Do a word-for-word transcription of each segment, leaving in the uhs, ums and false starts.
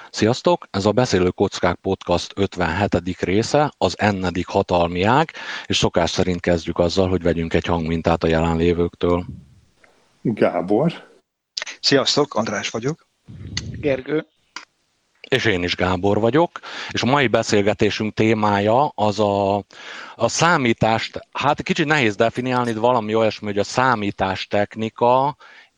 Sziasztok! Ez a Beszélő Kockák Podcast ötvenhetedik része, az ennedik hatalmi ág, és szokás szerint kezdjük azzal, hogy vegyünk egy hangmintát a jelenlévőktől. Gábor. Sziasztok, András vagyok. Gergő. És én is Gábor vagyok, és a mai beszélgetésünk témája az a, a számítást, hát kicsit nehéz definiálni, de valami olyasmi, hogy a számítástechnika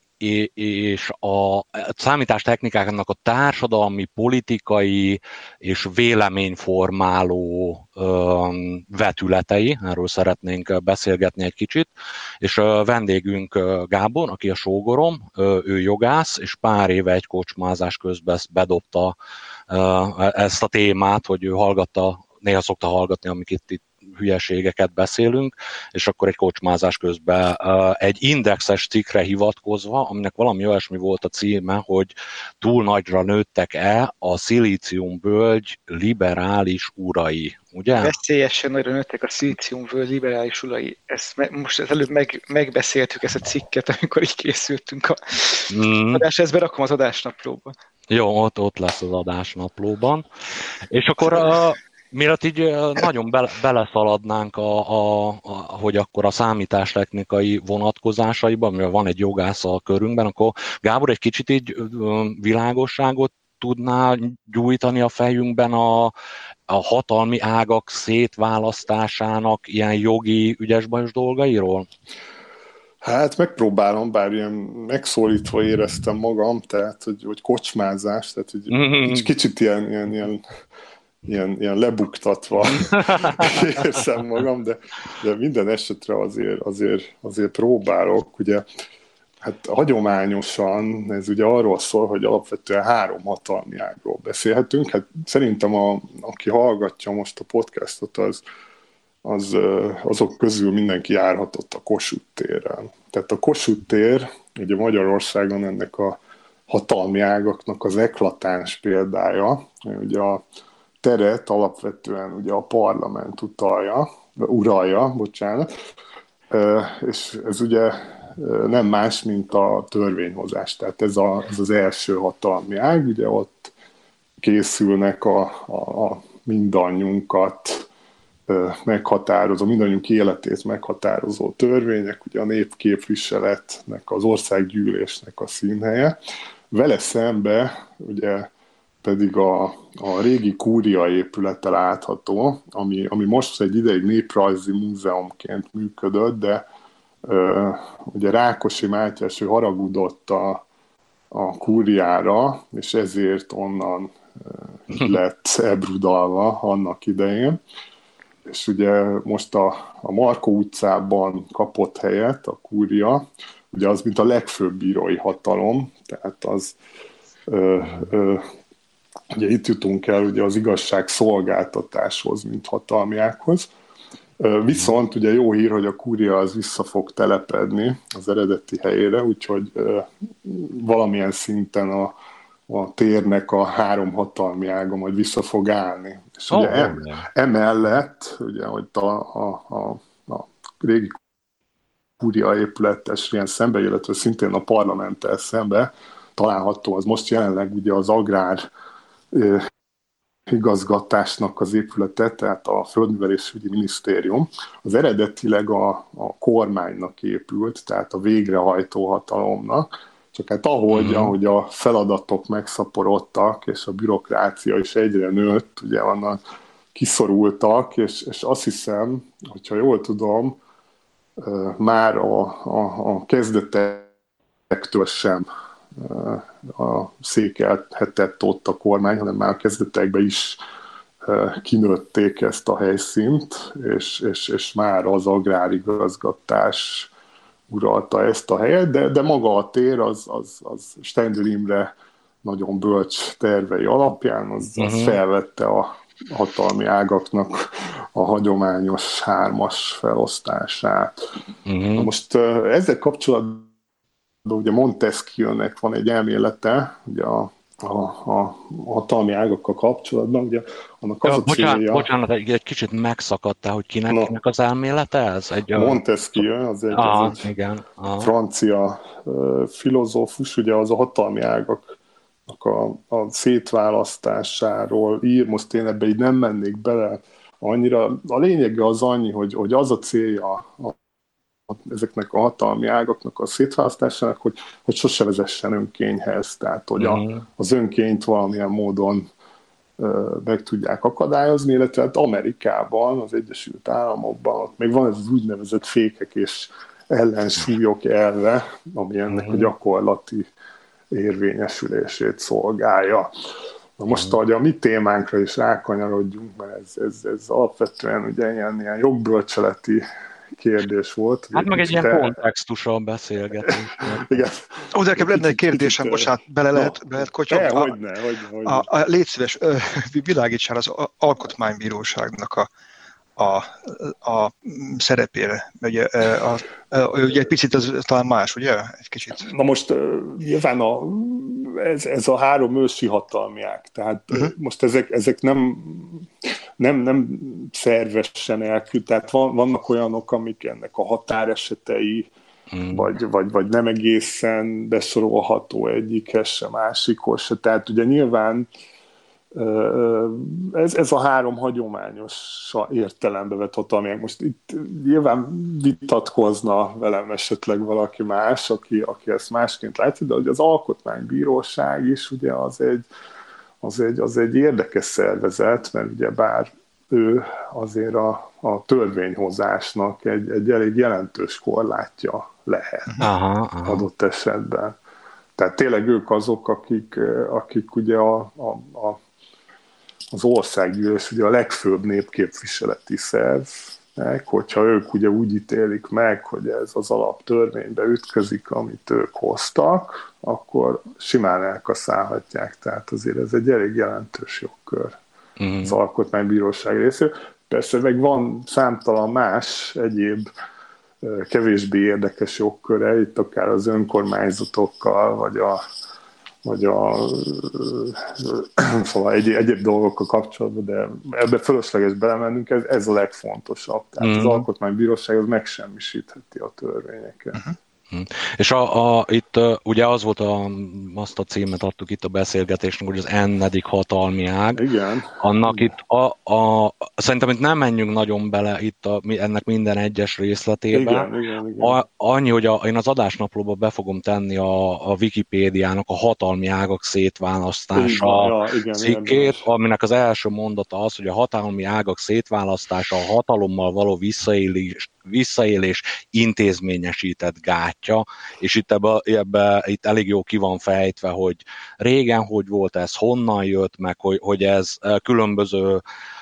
és a számítástechnikáknak a társadalmi, politikai és véleményformáló vetületei, erről szeretnénk beszélgetni egy kicsit, és vendégünk Gábor, aki a sógorom, ő jogász, és pár éve egy kocsmázás közben bedobta ezt a témát, hogy ő hallgatta, néha szokta hallgatni, amik itt, itt hülyeségeket beszélünk, és akkor egy kocsmázás közben egy indexes cikkre hivatkozva, aminek valami olyasmi volt a címe, hogy túl nagyra nőttek-e a szilíciumvölgy liberális urai, ugye? Veszélyesen nagyra nőttek a szilíciumvölgy liberális urai. Ezt me- most előbb meg, megbeszéltük ezt a cikket, amikor így készültünk a mm. adásra, ezt berakom az adásnaplóba. Jó, ott, ott lesz az adásnaplóban. És akkor a Mielőtt így nagyon bele, beleszaladnánk, a, a, a, hogy akkor a számítástechnikai vonatkozásaiban, mivel van egy jogász a körünkben, akkor Gábor egy kicsit így világosságot tudná gyújtani a fejünkben a, a hatalmi ágak szétválasztásának ilyen jogi, ügyes-bajos dolgairól? Hát megpróbálom, bár ilyen megszólítva éreztem magam, tehát hogy, hogy kocsmázás, tehát hogy mm-hmm. kicsit ilyen, ilyen, ilyen Ilyen, ilyen lebuktatva érzem magam, de, de minden esetre azért, azért, azért próbálok. Ugye, hát hagyományosan ez ugye arról szól, hogy alapvetően három hatalmi ágról beszélhetünk. Hát szerintem a, aki hallgatja most a podcastot, az, az, azok közül mindenki járhatott a Kossuth téren. Tehát a Kossuth tér, ugye Magyarországon ennek a hatalmi ágaknak az eklatáns példája, ugye a teret alapvetően ugye a parlament utalja, uralja, bocsánat, és ez ugye nem más, mint a törvényhozás. Tehát ez, a, ez az első hatalmi ág, ugye ott készülnek a, a, a mindannyiunkat meghatározó, mindannyiunk életét meghatározó törvények, ugye a népképviseletnek, az országgyűlésnek a színhelye. Vele szembe ugye pedig a, a régi kúria épülete látható, ami, ami most egy ideig néprajzi múzeumként működött, de ö, ugye Rákosi Mátyás ő haragudott a, a kúriára, és ezért onnan ö, lett ebrudalva annak idején. És ugye most a, a Markó utcában kapott helyet a kúria, ugye az, mint a legfőbb bírói hatalom, tehát az ö, ö, ugye itt jutunk el ugye az igazságszolgáltatáshoz, mint hatalmi ághoz. Viszont ugye jó hír, hogy a kúria az vissza fog telepedni az eredeti helyére, úgyhogy valamilyen szinten a, a térnek a három hatalmi ága majd vissza fog állni. És oh, ugye em, emellett, ugye, hogy a, a, a, a régi kúria épületes ilyen szembe, illetve szintén a parlamenttel szembe található, az most jelenleg ugye az agrár igazgatásnak az épülete, tehát a Földművelésügyi Minisztérium, az eredetileg a, a kormánynak épült, tehát a végrehajtó hatalomnak, csak hát ahogy, mm-hmm. ahogy a feladatok megszaporodtak, és a bürokrácia is egyre nőtt, ugye onnan kiszorultak, és, és azt hiszem, hogyha jól tudom, már a, a, a kezdetektől sem a székelhetett ott a kormány, hanem már a kezdetekben is kinőtték ezt a helyszínt, és, és, és már az agrárigazgatás uralta ezt a helyet, de, de maga a tér az, az, az Stendel Imre nagyon bölcs tervei alapján az, az uh-huh. felvette a hatalmi ágaknak a hagyományos hármas felosztását. Uh-huh. Na most ezzel kapcsolatban de ugye Montesquieu-nek van egy elmélete, ugye a, a, a hatalmi ágakkal kapcsolatban, ugye annak az ja, a bocsánat, célja... Bocsánat, egy, egy kicsit megszakadtál, hogy kinek, no, kinek az elmélete ez? Egy, Montesquieu, az egy, ah, az egy igen, ah. francia uh, filozófus, ugye az a hatalmi ágaknak a, a szétválasztásáról ír, most én ebbe így nem mennék bele annyira. A lényege az annyi, hogy, hogy az a célja a, a, ezeknek a hatalmi ágaknak a szétválasztásának, hogy, hogy sose vezessen önkényhez, tehát hogy a, az önkényt valamilyen módon meg tudják akadályozni, illetve hát Amerikában, az Egyesült Államokban ott még van ez az úgynevezett fékek és ellensúlyok elve, ami ennek a gyakorlati érvényesülését szolgálja. Na most, hogy a mi témánkra is rákanyarodjunk, mert ez, ez, ez alapvetően ugye ilyen, ilyen jogbölcseleti kérdés volt. Hát meg egy ilyen el... kontextussal beszélgetünk. Igen. Ó, de nekem lenne egy kérdésem, bocsánat, bele lehet, no, lehet kotyogni? Hogyne, hogyne, hogyne. A, a, légy szíves, világítsál az Alkotmánybíróságnak a, a, a szerepére. Ugye, a, a, ugye egy picit az talán más, ugye? Egy kicsit. Na most nyilván a, ez, ez a három ősi hatalmi ág, tehát uh-huh. most ezek, ezek nem, nem, nem szervesen elküld, tehát van, vannak olyanok, amik ennek a határesetei, Hmm. Vagy, vagy, vagy nem egészen besorolható egyikhez se, másikhoz se. Tehát ugye nyilván ez, ez a három hagyományos értelembe vett hatalmi. Most itt nyilván vitatkozna velem esetleg valaki más, aki, aki ezt másként látja, de hogy az Alkotmánybíróság is ugye az egy, az egy, az egy érdekes szervezet, mert ugye bár ő azért a, a törvényhozásnak egy, egy elég jelentős korlátja lehet aha, aha. adott esetben. Tehát tényleg ők azok, akik, akik ugye a, a, a, az országgyűlés ugye a legfőbb népképviseleti szervnek, hogyha ők ugye úgy ítélik meg, hogy ez az alaptörvénybe ütközik, amit ők hoztak, akkor simán elkaszálhatják. Tehát azért ez egy elég jelentős jogkör mm. az Alkotmánybíróság részéről. Persze meg van számtalan más egyéb kevésbé érdekes jogköre, itt akár az önkormányzatokkal, vagy a, vagy a szóval egy, egyéb dolgokkal kapcsolatban, de ebbe fölösleges belemennünk, ez, ez a legfontosabb. Tehát mm. az Alkotmánybíróság az megsemmisítheti a törvényeket. Uh-huh. És a, a, itt uh, ugye az volt, a, azt a címet adtuk itt a beszélgetésnek, hogy az ennedik hatalmi ág. Igen. Annak igen. itt a, a, szerintem itt nem menjünk nagyon bele itt a, ennek minden egyes részletébe. Igen, igen, igen. A, annyi, hogy a, én az adásnaplóba be fogom tenni a, a Wikipédiának a hatalmi ágak szétválasztása ja, igen, cikkét, aminek az első mondata az, hogy a hatalmi ágak szétválasztása a hatalommal való visszaélés, visszaélés intézményesített gátja, és itt, ebbe, ebbe, itt elég jó ki van fejtve, hogy régen hogy volt ez, honnan jött, meg hogy, hogy ez különböző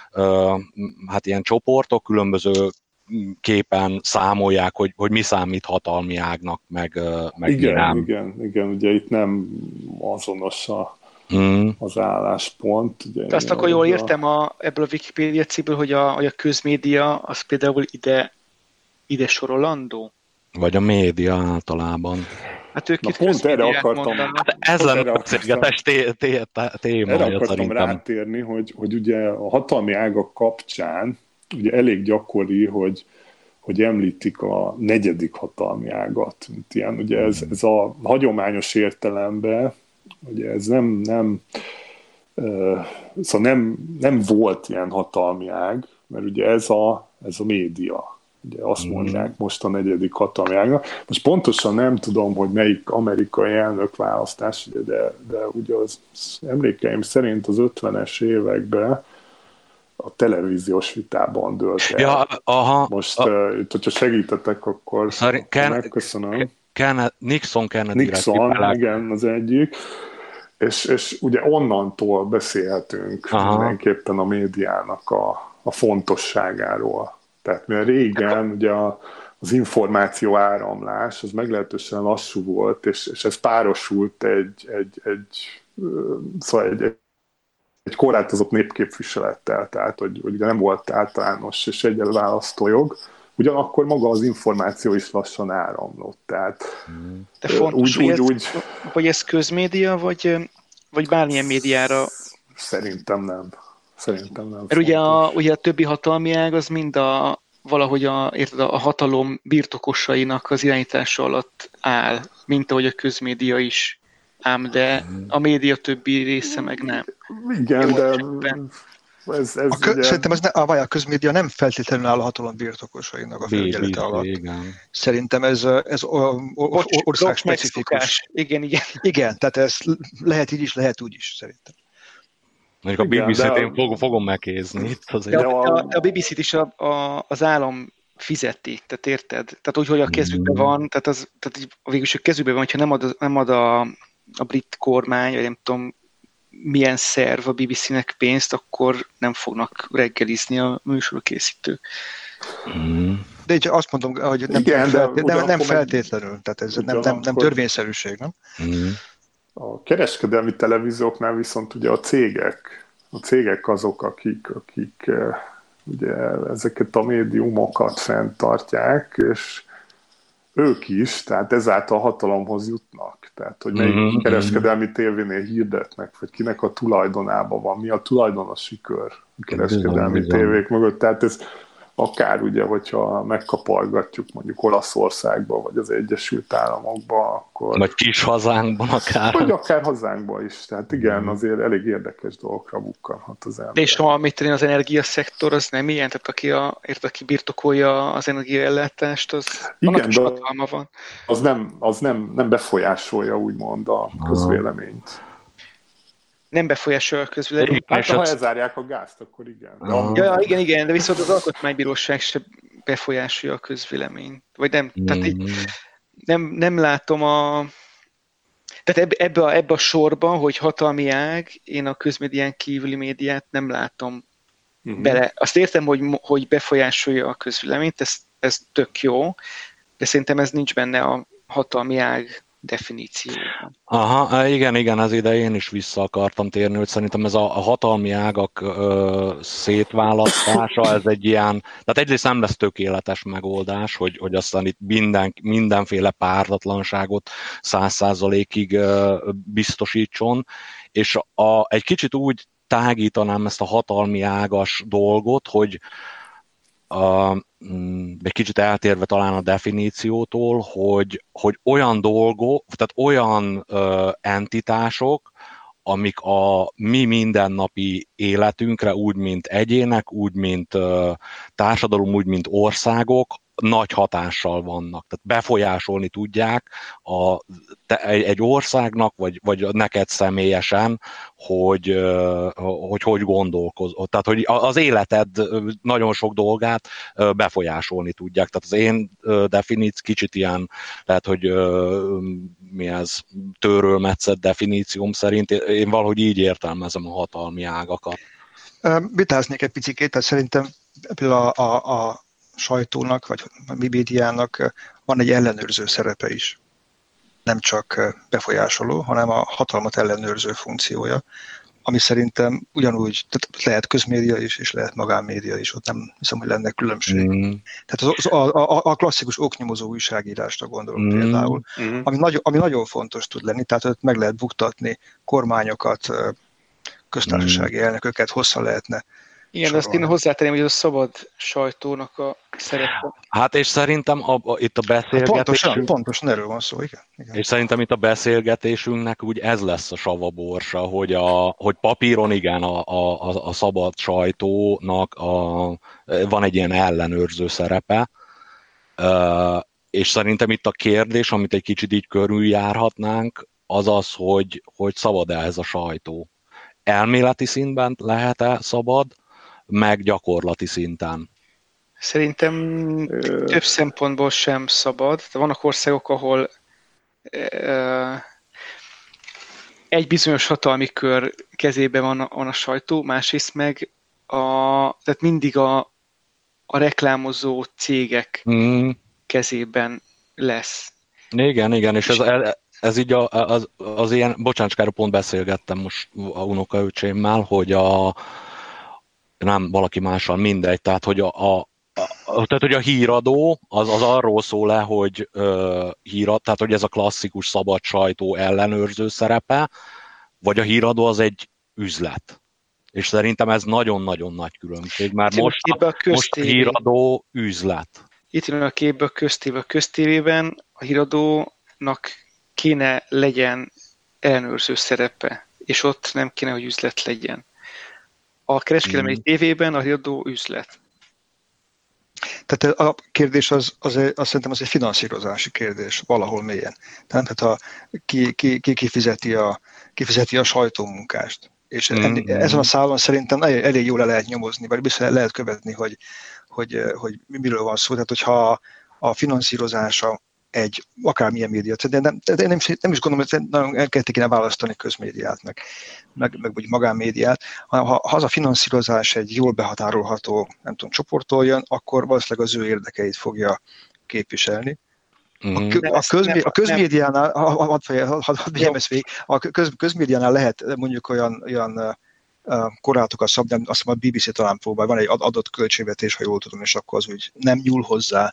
hát ilyen csoportok, különböző képen számolják, hogy, hogy mi számít hatalmi ágnak, meg, meg igen, mi nem. Igen, igen, ugye itt nem azonos a Mm. az álláspont. Ugye De azt akkor jól értem a, ebből a Wikipédia cikkből, hogy a, hogy a közmédia az például ide, ide sorolandó? Vagy a média általában. Hát ők Na, pont erre akartam. Hát ez lenne a beszélgetés téma. Erre akartam szerintem. rátérni, hogy, hogy ugye a hatalmi ágak kapcsán ugye elég gyakori, hogy, hogy említik a negyedik hatalmi ágat. Mint ilyen, ugye ez, ez a hagyományos értelemben ugye ez nem, nem, uh, szóval nem, nem volt ilyen hatalmi ág, mert ugye ez a, ez a média. Ugye azt mondják most a negyedik hatalmi ágnak. Most pontosan nem tudom, hogy melyik amerikai elnökválasztás, de, de ugye az emlékeim szerint az ötvenes években a televíziós vitában dőlt el. Ja, aha, most, a... uh, itt, hogyha segítetek, akkor Sorry, Ken... megköszönöm. Ken... Nixon Kennedy. Nixon, igen, az egyik. És, és ugye onnantól beszélhetünk aha. mindenképpen a médiának a, a fontosságáról. Tehát mert régen ugye a, az információ áramlás az meglehetősen lassú volt, és, és ez párosult egy, egy, egy, szóval egy, egy korlátozott népképviselettel, tehát hogy, hogy nem volt általános és egyenlő választójog. Ugyanakkor maga az információ is lassan áramlott. Tehát, de fontos, úgy, úgy, úgy, hogy ez közmédia, vagy, vagy bármilyen médiára? Szerintem nem. Szerintem nem. Mert ugye a, ugye a többi hatalmi ág az mind a, valahogy a, érted, a hatalom birtokosainak az irányítása alatt áll, mint ahogy a közmédia is. ám de a média többi része meg nem. Igen, jó, de ez, ez a kö, ugye... Szerintem ez ne, a, a közmédia nem feltétlenül áll a hatalom birtokosainak a felügyelete alatt. Igen. Szerintem ez, ez országspecifikus. Igen, igen. Igen, tehát ez lehet így is, lehet úgy is, szerintem. Mondjuk a bé bé cét én fogom, fogom megkézni. De a, a, a bé bé cét is a, a, az állam fizeti, tehát érted? Tehát úgy, hogy a kezükben van, tehát, az, tehát végülis a kezükben van, hogyha nem ad, nem ad a, a brit kormány, vagy nem tudom, milyen szerv a bé bé cének pénzt, akkor nem fognak reggelizni a műsorkészítők. Mm. De így azt mondom, hogy nem, igen, nem, feltétlenül, de nem, nem feltétlenül, tehát ez nem, nem, nem törvényszerűség, nem? Mm. A kereskedelmi televízióknál viszont ugye a cégek, a cégek azok, akik, akik ugye ezeket a médiumokat fenntartják, és ők is, tehát ezáltal hatalomhoz jutnak. Tehát, hogy melyik mm-hmm. kereskedelmi tévénél hirdetnek, vagy kinek a tulajdonában van, mi a tulajdonosi kör a kereskedelmi bizony, tévék bizony. mögött. Tehát ez akár ugye, hogyha megkapargatjuk mondjuk Olaszországba, vagy az Egyesült Államokba, akkor... Vagy kis hazánkban akár. Vagy akár hazánkban is. Tehát igen, azért elég érdekes dolgokra bukkanhat az ember. És ha mit tenni az energiaszektor, az nem ilyen? Tehát aki, a, ért, aki birtokolja az energiaellátást, az igen, is hatalma van. Az, nem, az nem, nem befolyásolja úgymond a közvéleményt. Nem befolyásolja a közvéleményt. Hát, ha elzárják a gázt, akkor igen. De ah. ja, igen, igen, de viszont az alkotmánybíróság se befolyásolja a közvéleményt. Vagy nem, mm. tehát így nem, nem látom a... Tehát ebbe, ebbe, a, ebbe a sorban, hogy hatalmi ág, én a közmédián kívüli médiát nem látom mm-hmm. bele. Azt értem, hogy, hogy befolyásolja a közvéleményt, ez, ez tök jó, de szerintem ez nincs benne a hatalmi ág definícióban. Aha, igen, igen, ez ide én is vissza akartam térni, hogy szerintem ez a, a hatalmi ágak ö, szétválasztása, ez egy ilyen, tehát egyrészt nem lesz tökéletes megoldás, hogy, hogy aztán itt minden, mindenféle pártatlanságot száz százalékig biztosítson, és a, egy kicsit úgy tágítanám ezt a hatalmi ágas dolgot, hogy a, egy kicsit eltérve talán a definíciótól, hogy, hogy olyan dolgok, tehát olyan ö, entitások, amik a mi mindennapi életünkre úgy, mint egyének, úgy, mint ö, társadalom, úgy, mint országok, nagy hatással vannak. Tehát befolyásolni tudják a, te, egy országnak, vagy, vagy neked személyesen, hogy hogy, hogy gondolkozol. Tehát, hogy az életed nagyon sok dolgát befolyásolni tudják. Tehát az én definíció kicsit ilyen, lehet, hogy mi ez, törölmetszett definícióm szerint, én valahogy így értelmezem a hatalmi ágakat. Vitáznék egy picikét, tehát szerintem például a, a, a sajtónak, vagy a médiának van egy ellenőrző szerepe is. Nem csak befolyásoló, hanem a hatalmat ellenőrző funkciója, ami szerintem ugyanúgy, tehát lehet közmédia is, és lehet magánmédia is, ott nem hiszem, hogy lenne különbség. Mm. Tehát az, a, a, a klasszikus oknyomozó újságírásra gondolom mm. például, mm. Ami, nagy, ami nagyon fontos tud lenni, tehát ott meg lehet buktatni kormányokat, köztársasági mm. elnököket, hosszan lehetne. Igen, azt én hozzátenném, hogy ez a szabad sajtónak a szerepe. Hát és szerintem a, a, itt a beszélgetésünk... Pontosan, pontosan erről van szó, igen, igen. És szerintem itt a beszélgetésünknek úgy ez lesz a savaborsa, hogy, a, hogy papíron igen, a, a, a szabad sajtónak a, van egy ilyen ellenőrző szerepe, és szerintem itt a kérdés, amit egy kicsit így körüljárhatnánk, az az, hogy, hogy szabad-e ez a sajtó. Elméleti szintben lehet-e szabad, meg gyakorlati szinten? Szerintem Ö... több szempontból sem szabad. De vannak országok, ahol uh, egy bizonyos hatalmi kör kezében van a, van a sajtó, másrészt meg a, tehát mindig a, a reklámozó cégek mm. kezében lesz. Igen, igen, és ez, ez így a, az, az ilyen, bocsáncsára pont beszélgettem most a unokaöcsémmel, hogy a nem valaki mással, mindegy, tehát hogy a, a, a, tehát, hogy a híradó az, az arról szól le, hogy ö, hírad, tehát hogy ez a klasszikus szabad sajtó ellenőrző szerepe, vagy a híradó az egy üzlet. És szerintem ez nagyon-nagyon nagy különbség, mert most a, a most a híradó üzlet. Itt jön a képbe a köztévé. A köztévében a híradónak kéne legyen ellenőrző szerepe, és ott nem kéne, hogy üzlet legyen. A kereskedelmi hmm. tévében a riadó üzlet. Tehát a kérdés az, az, az szerintem az egy finanszírozási kérdés, valahol mélyen. Tehát ha ki, ki, ki kifizeti, a, kifizeti a sajtómunkást. És mm-hmm. ezen a szálon szerintem elég jól le lehet nyomozni, vagy biztos lehet követni, hogy, hogy, hogy miről van szó. Tehát, hogyha a finanszírozása egy akármilyen médiát, de nem, de nem, nem is gondolom, hogy nagyon el kellett kéne választani közmédiát, meg, meg, meg vagy magánmédiát, hanem ha, ha az a finanszírozás egy jól behatárolható, nem tudom, csoporttól jön, akkor valószínűleg az ő érdekeit fogja képviselni. A, kö, a, közmé, a közmédiánál, hadd vigyem ezt végig, a köz, közmédiánál lehet mondjuk olyan, olyan uh, korlátokat szabni, azt hiszem a bé bé cé talán próbál, van egy adott költségvetés, ha jól tudom, és akkor az úgy nem nyúl hozzá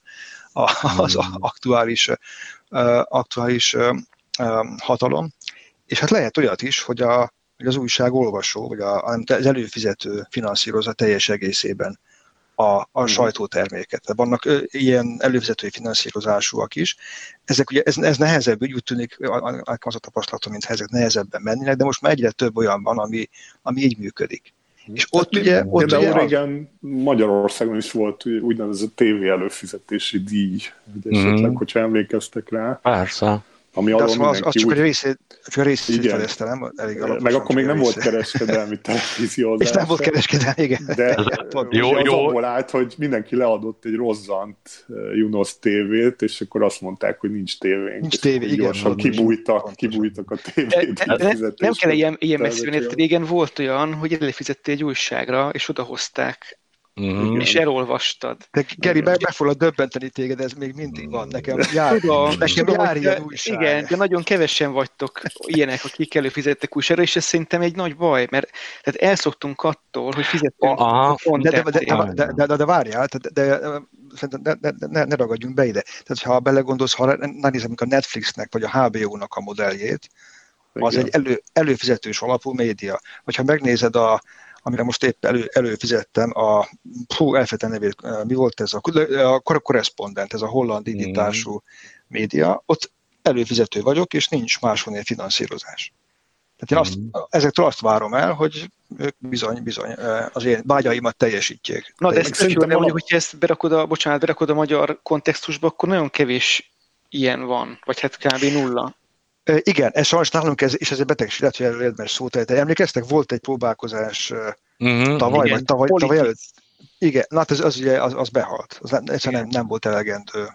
az hmm. aktuális, uh, aktuális uh, hatalom. És hát lehet olyat is, hogy, a, hogy az újság olvasó, vagy a, az előfizető finanszírozza teljes egészében a, a hmm. sajtóterméket. Vannak ö, ilyen előfizetői finanszírozásúak is. Ezek ugye, ez, ez nehezebb, úgy tűnik, az a tapasztalatom, mint ezek nehezebben mennének, de most már egyre több olyan van, ami, ami így működik. És ott hát, ugye... Ott de ugye régen az... Magyarországon is volt úgynevezett tévé előfizetési díj, mm. esetleg, hogyha emlékeztek rá. Persze. Ami de az, az, az csak úgy... a részét, csak a részét fedezte, nem? Elég meg akkor még nem volt kereskedelmi televíziózás. És nem volt kereskedelmi, igen. De jó, az jó. abból állt, hogy mindenki leadott egy rozzant Junos tévét, és akkor azt mondták, hogy nincs tévénk. Nincs tévé, igen. Gyorsan kibújtak, kibújtak a tévét. De, de, de nem kell ilyen, ilyen messzire, régen volt olyan, hogy előfizettél egy újságra, és odahozták. Mm. És elolvastad. De Geri, meg, meg fogod döbbenteni téged, ez még mindig van. Nekem jár, tudom, nekem tudom, jár ilyen újság. Igen, de nagyon kevesen vagytok ilyenek, akik előfizettek újságra, és ez szerintem egy nagy baj, mert tehát elszoktunk attól, hogy fizetünk a de, de, de, de, de, de, de várjál, de, de, de, de, de, ne, ne ragadjunk be ide. Tehát ha belegondolsz, ha nézem a Netflixnek vagy a há bé ó-nak a modelljét, az igen. egy elő, előfizetős alapú média. Vagy ha megnézed a amire most épp elő, előfizettem, a, hú, elfejtem nevét, mi volt ez, a, a korrespondent, ez a holland indítású mm. média, ott előfizető vagyok, és nincs máshonnél finanszírozás. Tehát én azt, mm. ezektől azt várom el, hogy ők bizony, bizony az én vágyaimat teljesítjék. Na, de ezt szerintem mondjuk, hogyha ezt berakod a, bocsánat, berakod a magyar kontextusba, akkor nagyon kevés ilyen van, vagy hát kb. Nulla. Igen, ez sajnos nálunk, ez, és ez egy betegség, lehet, hogy erről érdemes szót ejteni. Emlékeztek, volt egy próbálkozás uh-huh, tavaly, igen, vagy tavaly, tavaly előtt? Igen, na hát az, az, ugye, az, az behalt. Az egyszerűen nem, nem volt elegendő.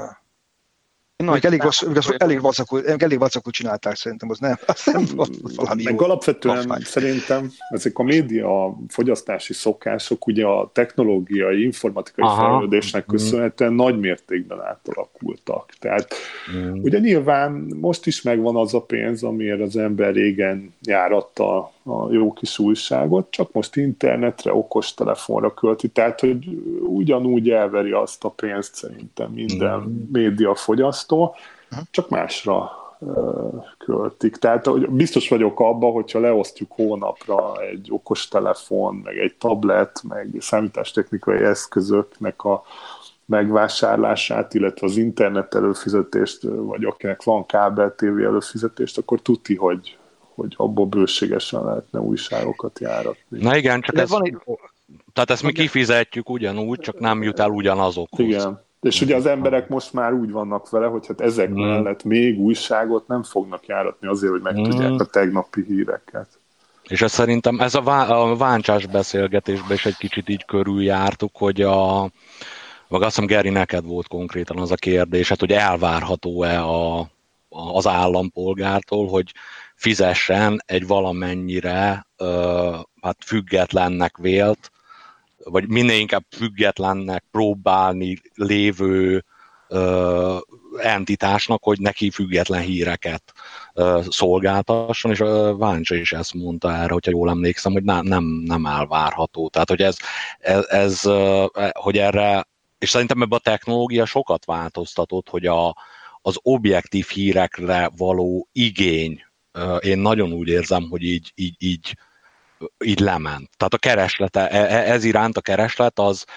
Nagy elég, vasz, elég, vacakul, elég vacakul csinálták, szerintem, az nem, az nem valami meg jó. Alapvetően Afány. Szerintem ezek a média fogyasztási szokások ugye a technológiai, informatikai Aha. fejlődésnek köszönhetően mm. nagy mértékben átalakultak. Tehát mm. ugye nyilván most is megvan az a pénz, amiért az ember régen járatta a jó kis újságot, csak most internetre, okostelefonra költi, tehát hogy ugyanúgy elveri azt a pénzt szerintem minden mm. médiafogyasztó, csak másra uh, költik. Tehát hogy biztos vagyok abban, hogyha leosztjuk hónapra egy okostelefon, meg egy tablet, meg számítástechnikai eszközöknek a megvásárlását, illetve az internet előfizetést, vagy akinek van kábel tévé előfizetést, akkor tuti, hogy hogy abból bőségesen lehetne újságokat járatni. Na igen, csak ez, van egy... tehát ezt mi kifizetjük ugyanúgy, csak nem jut el ugyanazokhoz. Igen, és ugye az emberek most már úgy vannak vele, hogy hát ezek hmm. mellett még újságot nem fognak járatni azért, hogy megtudják hmm. a tegnapi híreket. És ez szerintem, ez a, vá- a váncsás beszélgetésben is egy kicsit így körüljártuk, hogy a, vagy azt hiszem, Geri, neked volt konkrétan az a kérdés, hát, hogy elvárható-e a, a, az állampolgártól, hogy fizessen egy valamennyire uh, hát függetlennek vélt, vagy minél inkább függetlennek próbálni lévő uh, entitásnak, hogy neki független híreket uh, szolgáltasson, és uh, Váncsa is ezt mondta erre, hogyha jól emlékszem, hogy nem, nem, nem elvárható. Tehát, hogy ez, ez, ez uh, hogy erre, és szerintem ebben a technológia sokat változtatott, hogy a, az objektív hírekre való igény, én nagyon úgy érzem, hogy így, így, így, így lement. Tehát a kereslete, ez iránt a kereslet az,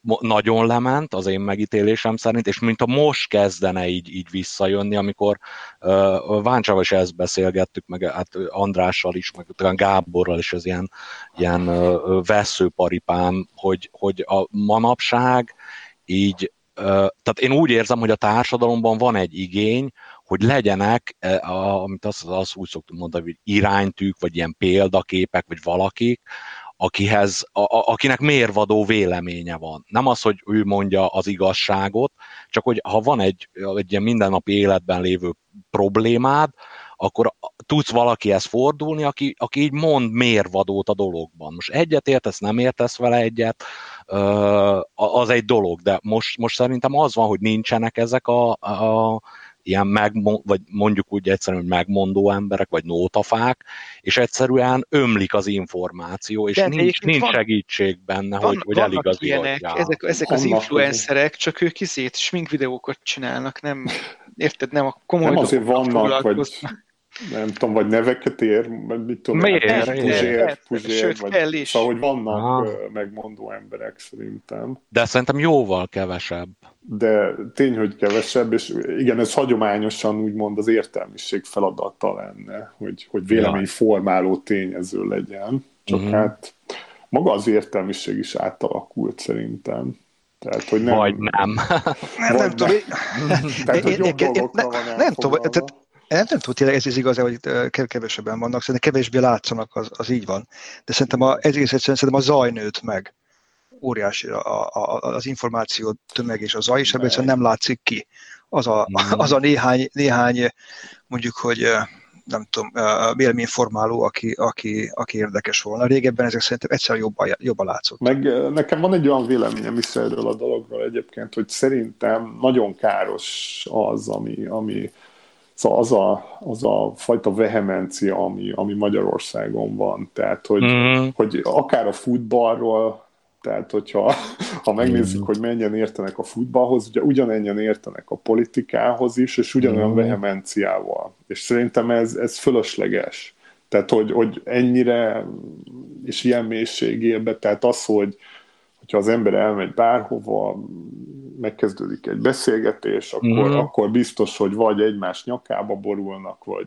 nagyon lement az én megítélésem szerint, és mint a most kezdene így, így visszajönni, amikor uh, Váncsával is ezt beszélgettük, meg hát Andrással is, meg talán Gáborral is az ilyen, ilyen uh, veszőparipám, hogy, hogy a manapság így, uh, tehát én úgy érzem, hogy a társadalomban van egy igény, hogy legyenek, uh, amit azt, azt úgy szoktuk mondani, hogy iránytűk, vagy ilyen példaképek, vagy valakik, akihez, a, a, akinek mérvadó véleménye van. Nem az, hogy ő mondja az igazságot, csak hogy ha van egy, egy ilyen mindennapi életben lévő problémád, akkor tudsz valakihez fordulni, aki, aki így mond mérvadót a dologban. Most egyet értesz, nem értesz vele egyet, az egy dolog, de most, most szerintem az van, hogy nincsenek ezek a, a ilyen megmond, vagy mondjuk úgy egyszerűen, hogy megmondó emberek, vagy nótafák, és egyszerűen ömlik az információ, és de nincs, nincs van, segítség benne, van, hogy, hogy eligazodják. Ezek, ezek az influencerek, csak ők izét, smink videókat csinálnak, nem, érted, nem a komoly nem azért vannak, vagy nem tudom, vagy neveket ér, vagy mit tudom, Puzsér, Puzsér, vagy szóval, hogy vannak Aha. megmondó emberek szerintem. De szerintem jóval kevesebb. De tény, hogy kevesebb, és igen, ez hagyományosan úgymond az értelmiség feladata lenne, hogy, hogy véleményformáló tényező legyen. Csak uh-huh. hát maga az értelmiség is átalakult szerintem. Tehát, hogy nem... Vagy nem. nem, nem tudom. Tehát, hogy jobb dolgokra van elfogalva. Nem tudom, nem, nem tudom, tényleg ez is igaz, hogy kevesebben vannak, szerintem kevésbé látszanak, az, az így van. De szerintem a, ez egész egyszerűen szerintem a zaj nőtt meg. Óriási a, a, az információ tömeg és a zaj, és ebben egyszerűen nem látszik ki. Az a, az a néhány, néhány, mondjuk, hogy nem tudom, véleményformáló, aki, aki, aki érdekes volna. Régebben ezek szerintem egyszerűen jobban, jobban látszott. Meg nekem van egy olyan véleményem is erről a dologról egyébként, hogy szerintem nagyon káros az, ami, ami szóval az a, az a fajta vehemencia, ami, ami Magyarországon van. Tehát, hogy, mm. hogy akár a futballról, tehát, hogyha ha megnézzük, mm. hogy mennyien értenek a futballhoz, ugye ugyanennyien értenek a politikához is, és ugyanolyan mm. vehemenciával. És szerintem ez, ez fölösleges. Tehát, hogy, hogy ennyire és ilyen mélységében, tehát az, hogy hogyha az ember elmegy bárhova, megkezdődik egy beszélgetés, akkor, mm. akkor biztos, hogy vagy egymás nyakába borulnak, vagy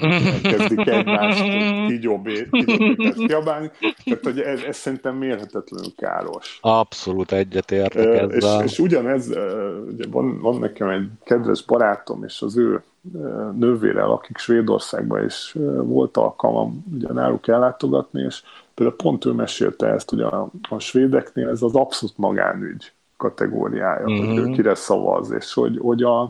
kezdik egymást kígyóbbét kiabálni. Tehát, hogy ez, ez szerintem mérhetetlenül káros. Abszolút egyetértek ezzel. És, és ugyanez, ugye van, van nekem egy kedves barátom, és az ő nővérrel, akik Svédországban is volt alkalmam ugye náluk ellátogatni, és például pont ő mesélte ezt, hogy a, a svédeknél ez az abszolút magánügy kategóriája, mm-hmm. hogy ő kire szavaz, és hogy, hogy a,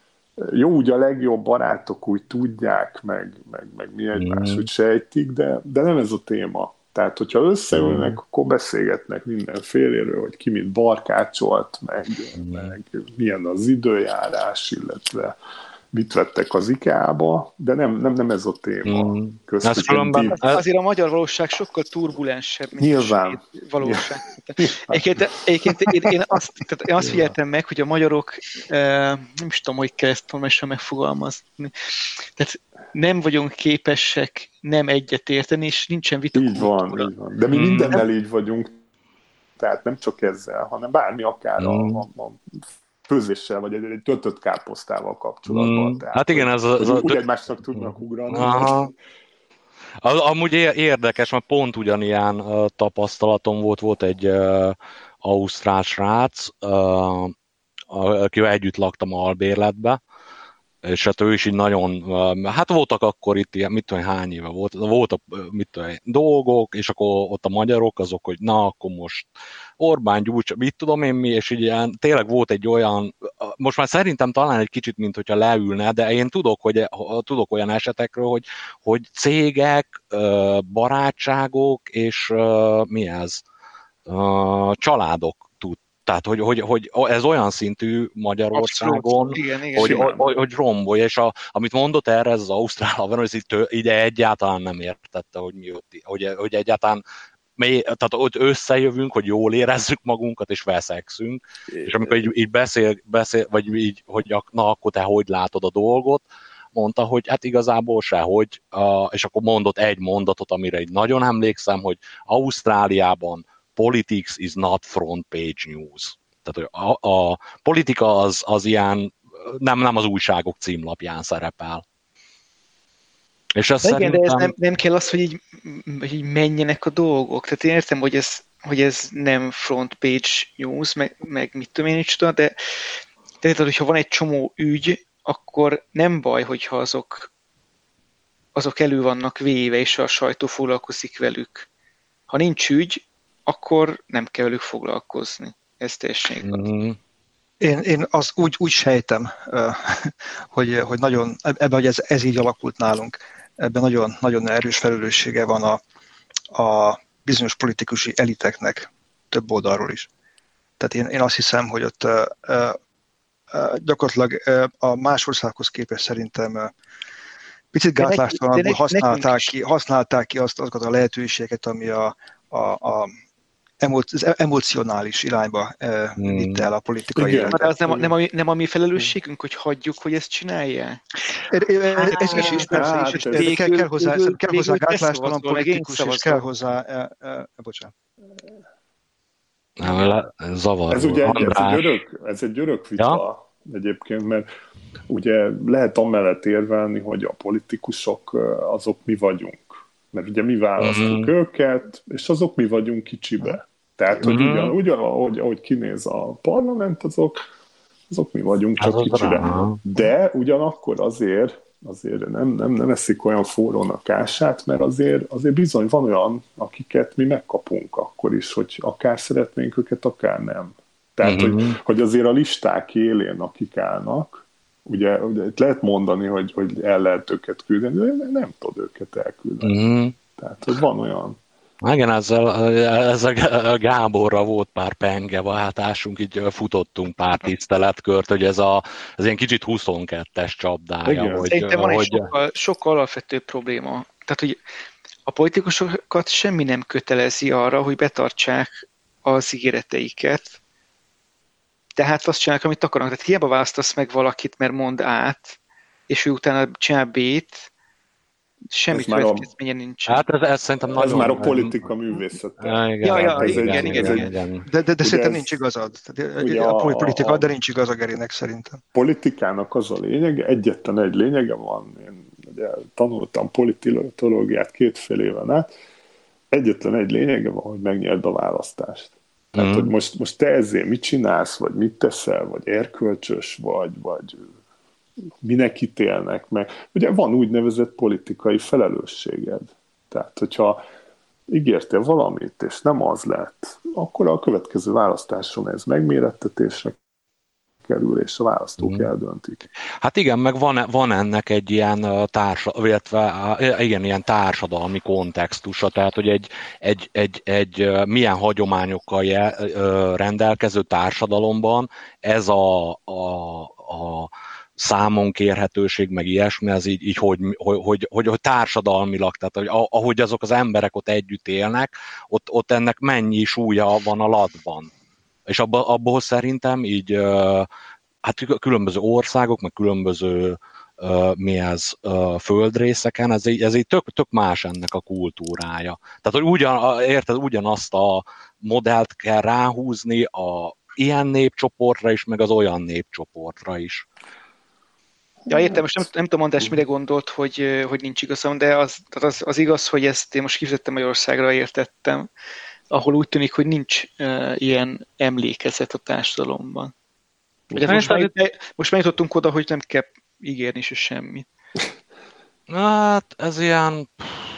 jó, ugye a legjobb barátok úgy tudják, meg, meg, meg mi egymás, mm-hmm. úgy sejtik, de, de nem ez a téma. Tehát, hogyha összeülnek, mm-hmm. akkor beszélgetnek mindenféléről, hogy ki mit barkácsolt, meg, mm-hmm. meg milyen az időjárás, illetve mit vettek az IKEA-ba, de nem, nem, nem ez a téma. Mm. Különben, azért a magyar valóság sokkal turbulensebb, mint Nyilván. a valóság. Egyébként, egyébként én, én, azt, tehát én azt figyeltem meg, hogy a magyarok, nem is tudom, hogy kell ezt formálisan megfogalmazni, tehát nem vagyunk képesek nem egyetérteni, és nincsen vita. Így van, így van. De mi mm. mindennel így vagyunk, tehát nem csak ezzel, hanem bármi akár mm. a, a, a főzéssel, vagy egy, egy töltött káposztával kapcsolatban. Mm, tehát, hát igen, ez a... Úgy egymásnak tudnak ugrani. Aha. Amúgy érdekes, mert pont ugyanilyen uh, tapasztalatom volt, volt egy uh, ausztrál srác, uh, akivel együtt laktam albérletbe, és hát ő is így nagyon, uh, hát voltak akkor itt ilyen, mit tudom, hány éve volt, voltak mit tudom, dolgok, és akkor ott a magyarok azok, hogy na, akkor most Orbán Gyurcsány, mit tudom én mi, és így ilyen, tényleg volt egy olyan, most már szerintem talán egy kicsit, mint hogyha leülne, de én tudok, hogy, tudok olyan esetekről, hogy, hogy cégek, barátságok, és mi ez, családok tud. Tehát, hogy, hogy, hogy ez olyan szintű Magyarországon, igen, igen, hogy, hogy, hogy rombolja, és a, amit mondott erre ez az ausztrál haver, hogy így, így egyáltalán nem értette, hogy mi ott, hogy, hogy egyáltalán tehát ott összejövünk, hogy jól érezzük magunkat, és veszekszünk, és amikor így, így beszél, beszél, vagy így, hogy na, akkor te hogy látod a dolgot, mondta, hogy hát igazából sehogy, és akkor mondott egy mondatot, amire így nagyon emlékszem, hogy Ausztráliában politics is not front page news. Tehát a, a politika az, az ilyen, nem, nem az újságok címlapján szerepel. És ez de igen, szerintem... de ez nem, nem kell az, hogy így, hogy így menjenek a dolgok. Tehát én értem, hogy ez, hogy ez nem front page news, meg, meg mit tudom én is tudom, de tehát, hogyha van egy csomó ügy, akkor nem baj, hogyha azok, azok elő vannak véve, és a sajtó foglalkozik velük. Ha nincs ügy, akkor nem kell velük foglalkozni. Ez teljesen igaz. Mm-hmm. Én, én azt úgy, úgy sejtem, hogy, hogy nagyon, ebben, hogy ez, ez így alakult nálunk, ebben nagyon, nagyon erős felelőssége van a, a bizonyos politikusi eliteknek több oldalról is. Tehát én, én azt hiszem, hogy ott uh, uh, gyakorlatilag uh, a más országhoz képest szerintem uh, picit gátlástalanul használták ki, használták ki azt, azokat a lehetőségeket, ami a, a, a az emocionális irányba uh, hmm. vitte el a politikai életet. De az nem a, nem, a, nem a mi felelősségünk, hogy hagyjuk, hogy ezt csinálják? Ez is is, persze, is, is. Kell, kell hozzá, kell hozzá gátlástalan politikus, és kell hozzá... Uh, uh, bocsánat. Zavaró. Ez ugye ez egy, örök, ez egy örök vita ja? egyébként, mert ugye lehet amellett érvelni, hogy a politikusok azok mi vagyunk. Mert ugye mi választunk mm-hmm. őket, és azok mi vagyunk kicsibe. Tehát, hogy mm-hmm. ugyan, ugyan ahogy, ahogy kinéz a parlament, azok, azok mi vagyunk csak az kicsibe. Az de ugyanakkor azért, azért nem, nem, nem eszik olyan forrón a kását, mert azért, azért bizony van olyan, akiket mi megkapunk akkor is, hogy akár szeretnénk őket, akár nem. Tehát, mm-hmm. hogy, hogy azért a listák élén, akik állnak, ugye, ugye itt lehet mondani, hogy, hogy el lehet őket küldeni, de nem tud őket elküldeni. Mm-hmm. Tehát, hogy van olyan. Igen, ezzel, ezzel Gáborra volt pár penge váltásunk, így futottunk pár tiszteletkört, hogy ez, a, ez ilyen kicsit huszonkettes csapdája. Hogy, Szerintem van hogy... egy sokkal, sokkal alapvetőbb probléma. Tehát, hogy a politikusokat semmi nem kötelezi arra, hogy betartsák az ígéreteiket, tehát azt csinálják, amit akarnak. Tehát hiába választasz meg valakit, mert mond át, és ő utána csinál B-t, semmi következménye nincs. Hát ez, ez szerintem ez nagyon... már a politika művészete. Ja, ja, ja, igen, igen, igen, igen, igen. De, de, de szerintem ez, nincs igazad. A, a politika, a, de nincs igaza Gerinek szerintem. Politikának az a lényege, egyetlen egy lényege van. Én ugye tanultam politológiát kétfél éven át. Egyetlen egy lényege van, hogy megnyerd a választást. Tehát, mm. hogy most, most te ezért mit csinálsz, vagy mit teszel, vagy erkölcsös, vagy, vagy minek ítélnek meg. Ugye van úgynevezett politikai felelősséged. Tehát, hogyha ígértél valamit, és nem az lett, akkor a következő választáson ez megmérettetésre kerül, és a választók mm. eldöntik. Hát igen, meg van, van ennek egy ilyen, társa, illetve, igen, ilyen társadalmi kontextusa, tehát hogy egy, egy, egy, egy milyen hagyományokkal jel, rendelkező társadalomban ez a, a, a számonkérhetőség, meg ilyesmi, ez így, így hogy, hogy, hogy, hogy, hogy társadalmilag, tehát hogy ahogy azok az emberek ott együtt élnek, ott, ott ennek mennyi súlya van a latban. És abba, abból szerintem így hát különböző országok, meg különböző mi ez földrészeken, ez így, ez így tök, tök más ennek a kultúrája. Tehát, hogy ugyan, érted, ugyanazt a modellt kell ráhúzni a ilyen népcsoportra is, meg az olyan népcsoportra is. Ja, értem, most nem, nem tudom, András, mire gondolt, hogy, hogy nincs igazam, de az, az, az igaz, hogy ezt én most kifizettem Magyarországra, értettem, ahol úgy tűnik, hogy nincs uh, ilyen emlékezet a társadalomban. Hát most, már, most már jutottunk oda, hogy nem kell ígérni se semmit. Hát ez ilyen...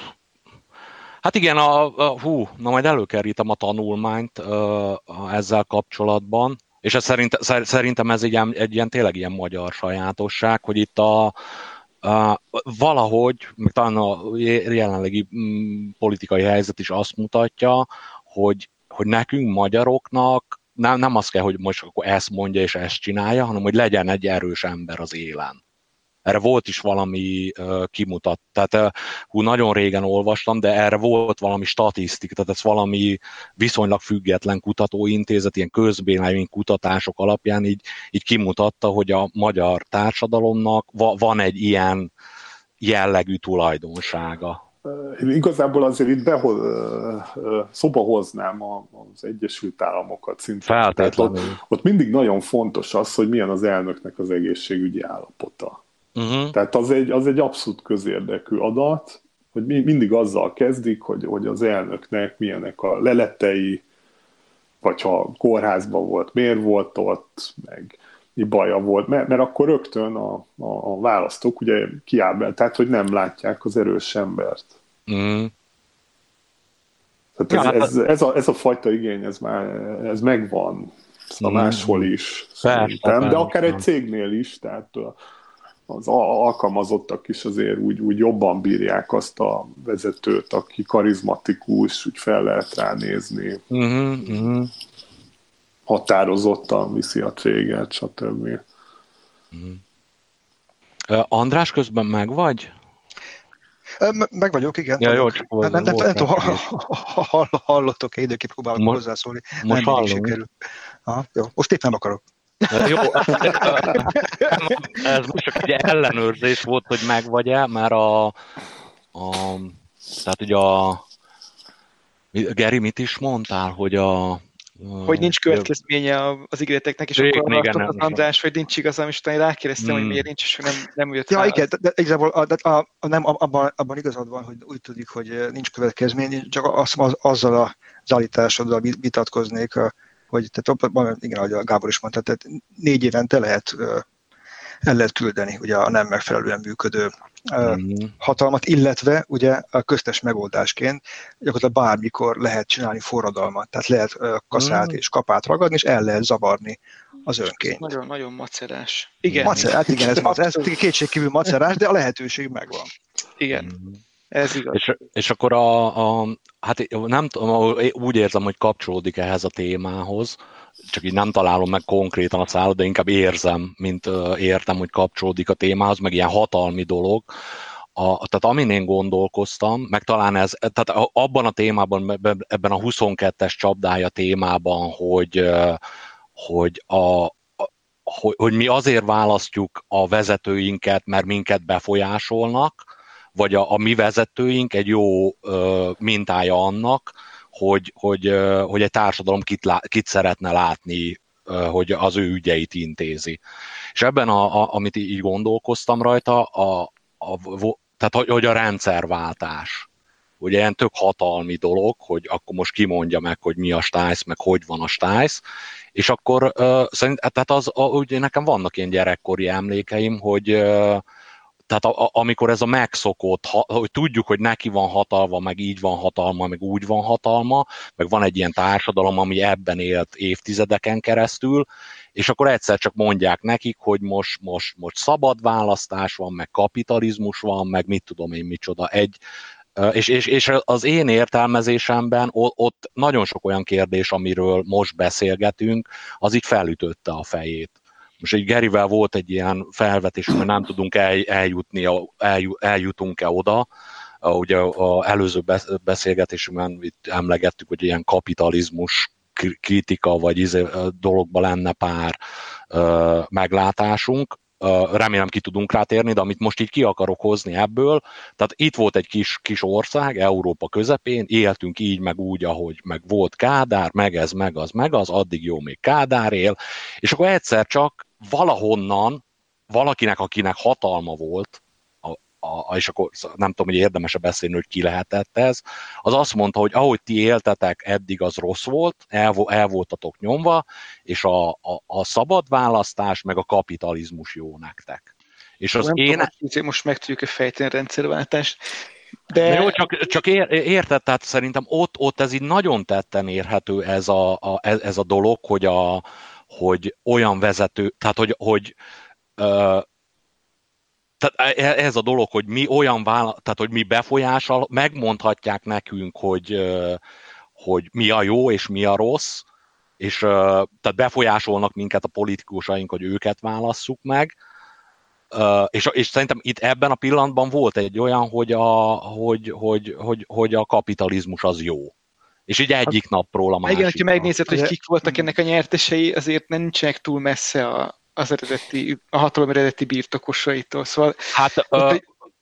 Hát igen, a, a, hú, na majd előkerítem a tanulmányt uh, ezzel kapcsolatban, és ez szerint, szerintem ez egy, egy ilyen, tényleg ilyen magyar sajátosság, hogy itt a Uh, valahogy, meg talán a jelenlegi mm, politikai helyzet is azt mutatja, hogy, hogy nekünk magyaroknak nem, nem az kell, hogy most akkor ezt mondja és ezt csinálja, hanem hogy legyen egy erős ember az élen. Erre volt is valami uh, kimutat. Tehát uh, hú, nagyon régen olvastam, de erre volt valami statisztika, tehát ez valami viszonylag független kutatóintézet, ilyen közvélemény kutatások alapján így, így kimutatta, hogy a magyar társadalomnak va- van egy ilyen jellegű tulajdonsága. én igazából azért itt behol, szoba hoznám az Egyesült Államokat szintén. Ott, ott mindig nagyon fontos az, hogy milyen az elnöknek az egészségügyi állapota. Uh-huh. Tehát az egy, az egy abszolút közérdekű adat, hogy mindig azzal kezdik, hogy, hogy az elnöknek milyenek a leletei, vagy ha kórházban volt, miért volt ott, meg mi baja volt, mert, mert akkor rögtön a, a, a választók ugye kiábel, tehát hogy nem látják az erős embert. Mm. Tehát ez, ez, ez, a, ez a fajta igény, ez már ez megvan szóval mm. máshol is, szerintem, de akár egy cégnél is, tehát az alkalmazottak is azért úgy, úgy jobban bírják azt a vezetőt, aki karizmatikus, úgy fel lehet ránézni. Mm-hmm. Határozottan viszi a céget, stb. Mm. András, közben meg vagy? Meg vagyok, igen. Ja, jó, csak nem, nem, nem, nem tudom, hallottok-e, időképp próbálok most, hozzászólni. Most hallom. Aha, jó, most épp nem akarok. Jó, ez most csak egy ellenőrzés volt, hogy meg vagy-e, mert a, a tehát ugye a Geri, mit is mondtál, hogy a hogy nincs következménye az ígéreteknek, és Rég, akkor igen, az András, hogy nincs igazam, és utána rákérdeztem, hmm. hogy miért nincs, és nem, nem jött ja, rá. Igen, de igazából a, a, a, a, nem, abban, abban igazad van, hogy úgy tudik, hogy nincs következmény, csak az, az, azzal az állításoddal vitatkoznék, hogy tehát, igen, ahogy a Gábor is mondta, tehát négy évente lehet, el lehet küldeni ugye a nem megfelelően működő mm. hatalmat, illetve ugye a köztes megoldásként gyakorlatilag bármikor lehet csinálni forradalmat, tehát lehet kaszát mm. és kapát ragadni, és el lehet zavarni az önként. Nagyon, nagyon macerás. Igen. Macerás, igen, ez, ez, ez kétségkívül macerás, de a lehetőség megvan. Igen. Mm. Ez igaz. És, és akkor a, a hát nem tudom, úgy érzem, hogy kapcsolódik ehhez a témához, csak így nem találom meg konkrétan a szállat, de inkább érzem, mint értem, hogy kapcsolódik a témához, meg ilyen hatalmi dolog. A, tehát amin én gondolkoztam, meg talán ez, tehát abban a témában, ebben a huszonkettes csapdája témában, hogy, hogy, a, hogy, hogy mi azért választjuk a vezetőinket, mert minket befolyásolnak, vagy a, a mi vezetőink egy jó ö, mintája annak, hogy, hogy, ö, hogy egy társadalom kit, lá, kit szeretne látni, ö, hogy az ő ügyeit intézi. És ebben, a, a, amit így gondolkoztam rajta, a, a, tehát hogy, hogy a rendszerváltás. Ugye ilyen tök hatalmi dolog, hogy akkor most kimondja meg, hogy mi a stájsz, meg hogy van a stájsz, és akkor ö, szerint, tehát az, a, ugye nekem vannak ilyen gyerekkori emlékeim, hogy ö, tehát a, a, amikor ez a megszokott, ha, hogy tudjuk, hogy neki van hatalma, meg így van hatalma, meg úgy van hatalma, meg van egy ilyen társadalom, ami ebben élt évtizedeken keresztül, és akkor egyszer csak mondják nekik, hogy most, most, most szabad választás van, meg kapitalizmus van, meg mit tudom én micsoda. Egy, és, és, és az én értelmezésemben ott nagyon sok olyan kérdés, amiről most beszélgetünk, az így felütötte a fejét. Most egy Gerivel volt egy ilyen felvetés, hogy nem tudunk el, eljutni, eljut, eljutunk-e oda. Ugye az előző beszélgetésünkben itt emlegettük, hogy ilyen kapitalizmus kritika vagy izé, dologban lenne pár uh, meglátásunk. Uh, remélem ki tudunk rátérni, de amit most így ki akarok hozni ebből, tehát itt volt egy kis, kis ország, Európa közepén, éltünk így, meg úgy, ahogy meg volt Kádár, meg ez, meg az, meg az, addig jó, még Kádár él, és akkor egyszer csak valahonnan, valakinek, akinek hatalma volt, a, a, és akkor nem tudom, hogy érdemes-e beszélni, hogy ki lehetett ez, az azt mondta, hogy ahogy ti éltetek, eddig az rossz volt, el, el voltatok nyomva, és a, a, a szabad választás, meg a kapitalizmus jó nektek. És az nem én... tudom, hogy most meg tudjuk-e fejteni a rendszerváltást, de... Jó, csak, csak ér, érted, tehát szerintem ott, ott ez így nagyon tetten érhető ez a, a, ez a dolog, hogy, a, hogy olyan vezető, tehát hogy, hogy uh, tehát ez a dolog, hogy mi olyan vála, tehát hogy mi befolyással megmondhatják nekünk, hogy, uh, hogy mi a jó és mi a rossz, és uh, tehát befolyásolnak minket a politikusaink, hogy őket válasszuk meg. Uh, és, és szerintem itt ebben a pillanatban volt egy olyan, hogy a, hogy, hogy, hogy, hogy a kapitalizmus az jó. És így egyik napról a másikra. Igen, ha megnézed, hogy kik voltak ennek a nyertesei, azért nem nincsenek túl messze a, az eredeti, a hatalom eredeti birtokosaitól. Szóval, hát uh,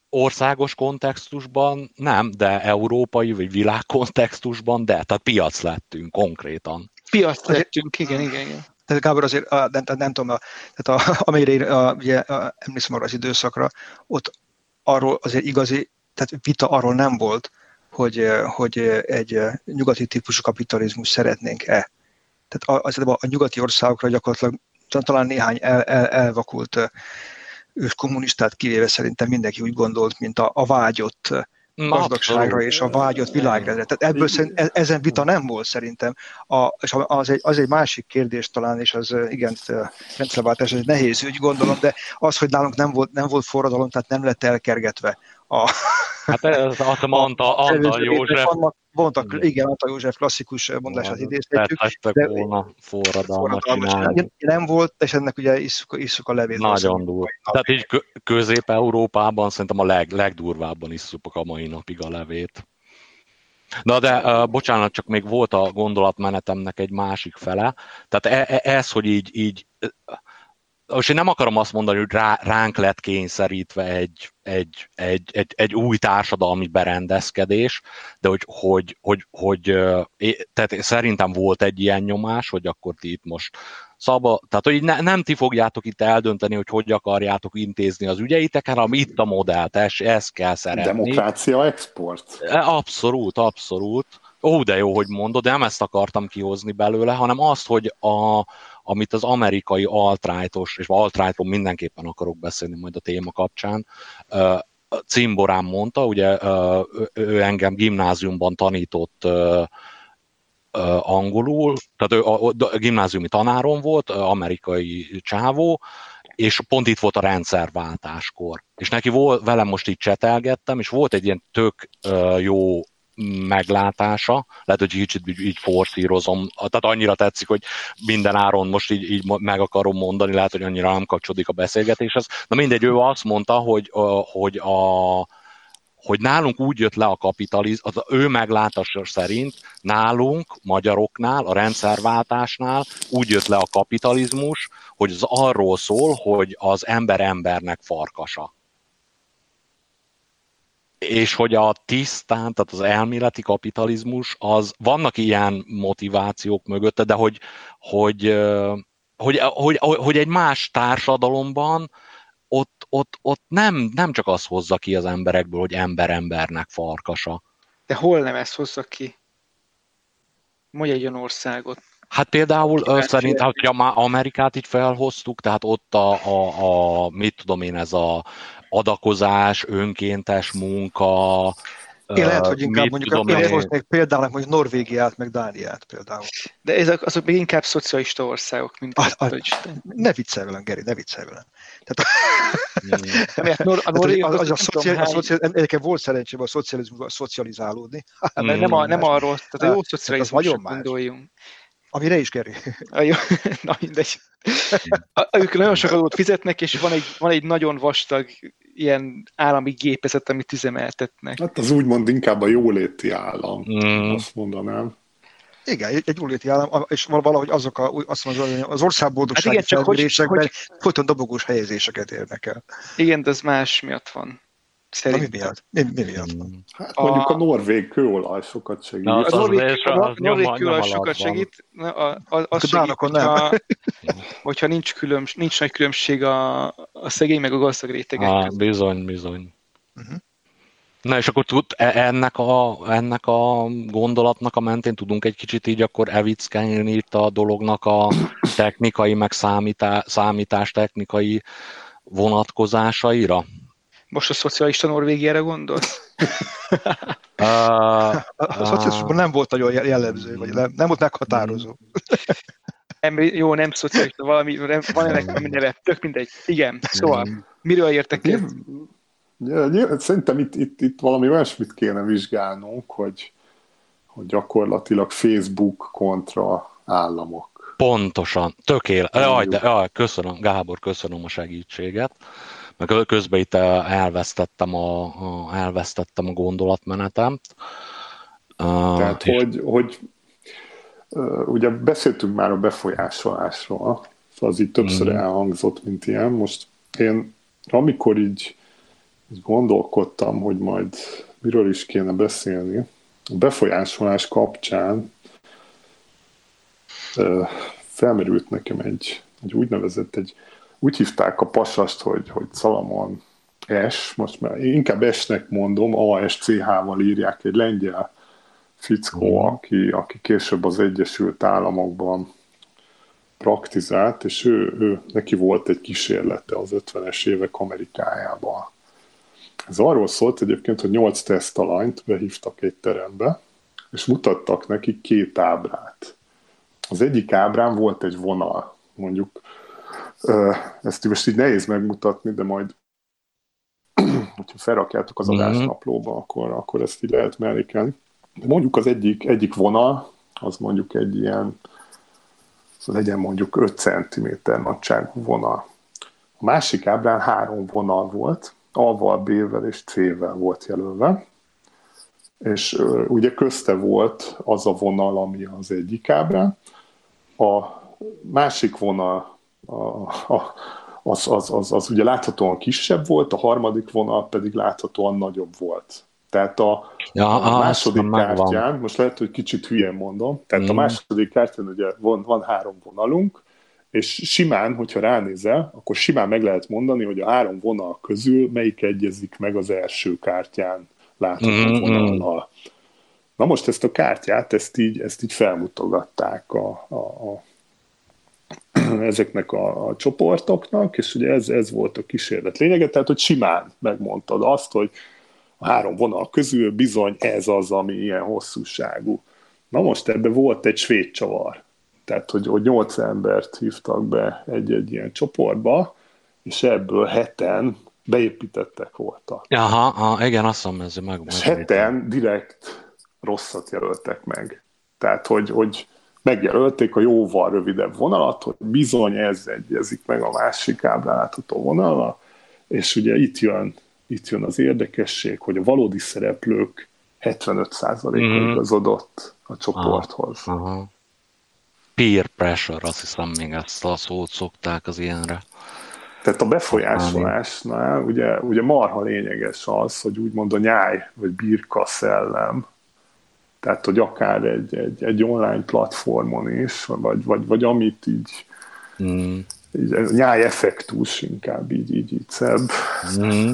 országos kontextusban nem, de európai vagy világ kontextusban de, tehát piac lettünk konkrétan. Piac lettünk, igen, igen, igen. Tehát Gábor azért, a, nem, nem tudom, a, tehát a, amelyre én a, ugye, a, emlékszem arra az időszakra, ott arról azért igazi, tehát vita arról nem volt, hogy, hogy egy nyugati típusú kapitalizmus szeretnénk-e. Tehát az, a, a nyugati országokra gyakorlatilag talán néhány el, el, elvakult ős kommunistát kivéve szerintem mindenki úgy gondolt, mint a, a vágyott gazdagságra és a vágyott világra. Tehát ebből szerint, ezen vita nem volt szerintem. A, és az egy, az egy másik kérdés talán, és az igen, rendszerváltás, ez egy nehéz ügy, gondolom, de az, hogy nálunk nem volt, nem volt forradalom, tehát nem lett elkergetve a... Hát ez azt mondta Antal József. Mondtak, igen, Antal József klasszikus mondását idézhetjük. Tettek volna forradalmat csinálni. Nem volt, és ennek ugye isszuk, isszuk a levét. Nagyon durva. Tehát így Közép-Európában szerintem a leg, legdurvábban isszuk a mai napig a levét. Na de, uh, bocsánat, csak még volt a gondolatmenetemnek egy másik fele. Tehát e- ez, hogy így, így most én nem akarom azt mondani, hogy rá, ránk lett kényszerítve egy, egy, egy, egy, egy új társadalmi berendezkedés, de hogy, hogy, hogy, hogy tehát szerintem volt egy ilyen nyomás, hogy akkor ti itt most szabad, tehát hogy ne, nem ti fogjátok itt eldönteni, hogy hogy akarjátok intézni az ügyeiteket, hanem itt a modellt, ezt, ezt kell szeretni. Demokrácia export. Abszolút, abszolút. Ó, de jó, hogy mondod, de nem ezt akartam kihozni belőle, hanem azt, hogy a, amit az amerikai alt-rightos, és alt-rightról mindenképpen akarok beszélni majd a téma kapcsán, Cimborán mondta, ugye ő engem gimnáziumban tanított angolul, tehát ő a, a gimnáziumi tanárom volt, amerikai csávó, és pont itt volt a rendszerváltáskor. És neki volt, velem most így csetelgettem, és volt egy ilyen tök jó meglátása, lehet, hogy kicsit így, így forszírozom, tehát annyira tetszik, hogy minden áron most így, így meg akarom mondani, lehet, hogy annyira nem kapcsolódik a beszélgetéshez. Na mindegy, ő azt mondta, hogy, hogy, a, hogy nálunk úgy jött le a kapitalizmus, az ő meglátása szerint nálunk, magyaroknál, a rendszerváltásnál úgy jött le a kapitalizmus, hogy az arról szól, hogy az ember embernek farkasa. És hogy a tisztán, tehát az elméleti kapitalizmus, az vannak ilyen motivációk mögötte, de hogy, hogy, hogy, hogy, hogy egy más társadalomban ott, ott, ott nem, nem csak az hozza ki az emberekből, hogy ember embernek farkasa. De hol nem ezt hozza ki? Mondj egy olyan országot. Hát például Kíváncsi szerint, ha Amerikát így felhoztuk, tehát ott a, a, a mit tudom én, ez a adakozás, önkéntes munka. Én lehet, hogy inkább mondjuk, én hoznék például mondjuk Norvégiát, meg Dániát például. De ezek azok még inkább szocialista országok, mint a, a, ne viccelj velem, Geri, ne viccelj velem. Tehát, Nor- a Norvég, az, az, az, az a szociál, egyébként volt szerencsém a szocializmusban szocializálódni. Mm. Nem, a, nem arról, tehát a jó szocializmusra gondoljunk. Amire is, Geri. Na mindegy. Ők nagyon sok adót fizetnek, és van egy, van egy nagyon vastag ilyen állami gépezet, amit üzemeltetnek. Hát az úgymond inkább a jóléti állam, mm. azt mondanám. Igen, egy jóléti állam, és valahogy azok a, azt mondom, az országboldogsági hát felmérésekben hogy... folyton dobogós helyezéseket érnek el. Igen, de ez más miatt van. Szerintem. Mi miatt? Mi, mi miatt van? Hát a... mondjuk a norvég kőolaj sokat segít. Na, a norvég, a, a norvég kőolaj sokat segít, a, a, az segít, hogyha, hogyha nincs, külön, nincs nagy különbség a, a szegény meg a gazdag rétegek között. Bizony, bizony. Uh-huh. Na és akkor tud, ennek a, ennek a gondolatnak a mentén tudunk egy kicsit így akkor evickelni itt a dolognak a technikai, meg számítá, számítás technikai vonatkozásaira? Most a szocialista Norvégiára gondolsz? uh, a szocializmusban nem volt nagyon jellemző, vagy nem, nem volt meghatározó. Nem, jó, nem szocialista, valami, van ennek valami neve, tök mindegy. Igen, szóval, miről értek el? Szerintem itt, itt, itt valami olyasmit kéne vizsgálnunk, hogy, hogy gyakorlatilag Facebook kontra államok. Pontosan, tökéletes. Jaj, de, jaj, köszönöm, Gábor, köszönöm a segítséget. Meg közben itt elvesztettem a, a, elvesztettem a gondolatmenetemt. Tehát, és... hogy, hogy ugye beszéltünk már a befolyásolásról, az így többször mm. elhangzott, mint ilyen. Most én, amikor így így gondolkodtam, hogy majd miről is kéne beszélni. A befolyásolás kapcsán felmerült nekem egy, egy úgynevezett, egy, úgy hívták a pasast, hogy, hogy Salamon S, most már inkább S-nek mondom, A S C H-val írják, egy lengyel fickó, aki, aki később az Egyesült Államokban praktizált, és ő, ő, neki volt egy kísérlete az ötvenes évek Amerikájában. Ez arról szólt egyébként, hogy nyolc tesztalanyt behívtak egy terembe, és mutattak neki két ábrát. Az egyik ábrán volt egy vonal, mondjuk, ezt most így nehéz megmutatni, de majd, hogyha felrakjátok az adásnaplóba, akkor, akkor ezt így lehet mellékelni. De mondjuk az egyik, egyik vonal, az mondjuk egy ilyen, szóval legyen mondjuk öt centiméter nagyságú vonal. A másik ábrán három vonal volt, A-val, B-vel és C-vel volt jelölve, és uh, ugye közte volt az a vonal, ami az egyik ábrán, a másik vonal a, a, az, az, az, az ugye láthatóan kisebb volt, a harmadik vonal pedig láthatóan nagyobb volt. Tehát a, ja, a második kártyán, most lehet, hogy kicsit hülyén mondom, tehát mm. a második kártyán ugye van, van három vonalunk, és simán, hogyha ránézel, akkor simán meg lehet mondani, hogy a három vonal közül melyik egyezik meg az első kártyán látható mm-hmm. vonallal. Na most ezt a kártyát, ezt így, ezt így felmutogatták a, a, a, ezeknek a, a csoportoknak, és ugye ez, ez volt a kísérlet lényege, tehát hogy simán megmondtad azt, hogy a három vonal közül bizony ez az, ami ilyen hosszúságú. Na most ebben volt egy svéd csavar. Tehát, hogy, hogy nyolc embert hívtak be egy-egy ilyen csoportba, és ebből heten beépítettek voltak. Aha, aha, igen, azt mondom, ez meg. És heten direkt rosszat jelöltek meg. Tehát, hogy, hogy megjelölték a jóval rövidebb vonalat, hogy bizony ez egyezik meg a másik ábrán látható vonallal, és ugye itt jön, itt jön az érdekesség, hogy a valódi szereplők hetvenöt százaléka mm. igazodott a csoporthoz. Aha, aha. Peer pressure, azt hiszem, még ezt a szót szokták az ilyenre. Tehát a befolyásolásnál ugye, ugye marha lényeges az, hogy úgymond a nyáj vagy birka szellem, tehát hogy akár egy, egy, egy online platformon is, vagy, vagy, vagy amit így, mm. így nyáj effektus inkább így, így, így szebb. Mm.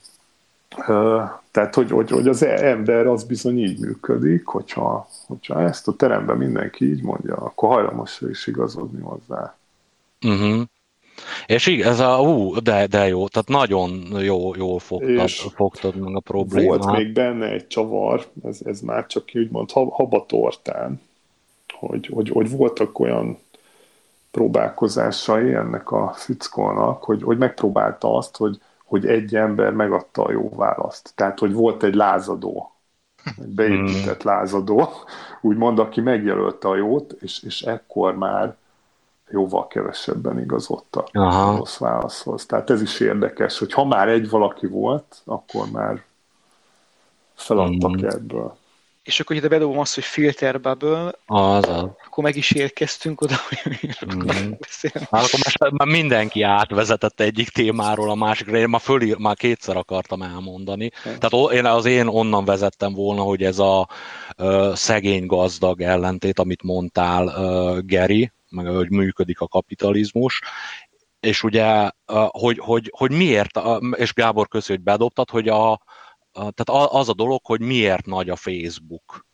Tehát, hogy, hogy, hogy az ember az bizony így működik, hogyha, hogyha ezt a teremben mindenki így mondja, akkor hajlamos is igazodni hozzá. Uh-huh. És így, ez a, ú, de, de jó, tehát nagyon jó, jól fogtad, fogtad meg a problémát. Volt még benne egy csavar, ez, ez már csak úgymond habatortán, hogy, hogy, hogy voltak olyan próbálkozásai ennek a fickónak, hogy, hogy megpróbálta azt, hogy hogy egy ember megadta a jó választ. Tehát, hogy volt egy lázadó, egy beépített lázadó, úgymond, aki megjelölte a jót, és, és ekkor már jóval kevesebben igazodtak a rossz válaszhoz. Tehát ez is érdekes, hogy ha már egy valaki volt, akkor már feladtak mm. ebből. És akkor ide bedobom azt, hogy filter bubble, Azaz. Akkor meg is érkeztünk oda, hogy mm. beszélni. Hát akkor most már mindenki átvezetett egyik témáról a másikra, én már, fölír, már kétszer akartam elmondani. Mm. Tehát én, az én onnan vezettem volna, hogy ez a uh, szegény-gazdag ellentét, amit mondtál, uh, Geri, meg hogy működik a kapitalizmus, és ugye, uh, hogy, hogy, hogy miért, uh, és Gábor, köszi, hogy bedobtad, hogy a tehát az a dolog, hogy miért nagy a Facebook.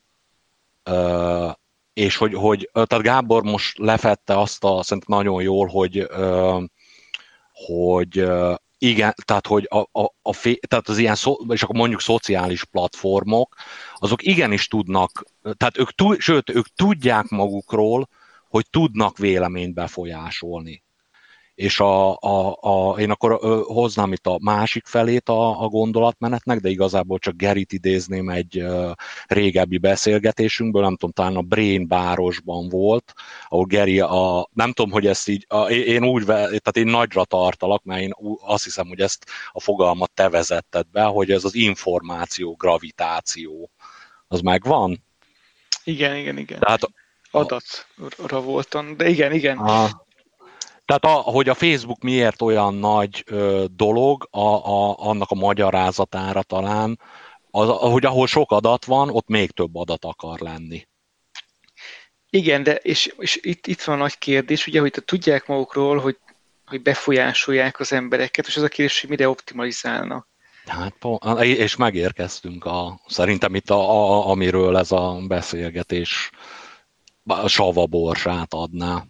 Uh, és hogy, hogy, tehát Gábor most lefette azt a, szerintem nagyon jól, hogy, uh, hogy uh, igen, tehát hogy a, a, a fé, tehát az ilyen, szó, és akkor mondjuk szociális platformok, azok igenis tudnak, tehát ők, tud, sőt, ők tudják magukról, hogy tudnak véleményt befolyásolni. És a, a, a, én akkor hoznám itt a másik felét a, a gondolatmenetnek, de igazából csak Gerit idézném egy uh, régebbi beszélgetésünkből, nem tudom, talán a Brain Bárosban volt, ahol Geri, a, nem tudom, hogy ezt így, a, én úgy, tehát én nagyra tartalak, mert én azt hiszem, hogy ezt a fogalmat te vezetted be, hogy ez az információ, gravitáció, az megvan? Igen, igen, igen. Tehát, adatra voltam, de igen, igen. A, Tehát, a, hogy a Facebook miért olyan nagy ö, dolog, a, a, annak a magyarázatára talán, az, hogy ahol sok adat van, ott még több adat akar lenni. Igen, de és, és itt, itt van a nagy kérdés, ugye, hogy tudják magukról, hogy, hogy befolyásolják az embereket, és az a kérdés, hogy mire optimalizálnak. Hát, és megérkeztünk a, szerintem itt, a, a, amiről ez a beszélgetés a savaborsát adná.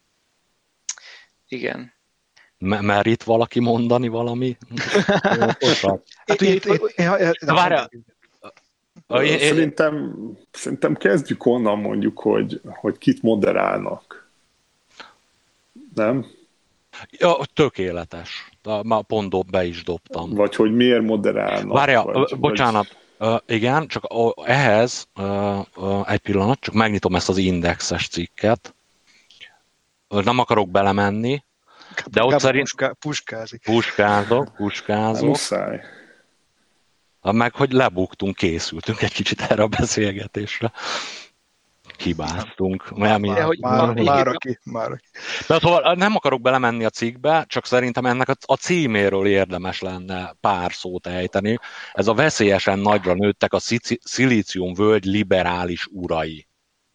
Igen. M- mer itt valaki mondani valami? Hát, én, én, én, Várjál! Szerintem, szerintem kezdjük onnan mondjuk, hogy, hogy kit moderálnak. Nem? Ja, tökéletes. Már pont dob, be is dobtam. Vagy hogy miért moderálnak. Várjál, vagy, bocsánat. Vagy... Uh, igen, csak uh, ehhez uh, uh, egy pillanat, csak megnyitom ezt az indexes cikket. Nem akarok belemenni, de ott szerint... Puská, puskázik. Puskázok, puskázok. Muszáj. Meg, hogy lebuktunk, készültünk egy kicsit erre a beszélgetésre. Hibáztunk. Már, már, hogy már, már, már aki, már aki. De szóval nem akarok belemenni a cikkbe, csak szerintem ennek a címéről érdemes lenne pár szót ejteni. Ez a veszélyesen nagyra nőttek a szilíciumvölgy liberális urai.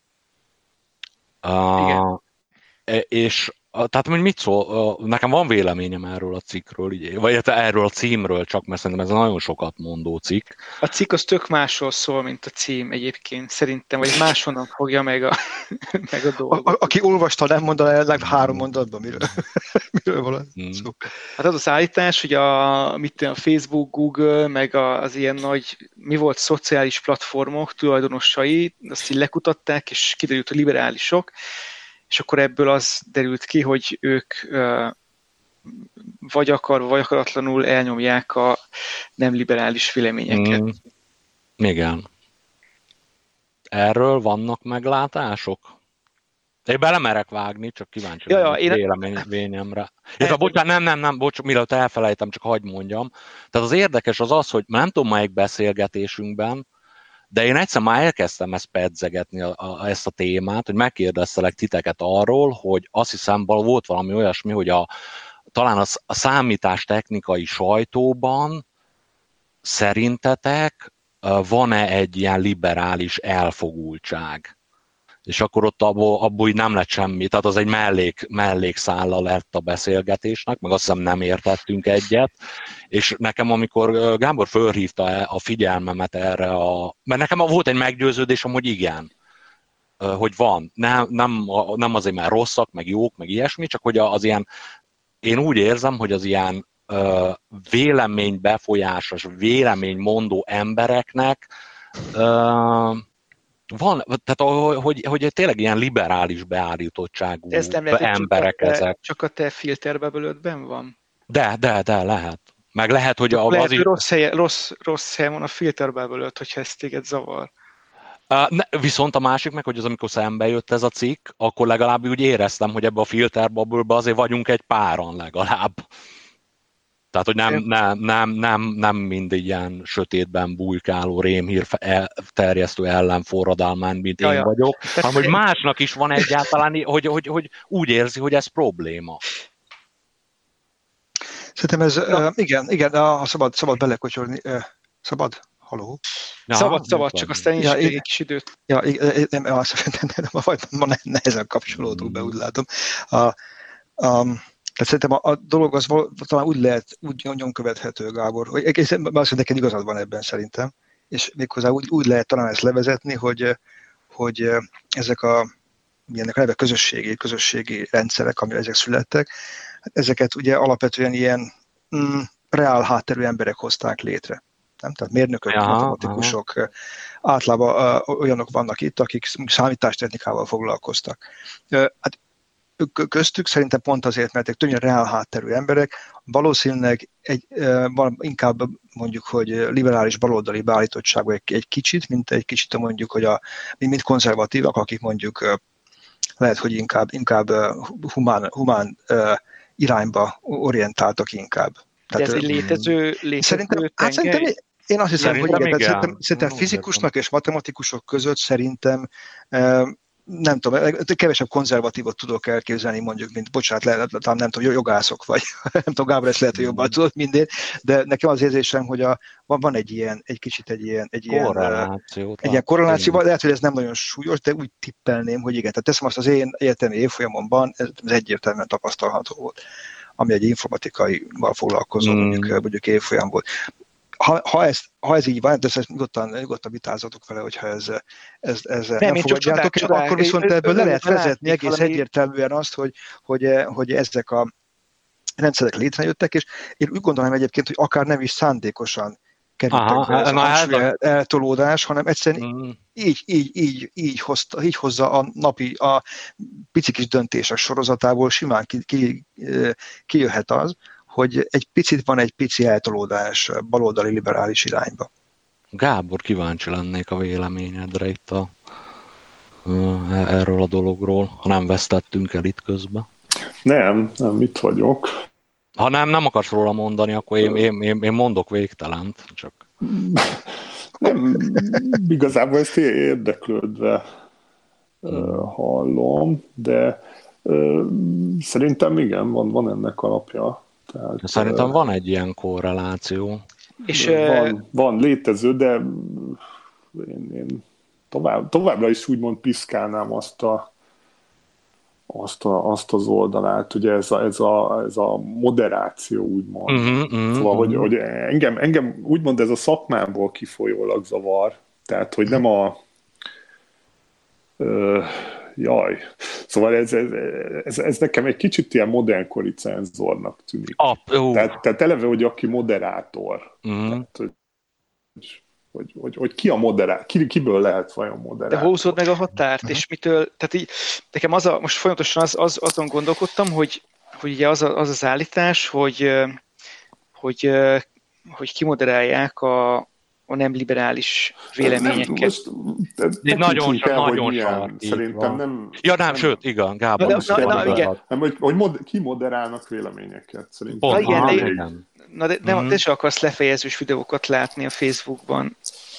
Uh, és tehát mit szól, nekem van véleményem erről a cikkről, vagy erről a címről csak, mert szerintem ez nagyon sokat mondó cikk. A cikk az tök másról szól, mint a cím egyébként, szerintem, vagy máshonnan fogja meg a, meg a dolgot. A, aki olvasta, nem mondaná el legalább három mondatban, miről, miről van hmm. szó. Hát az az állítás, hogy a, mit a Facebook, Google, meg az ilyen nagy, mi volt, szociális platformok tulajdonosai, azt így lekutatták, és kiderült, hogy liberálisok, és akkor ebből az derült ki, hogy ők uh, vagy akarva, vagy akaratlanul elnyomják a nem liberális véleményeket. Mm. Igen. Erről vannak meglátások? Én belemerek vágni, csak kíváncsi ja, ja, én... véleményemre. És a bocsánat, nem, nem, nem, bocs, mielőtt elfelejtem, csak hagyd mondjam. Tehát az érdekes az az, hogy nem tudom, melyik beszélgetésünkben, de én egyszer már elkezdtem ezt pedzegetni, a, a, ezt a témát, hogy megkérdeztelek titeket arról, hogy azt hiszem, volt valami olyasmi, hogy a, talán a, a számítástechnikai sajtóban szerintetek van-e egy ilyen liberális elfogultság? És akkor ott abból, abból így nem lett semmi, tehát az egy mellék, mellékszálla lett a beszélgetésnek, meg azt hiszem nem értettünk egyet, és nekem amikor Gábor fölhívta a figyelmemet erre, a, mert nekem volt egy meggyőződésem, hogy igen, hogy van, nem, nem, nem azért már rosszak, meg jók, meg ilyesmi, csak hogy az ilyen, én úgy érzem, hogy az ilyen véleménybefolyásos, véleménymondó embereknek van, tehát hogy, hogy tényleg ilyen liberális beállítottságú ez nem emberek csak ezek. Te, csak a te filterbebölödben van? De, de, de, lehet. Meg lehet, hogy a, lehet, az hogy is... rossz, helye, rossz, rossz helyen van a filterbebölöd, hogyha ez téged zavar. Uh, ne, viszont a másik meg, hogy az amikor szembe jött ez a cikk, akkor legalább úgy éreztem, hogy ebbe a filterbubble-be azért vagyunk egy páran legalább. Tehát, hogy nem, nem, nem, nem, nem mindig ilyen sötétben bujkáló rémhír terjesztő ellenforradalmán, mint én Jaja. vagyok, hanem hogy másnak is van egyáltalán, hogy, hogy, hogy úgy érzi, hogy ez probléma. Szerintem ez, uh, igen, igen, a szabad, szabad belekocsolni, uh, szabad? Haló? Ja, szabad, szabad, csak aztán is ja, egy kis időt. Ja, nem, ma nehezen kapcsolódunk be, úgy látom. A, a, Tehát szerintem a, a dolog az talán úgy lehet, úgy nyomon követhető, Gábor, hogy egészen azt neked igazad van ebben szerintem, és méghozzá úgy, úgy lehet talán ezt levezetni, hogy, hogy ezek a, milyennek a neve közösségi, közösségi rendszerek, amire ezek születtek, ezeket ugye alapvetően ilyen mm, reál hátterű emberek hozták létre. Nem? Tehát mérnökök, ja, matematikusok, aha. Általában uh, olyanok vannak itt, akik számítástechnikával foglalkoztak. Uh, hát köztük szerintem pont azért, mert többnyire reál hátterű emberek, valószínűleg egy, uh, inkább mondjuk, hogy liberális baloldali beállítottságú egy, egy kicsit, mint egy kicsit mondjuk, hogy a, mint konzervatívak, akik mondjuk uh, lehet, hogy inkább, inkább uh, humán, humán uh, irányba orientáltak inkább. De ez egy létező, létező szerintem, hát szerintem én azt hiszem, szerintem hogy igen, szerintem, szerintem fizikusnak és matematikusok között szerintem uh, nem tudom, kevesebb konzervatívot tudok elképzelni, mondjuk, mint, bocsánat, le, talán nem tudom, jogászok, vagy nem tudom, Gábor ezt lehet, hogy jobban tudod mindén, de nekem az érzésem, hogy a, van, van egy ilyen, egy kicsit egy ilyen, egy ilyen, egy ilyen korreláció, lehet, hogy ez nem nagyon súlyos, de úgy tippelném, hogy igen, tehát teszem azt, az én egyetemi évfolyamomban ez egyértelműen tapasztalható volt, ami egy informatikaival foglalkozó, mm. mondjuk, mondjuk évfolyam volt. Ha, ha, ez, ha ez így van, de ezt nyugodtan, nyugodtan vitázatok vele, hogyha ez, ez, ez nem, nem fogadjátok, és akkor viszont ebből le lehet vezetni egész valami... egyértelműen azt, hogy, hogy, hogy ezek a rendszerek létrejöttek, és én úgy gondolom egyébként, hogy akár nem is szándékosan kerültek be ez a hangsúly eltolódás, hanem egyszerűen mm. így, így, így, így, hozta, így hozza a napi, a pici kis döntések sorozatából simán ki, ki, kijöhet az, hogy egy picit van egy pici eltolódás baloldali liberális irányba. Gábor, kíváncsi lennék a véleményedre itt a, erről a dologról, ha nem vesztettünk el itt közben. Nem, nem, itt vagyok. Ha nem, nem akarsz róla mondani, akkor én, én, én, én mondok végtelent. Csak... Nem, igazából ezt érdeklődve hallom, de szerintem igen, van, van ennek alapja. Tehát, szerintem van egy ilyen korreláció. És van, van létező, de én, én tovább, továbbra is úgymond piszkálnám azt, a, azt, a, azt az oldalát, ugye ez a, ez a, ez a moderáció úgymond. Uh-huh, uh-huh, szóval, uh-huh. hogy, hogy engem, engem úgymond ez a szakmámból kifolyólag zavar, tehát hogy nem a ö, jaj, szóval ez, ez, ez, ez nekem egy kicsit ilyen modernkori cenzornak tűnik. Ah, uh. tehát, tehát eleve, hogy aki moderátor. Uh-huh. Tehát, hogy, hogy, hogy, hogy ki a moderátor, ki, kiből lehet vajon moderátor. De húzod meg a határt, uh-huh. és mitől, tehát így, nekem az a, most folyamatosan az, az, azon gondolkodtam, hogy, hogy ugye az, a, az az állítás, hogy, hogy, hogy kimoderálják a a nem liberális véleményeket. Nem, nagyon csak, nagyon csak. Szerintem nem... Ja, nem, nem, sőt, igen, Gábor. Na, de, na, na, igen. Nem, hogy, hogy mod, ki moderálnak véleményeket, szerintem. Pont, igen, de, igen. Na, de, de, mm. de se akarsz lefejezős videókat látni a Facebookban.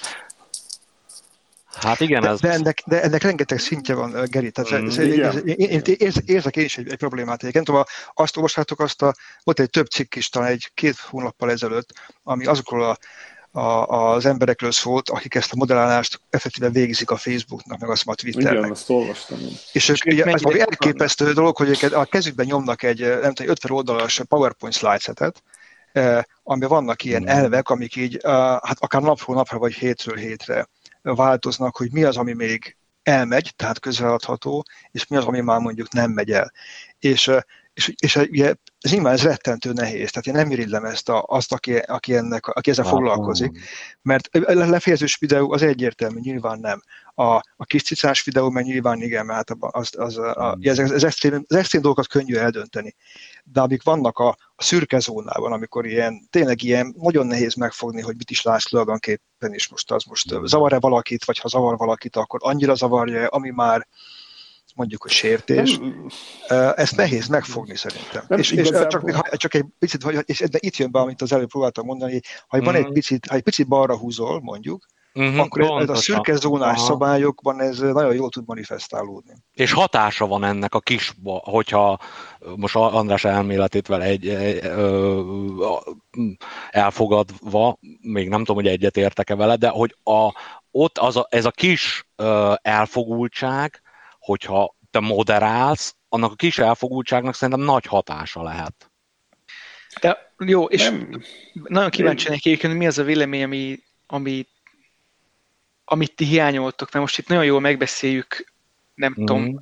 Hát igen, de, ez... De ennek, de ennek rengeteg szintje van, Geri. Tehát mm, ez, ez, én, én érzek én is egy, egy problémát. Nem tudom, azt olvastátok, azt a, volt egy több cikk is, talán egy két hónappal ezelőtt, ami azokról a A, az emberekről szólt, akik ezt a modellálást effektíven végzik a Facebooknak, meg azt a Twitternek. Igen, azt olvastam. És ők, ugye, ez egy elképesztő dolog, hogy ők a kezükben nyomnak egy nem tudom, ötven oldalas PowerPoint slidesetet, amiben vannak ilyen elvek, amik így, hát akár napról napra, vagy hétről hétre változnak, hogy mi az, ami még elmegy, tehát közreadható, és mi az, ami már mondjuk nem megy el. És És, és ugye ez nyilván ez rettentő nehéz, tehát én nem irigylem ezt a, azt, aki, aki, ennek, aki ezzel foglalkozik, mert a lefejezős videó az egyértelmű, nyilván nem. A, a kis cicás videó meg nyilván igen, mert az, az, a, az, az, extrém, az extrém dolgokat könnyű eldönteni. De amik vannak a, a szürke zónában, amikor ilyen, tényleg ilyen nagyon nehéz megfogni, hogy mit is látsz tulajdonképpen, és most az most zavar-e valakit, vagy ha zavar valakit, akkor annyira zavarja, ami már mondjuk, hogy sértés. Nem, ezt nehéz megfogni szerintem. És, és csak, csak egy picit, és de itt jön be, amit az előbb próbáltam mondani, ha van egy picit, ha egy picit balra húzol, mondjuk, uh-huh, akkor ez, a szürke zónás aha. szabályokban ez nagyon jól tud manifestálódni. És hatása van ennek a kis, hogyha most András elméletét vele egy, egy, ö, elfogadva, még nem tudom, hogy egyet értek-e vele, de hogy a, ott az a, ez a kis ö, elfogultság, hogyha te moderálsz, annak a kis elfogultságnak szerintem nagy hatása lehet. De jó, és nem. Nagyon kíváncsi lennék egyébként, mi az a vélemény, ami, ami, amit ti hiányoltok, mert most itt nagyon jól megbeszéljük, nem mm. tudom,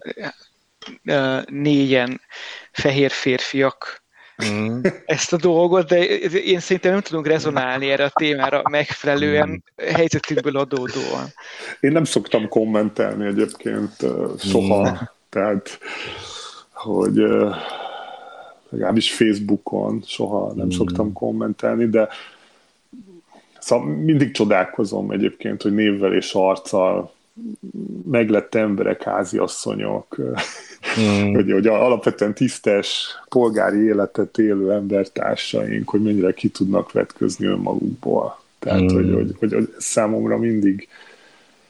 négyen fehér férfiak mm. ezt a dolgot, de én szerintem nem tudunk rezonálni erre a témára megfelelően helyzetünkből adódóan. Én nem szoktam kommentelni egyébként soha, mm. tehát, hogy legalábbis Facebookon soha nem mm. szoktam kommentelni, de szóval mindig csodálkozom egyébként, hogy névvel és arccal meglett emberek, háziasszonyok, mm. hogy, hogy alapvetően tisztes polgári életet élő embertársaink, hogy mennyire ki tudnak vetközni önmagukból. Tehát, mm. hogy, hogy, hogy, hogy számomra mindig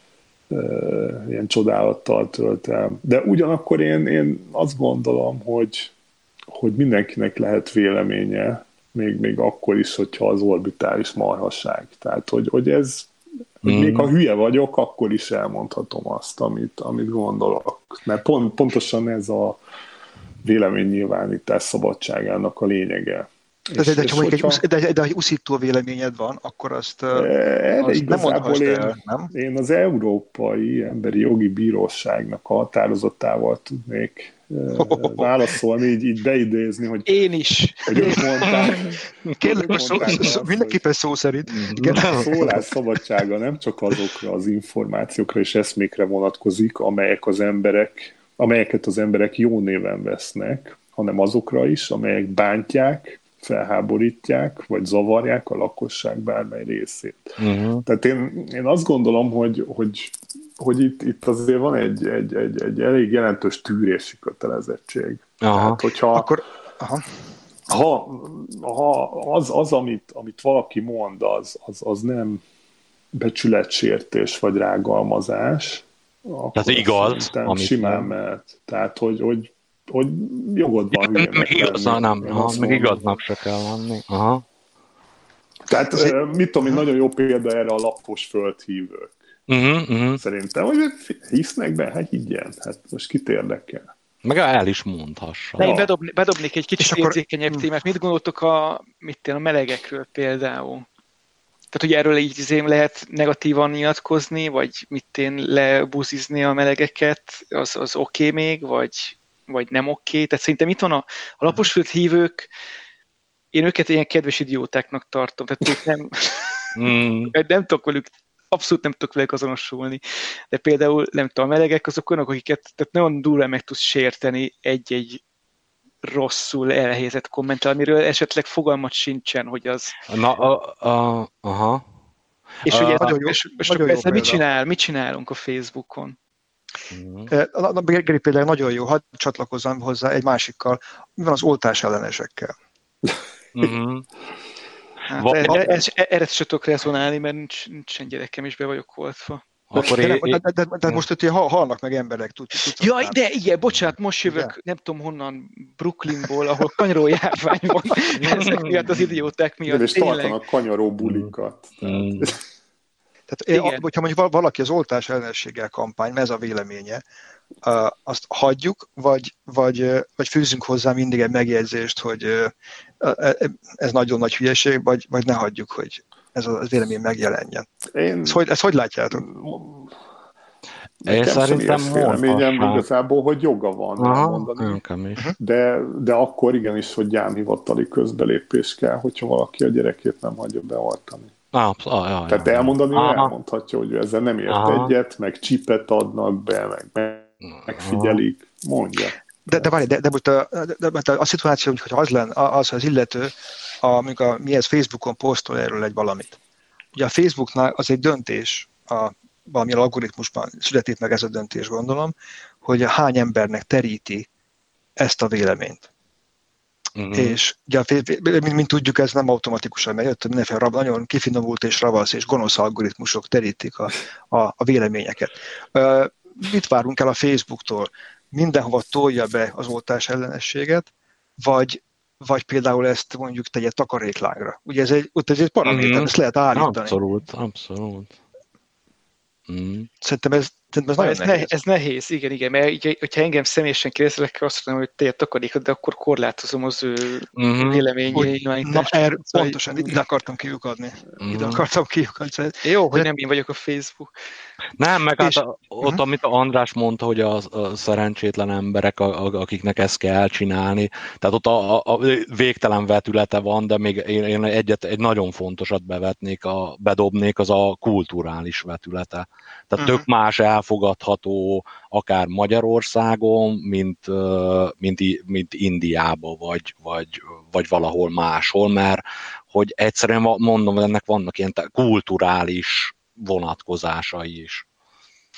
ilyen csodálattal tölt el. De ugyanakkor én, én azt gondolom, hogy, hogy mindenkinek lehet véleménye, még, még akkor is, hogyha az orbitális marhaság. Tehát, hogy, hogy ez, hogy mm. még ha hülye vagyok, akkor is elmondhatom azt, amit, amit gondolok. Mert pont, pontosan ez a véleménynyilvánítás szabadságának a lényege. De, de, de, és, hogyha... egy, de, de egy uszító véleményed van, akkor azt, azt nem mondhatod el, nem? Én az Európai Emberi Jogi Bíróságnak a határozatával tudnék oh. válaszolni, így, így beidézni, hogy... Én is. Hogy ők mondták... Kérlek, szó, szó, mindenképpen szó szerint. Igen. A szólás szabadsága nem csak azokra az információkra és eszmékre vonatkozik, amelyek az emberek, amelyeket az emberek jó néven vesznek, hanem azokra is, amelyek bántják, felháborítják, vagy zavarják a lakosság bármely részét. Uh-huh. Tehát én, én azt gondolom, hogy, hogy, hogy itt, itt azért van egy, egy, egy, egy elég jelentős tűrési kötelezettség. Aha. Tehát, hogyha Akkor, aha. Ha, ha az, az amit, amit valaki mond, az, az, az nem becsületsértés vagy rágalmazás, tehát igaz, amit simán mehet. Tehát, hogy, hogy hogy jogod van hülyenek lenni. Igazna, nem, ha, meg igaznak se kell lenni. Aha. Tehát, Ez mit tudom, nagyon jó példa erre a lapos földhívők. Uh-huh, uh-huh. Szerintem, hogy hisznek be, hát higgyen, hát most kit érdekel. Meg el is mondhassa. De én bedobni, bedobnék egy kicsit érzékenyebb témát. Mit gondoltok a, mit én, a melegekről például? Tehát, hogy erről így azért lehet negatívan nyilatkozni, vagy mit én lebuzizni a melegeket, az, az oké okay még, vagy... vagy nem oké. Tehát szerintem itt van a, a laposföld hívők, én őket ilyen kedves idiótáknak tartom, tehát ők nem, mm. nem tudok velük, abszolút nem tudok velük azonosulni. De például, nem tudom, a melegek azok olyanok, akiket tehát nagyon durván meg tudsz sérteni egy-egy rosszul elhelyezett kommentel, amiről esetleg fogalmat sincsen, hogy az... Na, a, a, aha. És a, ugye a, és, és, és akkor ezzel mit csinál? Mit csinálunk a Facebookon? Uh-huh. A Geri például nagyon jó, hadd csatlakozzam hozzá egy másikkal. Mi van az oltás ellenesekkel? Uh-huh. Hát, Va- erre, erre, erre se tudok rezonálni, mert nincs, nincsen gyerekem, is be vagyok oltva. Akkor de, én, de, de, de, de most ott halnak meg emberek. Tud, Jaj, de igen, bocsánat, most jövök, igen. Nem tudom honnan, Brooklynból, ahol kanyaró járvány van. Ezek miatt az idióták miatt. És tartanak kanyaró bulikat. Mm. Tehát, én, hogyha mondjuk valaki az oltás ellenességgel kampány, mert ez a véleménye, uh, azt hagyjuk, vagy, vagy, uh, vagy fűzünk hozzá mindig egy megjegyzést, hogy uh, ez nagyon nagy hülyeség, vagy, vagy ne hagyjuk, hogy ez a vélemény megjelenjen. Én... Ezt, hogy, ezt hogy látjátok? Én szerintem véleményem igazából, hogy joga van elmondani. De, de akkor igenis, hogy gyámhivatali közbelépés kell, hogyha valaki a gyerekét nem hagyja beoltani. Ah, ah, ah, Tehát elmondani, hogy elmondhatja, hogy ezzel nem ért Aha. egyet, meg csipet adnak be, meg megfigyelik, mondja. De, de várj, de, de, de, de, de a szituáció, hogy az lenne, az, hogy az illető, a, a, mi ez Facebookon posztol erről egy valamit. Ugye a Facebooknál az egy döntés, a, valamilyen algoritmusban születik meg ez a döntés, gondolom, hogy hány embernek teríti ezt a véleményt. Uh-huh. És ugye, mint, mint tudjuk, ez nem automatikusan megy, ott mindenféle nagyon kifinomult és ravasz és gonosz algoritmusok terítik a, a, a véleményeket. Uh, mit várunk el a Facebooktól? Mindenhova tolja be az oltás ellenességet, vagy, vagy például ezt mondjuk tegye takaréklángra. Ugye ez egy, ott ez egy paraméter, uh-huh. ezt lehet állítani. Abszolút, abszolút. Mm. Szerintem ez, szerintem ez, ez, nehéz. ez nehéz, igen, igen, mert így, hogyha engem személyesen kérdezlek, azt mondom, hogy te takarékod, de akkor korlátozom az ő mm-hmm. véleményét. Na, erre pontosan, ide akartam kiukadni. Mm-hmm. Ide akartam kiukadni. Jó, hogy nem én vagyok a Facebook. Nem, meg és, hát a, ott, uh-huh. amit András mondta, hogy a, a szerencsétlen emberek, a, a, akiknek ezt kell csinálni, tehát ott a, a, a végtelen vetülete van, de még én, én egyet, egy nagyon fontosat bevetnék, a, bedobnék, az a kulturális vetülete. Tehát uh-huh. tök más elfogadható, akár Magyarországon, mint, mint, mint Indiában, vagy, vagy, vagy valahol máshol, mert hogy egyszerűen mondom, ennek vannak ilyen kulturális vonatkozásai is.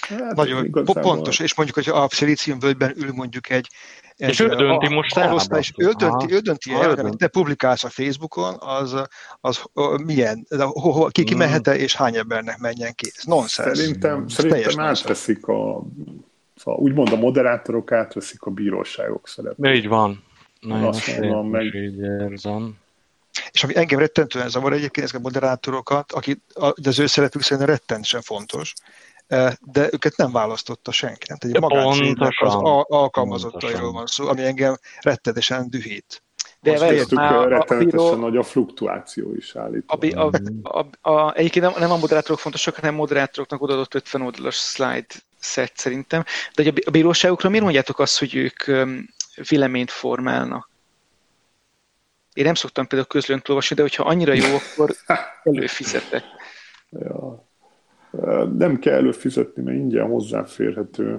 Hát, nagyon igazából... pontos, és mondjuk, hogy a Szilíciumvölgyben ül mondjuk egy egy és ő dönti most el. És ő dönti, ő dönti el, hogy amit te publikálsz a Facebookon, az, az milyen, ho, ki kimehet-e, és hány embernek menjen ki. Ez nonsens. Szerintem, szerintem átveszik a, szóval úgymond a moderátorok átveszik a bíróságok szerepét. Így van. Nagyon azt mondom meg. Így érzem. És ami engem rettentően zavar egyébként ezek a moderátorokat, akik az ő szerepük szerint rettentően fontos, de őket nem választotta senki. Nem? Tehát egy magáncégnek az alkalmazottairól van szó, ami engem rettenetesen dühít. De most értük, a, rettenetesen a, a nagy a fluktuáció is állítólag. A, a, a, a, egyébként nem, nem a moderátorok fontosak, hanem a moderátoroknak odaadott ötven oldalas slide set szerintem. De a bíróságokra miért mondjátok azt, hogy ők véleményt formálnak? Én nem szoktam például közlönt olvasni, de hogyha annyira jó, akkor előfizetek. Ja. Nem kell előfizetni, mert ingyen hozzáférhető.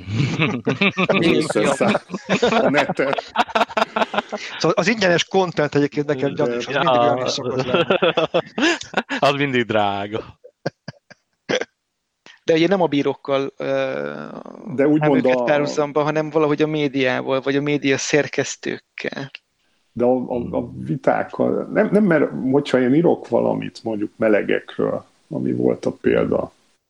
A neten. Szóval az ingyenes content egyébként nekem gyanús, az mindig olyan is szokott lenni. Az mindig drága. De ugye nem a bírókkal de úgy nem őket a... párhuzamba, hanem valahogy a médiával, vagy a média szerkesztőkkel. De a, a, a vitákkal, nem, nem, mert hogyha én írok valamit mondjuk melegekről, ami volt a példa.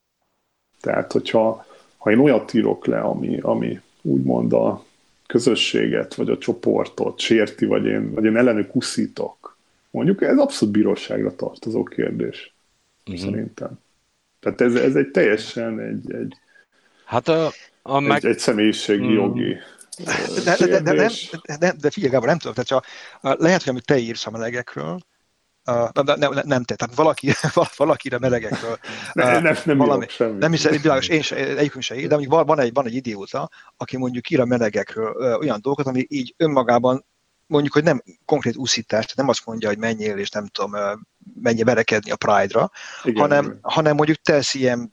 Tehát, hogyha ha én olyat írok le, ami, ami úgymond a közösséget, vagy a csoportot sérti, vagy én, vagy én ellenük uszítok, mondjuk ez abszolút bíróságra tartozó kérdés. Uh-huh. Szerintem. Tehát ez, ez egy teljesen egy, egy, hát a, a egy, meg... egy személyiségi uh-huh. jogi de, de, de, de, nem, de, de figyelj, Gábor, nem tudom, tehát ha, lehet, hogy amit te írsz a melegekről, Uh, nem, nem, nem te, tehát valaki, valakire melegekről. Ne, nem, nem valami, semmi. Nem hiszem, világos, én se, egyikünk se ír, de mondjuk van egy, van egy idióta, aki mondjuk ír a melegekről uh, olyan dolgokat, ami így önmagában mondjuk, hogy nem konkrét úszítást, nem azt mondja, hogy menjél, és nem tudom, uh, menj verekedni a Pride-ra, igen, hanem, igen. hanem mondjuk tesz ilyen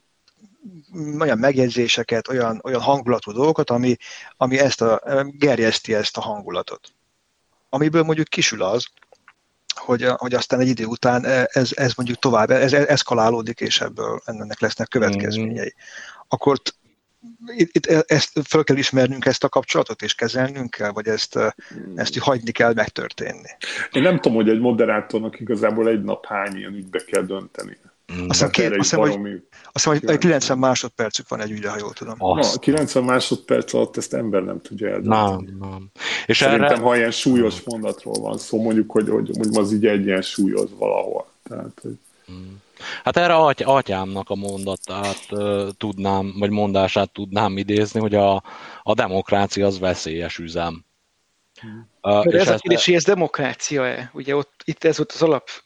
olyan megjegyzéseket, olyan, olyan hangulatú dolgokat, ami, ami ezt a, gerjeszti ezt a hangulatot. Amiből mondjuk kisül az, Hogy, hogy aztán egy idő után ez, ez mondjuk tovább, ez eszkalálódik, és ebből ennek lesznek következményei. Akkor t, itt, ezt fel kell ismernünk, ezt a kapcsolatot, és kezelnünk kell, vagy ezt, ezt hagyni kell megtörténni. Én nem tudom, hogy egy moderátornak igazából egy nap hány ilyen ügybe kell dönteni. Azt hiszem, hogy, hogy kilencven másodpercük van egy ügyre, ha jól tudom. Na, kilencven másodperc alatt ezt ember nem tudja eldönteni. Nem, nem. És szerintem, erre... ha ilyen súlyos mondatról van szó, mondjuk, hogy, hogy mondjuk az így egy ilyen súlyos valahol. Tehát, hogy... Hát erre aty- atyámnak a mondatát uh, tudnám, vagy mondását tudnám idézni, hogy a, a demokrácia az veszélyes üzem. Uh, és ez a kérdés, hogy ez demokrácia-e? Ugye ott, itt ez volt az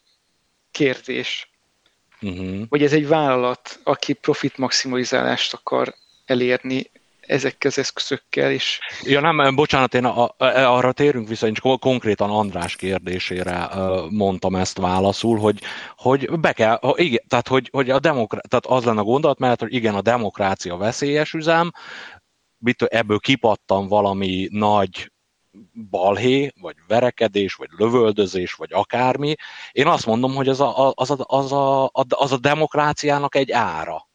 alapkérdés. Uh-huh. Hogy ez egy vállalat, aki profit maximalizálást akar elérni ezekkel az eszközökkel is. Ja nem, bocsánat, én a, a, arra térünk vissza, én csak konkrétan András kérdésére mondtam ezt válaszul, hogy, hogy be kell, igen, tehát hogy, hogy a demokrá- tehát az lenne a gondolat, mert hogy igen, a demokrácia veszélyes üzem, ebből kipattan valami nagy balhé, vagy verekedés, vagy lövöldözés, vagy akármi. Én azt mondom, hogy az a, az a, az a, az a demokráciának egy ára.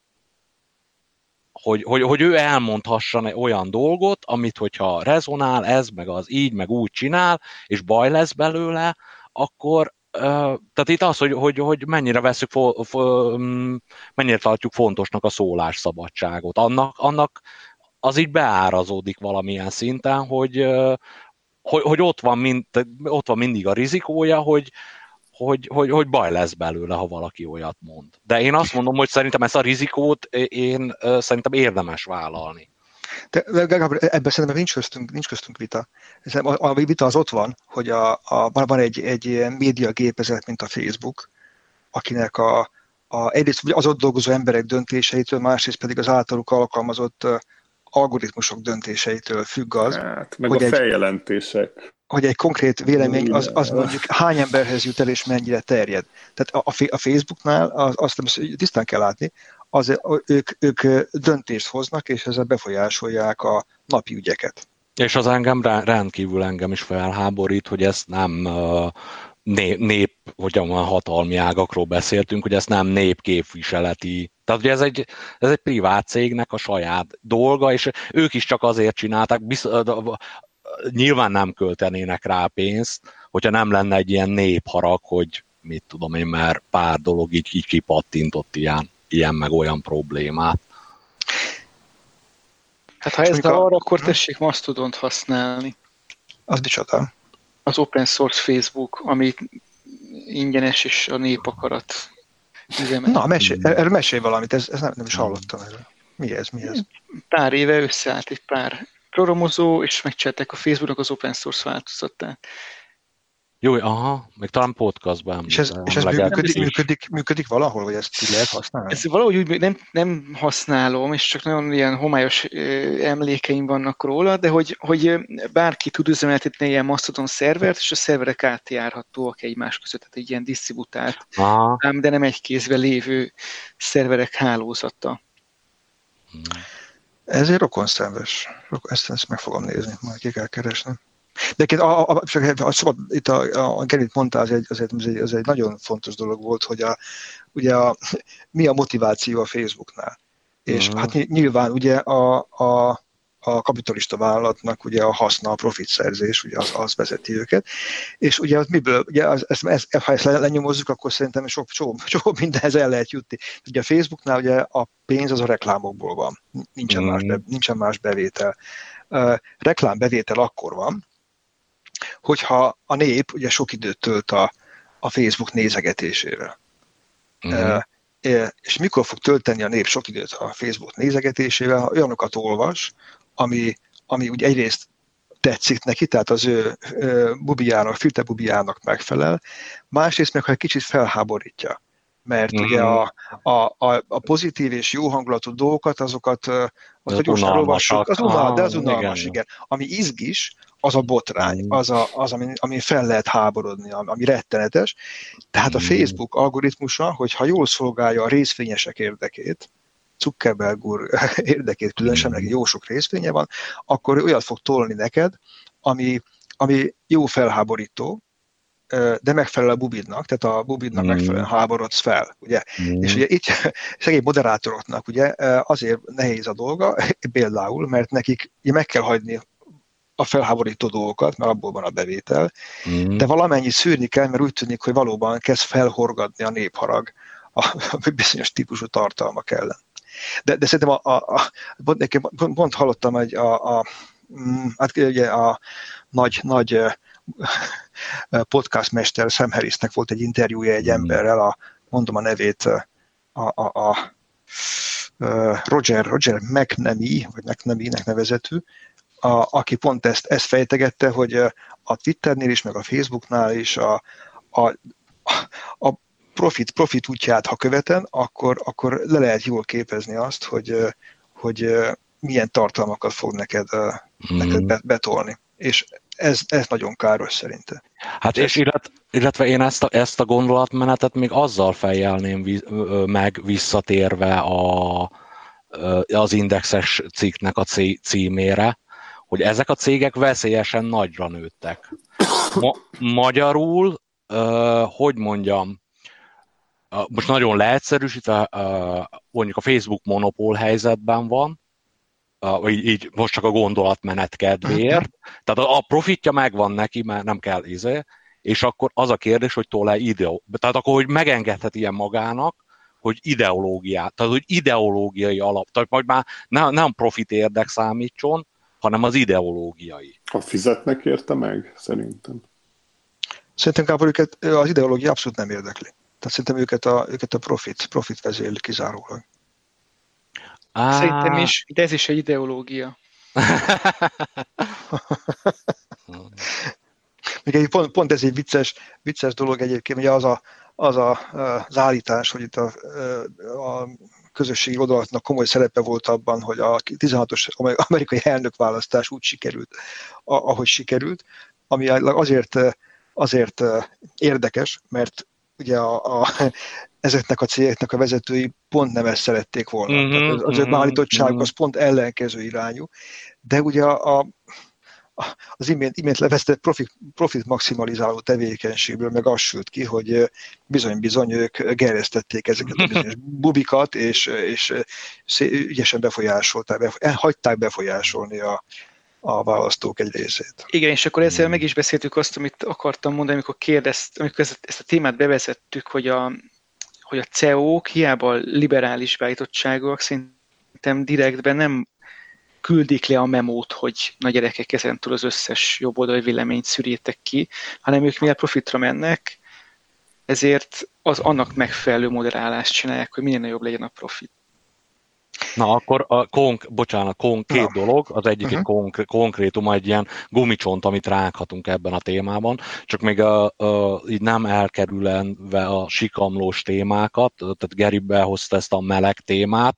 Hogy, hogy, hogy ő elmondhasson olyan dolgot, amit hogyha rezonál ez, meg az így, meg úgy csinál, és baj lesz belőle, akkor tehát itt az, hogy, hogy, hogy mennyire veszük, mennyire tartjuk fontosnak a szólásszabadságot. Annak, annak az így beárazódik valamilyen szinten, hogy, hogy, hogy ott, van mind, ott van mindig a rizikója, hogy, hogy, hogy, hogy baj lesz belőle, ha valaki olyat mond. De én azt mondom, hogy szerintem ezt a rizikót én szerintem érdemes vállalni. De legalább ebben szerintem nincs köztünk, nincs köztünk vita. A, a vita az ott van, hogy a, a, van egy, egy médiagépezet, mint a Facebook, akinek a, a, egyrészt az ott dolgozó emberek döntéseitől, másrészt pedig az általuk alkalmazott algoritmusok döntéseitől függ az, hát, meg hogy a egy, feljelentések. Hogy egy konkrét vélemény az, az mondjuk hány emberhez jut el és mennyire terjed. Tehát a, a Facebooknál az, azt tisztán kell látni, az, ők, ők döntést hoznak, és ezzel befolyásolják a napi ügyeket. És az engem rendkívül engem is felháborít, hogy ezt nem nép, nép vagy olyan hatalmi ágakról beszéltünk, hogy ezt nem népképviseleti Tehát ugye ez egy, ez egy privát cégnek a saját dolga, és ők is csak azért csinálták, biztos, nyilván nem költenének rá pénzt, hogyha nem lenne egy ilyen népharag, hogy mit tudom én, mert pár dolog így, így kipattintott ilyen, ilyen meg olyan problémát. Hát ha ez arra, akkor tessék Mastodont használni. Az micsoda? Az open source Facebook, ami ingyenes és a népakarat üzemel. Na, mesélj, erről mesélj valamit, ez, ez nem, nem is hallottam erről. Mi ez, mi ez? Pár éve összeállt egy pár programozó, és megcsinálták a Facebooknak az open source változatát. Jó, aha, még talán podcastban. És ez, és ez működik, működik, működik valahol, vagy ezt ki lehet használni? Ez valahogy úgy nem, nem használom, és csak nagyon ilyen homályos emlékeim vannak róla, de hogy, hogy bárki tud üzemeltetni ilyen Mastodon szervert, és a szerverek átjárhatóak egymás között, tehát egy ilyen disztributált, ám de nem egy kézben lévő szerverek hálózata. Hmm. Ez egy rokonszenves. Ezt, ezt meg fogom nézni, majd ki kell keresnem. De a, a, csak a, szabad, itt a, a Gerrit mondta, az egy, az, egy, az egy nagyon fontos dolog volt, hogy a, ugye a, mi a motiváció a Facebooknál. És uh-huh. hát nyilván ugye a, a, a kapitalista vállalatnak ugye a haszna, a profitszerzés, ugye az, az vezeti őket. És ugye az miből, ugye az, ez, ez, ha ezt lenyomozzuk, akkor szerintem sok, sok, sok mindenhez el lehet jutni. Ugye a Facebooknál ugye a pénz az a reklámokból van. Nincsen, uh-huh. más, be, nincsen más bevétel. Uh, reklámbevétel akkor van, hogyha a nép ugye sok időt tölt a, a Facebook nézegetésével. Uh-huh. E, és mikor fog tölteni a nép sok időt a Facebook nézegetésével, ha olyanokat olvas, ami, ami ugye egyrészt tetszik neki, tehát az ő, ő bubijának, filterbubijának megfelel, másrészt meg, ha egy kicsit felháborítja. Mert uh-huh. ugye a, a, a, a pozitív és jó hangulatú dolgokat, azokat az, hogy most elolvassuk, az unal, de az unalmas, igen. igen. Ami izgis, az a botrány, az, a, az ami, ami fel lehet háborodni, ami rettenetes. Tehát a Facebook algoritmusa, hogyha jól szolgálja a részvényesek érdekét, Zuckerberg úr érdekét különösen, neki jó sok részvénye van, akkor olyat fog tolni neked, ami, ami jó felháborító, de megfelel a bubidnak, tehát a bubidnak mm. megfelelően háborodsz fel, ugye? Mm. És ugye itt szegény moderátoroknak ugye azért nehéz a dolga, például, mert nekik ugye meg kell hagyni a felháborító dolgokat, mert abból van a bevétel, mm. de valamennyit szűrni kell, mert úgy tűnik, hogy valóban kezd felhorgadni a népharag a, a bizonyos típusú tartalmak ellen. De, de szerintem a, a, a pont, pont, pont hallottam, hogy a, a, hát ugye a nagy, nagy podcastmester Sam Harrisnek volt egy interjúja egy emberrel, a, mondom a nevét, a, a, a Roger, Roger McNamee, vagy McNamee-nek nevezetű, a, aki pont ezt, ezt fejtegette, hogy a Twitternél is, meg a Facebooknál is a, a, a profit, profit útját, ha követen, akkor, akkor le lehet jól képezni azt, hogy, hogy milyen tartalmakat fog neked, mm. neked betolni. És ez, ez nagyon káros szerintem. Hát és illet, illetve én ezt a, ezt a gondolatmenetet még azzal fejelném meg visszatérve a, az indexes cikknek a címére, hogy ezek a cégek veszélyesen nagyra nőttek. Ma, magyarul, hogy mondjam, most nagyon leegyszerűsítve, mondjuk a Facebook monopól helyzetben van, így, így most csak a gondolatmenet kedvéért, tehát a, a profitja megvan neki, mert nem kell izé, és akkor az a kérdés, hogy tól-e ideó, tehát akkor, hogy megengedhet ilyen magának, hogy ideológiát, tehát hogy ideológiai alap, tehát majd már nem, nem profit érdek számítson, hanem az ideológiai. Ha fizetnek érte meg, szerintem. Szerintem Gábor, őket az ideológia abszolút nem érdekli. Tehát szerintem őket a, őket a profit, profit vezérli kizárólag. Á... Szerintem is, de ez is egy ideológia. Még egy, pont, pont ez egy vicces, vicces dolog egyébként, ugye az, a, az a, az állítás, hogy itt a, a közösségi oldalaknak komoly szerepe volt abban, hogy a tizenhatos amerikai elnökválasztás úgy sikerült, ahogy sikerült, ami azért, azért érdekes, mert ugye a, a, ezeknek a cégeknek a vezetői pont nem ezt szerették volna. Mm-hmm, az, az mm-hmm, ő beállítottságuk az pont ellenkező irányú. De ugye a, a, az imént, imént levesztett profit, profit maximalizáló tevékenységből meg az sült ki, hogy bizony-bizony ők gerjesztették ezeket a bizonyos bubikat, és, és ügyesen befolyásolták, befo- hagyták befolyásolni a, a választók egy részét. Igen, és akkor ezzel meg is beszéltük azt, amit akartam mondani, amikor kérdezt, amikor ezt, ezt a témát bevezettük, hogy a, hogy a cé e ó-k hiába liberális beállítottságúak, szerintem direktben nem küldik le a memót, hogy na gyerekek, ezentúl az összes jobboldali véleményt szűrjétek ki, hanem ők mivel profitra mennek, ezért az annak megfelelő moderálást csinálják, hogy minél nagyobb legyen a profit. Na akkor a konk, bocsánat, konk, két Na. dolog, az egyik Uh-huh. egy konkr, konkrétum, egy ilyen gumicsont, amit rághatunk ebben a témában, csak még a, a, így nem elkerülve a sikamlós témákat, tehát Geri behozta ezt a meleg témát,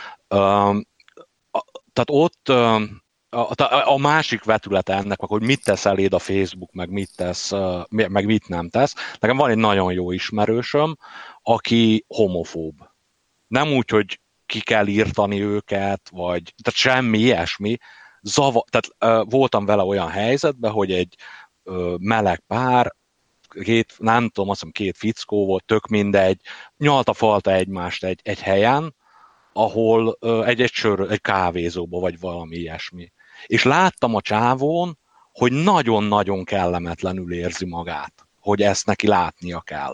um, a, tehát ott um, a, a másik vetülete ennek, hogy mit tesz eléd a Facebook, meg mit tesz, meg mit nem tesz. Nekem van egy nagyon jó ismerősöm, aki homofób. Nem úgy, hogy ki kell írtani őket, vagy tehát semmi ilyesmi. Zava, tehát uh, voltam vele olyan helyzetben, hogy egy uh, meleg pár, két, nem tudom, azt hiszem két fickó volt, tök mindegy, nyalta falta egymást egy, egy helyen, ahol uh, egy, egy, sör, egy kávézóba, vagy valami ilyesmi. És láttam a csávón, hogy nagyon-nagyon kellemetlenül érzi magát, hogy ezt neki látnia kell.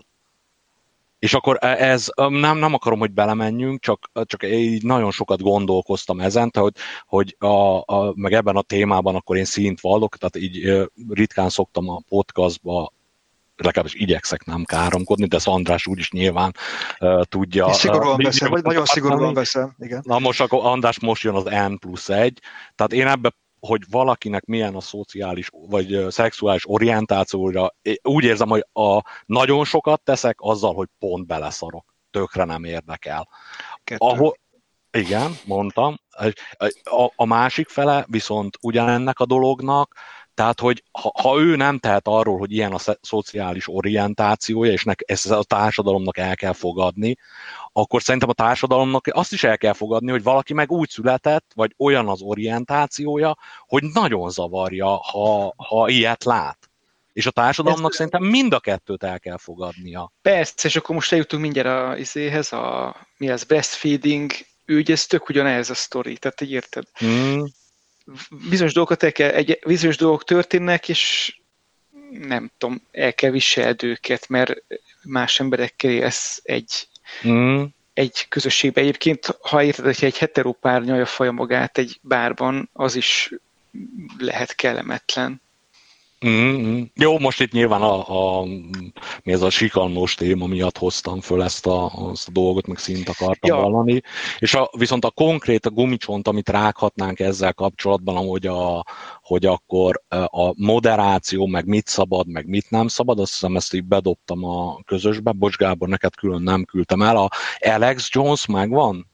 És akkor ez, nem, nem akarom, hogy belemenjünk, csak, csak így nagyon sokat gondolkoztam ezen, hogy, hogy a, a, meg ebben a témában akkor én színt vallok, tehát így ritkán szoktam a podcastba, legalábbis igyekszek nem káromkodni, de ezt András úgyis nyilván uh, tudja. És szigorúan uh, veszem, vagy nagyon szigorúan veszem, igen. Na most akkor András, most jön az N plusz egy, tehát én ebbe, hogy valakinek milyen a szociális vagy uh, szexuális orientációra, úgy érzem, hogy a, nagyon sokat teszek azzal, hogy pont beleszarok. Tökre nem érdekel. Ahol, igen, mondtam. A, a másik fele viszont ugyanennek a dolognak, tehát, hogy ha, ha ő nem tehet arról, hogy ilyen a szociális orientációja, és nek, ezt a társadalomnak el kell fogadni, akkor szerintem a társadalomnak azt is el kell fogadni, hogy valaki meg úgy született, vagy olyan az orientációja, hogy nagyon zavarja, ha, ha ilyet lát. És a társadalomnak ez... szerintem mind a kettőt el kell fogadnia. Persze, és akkor most eljutunk mindjárt a izéhez, a mi az breastfeeding ügy, ez tök ugyanez a sztori, tehát így érted. Mm. Bizonyos dolgokat el kell, egy, bizonyos dolgok történnek, és nem tudom, el kell viseled őket, mert más emberekkel élsz egy, mm. egy közösségben. Egyébként, ha érted, hogyha egy heteropár nyalja faja magát egy bárban, az is lehet kellemetlen. Mm-hmm. Jó, most itt nyilván a, a, mi ez a sikalmos téma miatt hoztam föl ezt a, azt a dolgot, meg szint akartam ja. vallani. És a, viszont a konkrét a gumicsont, amit rághatnánk ezzel kapcsolatban, hogy, a, hogy akkor a moderáció, meg mit szabad, meg mit nem szabad, azt hiszem ezt így bedobtam a közösbe. Bocs Gábor, neked külön nem küldtem el. A Alex Jones megvan?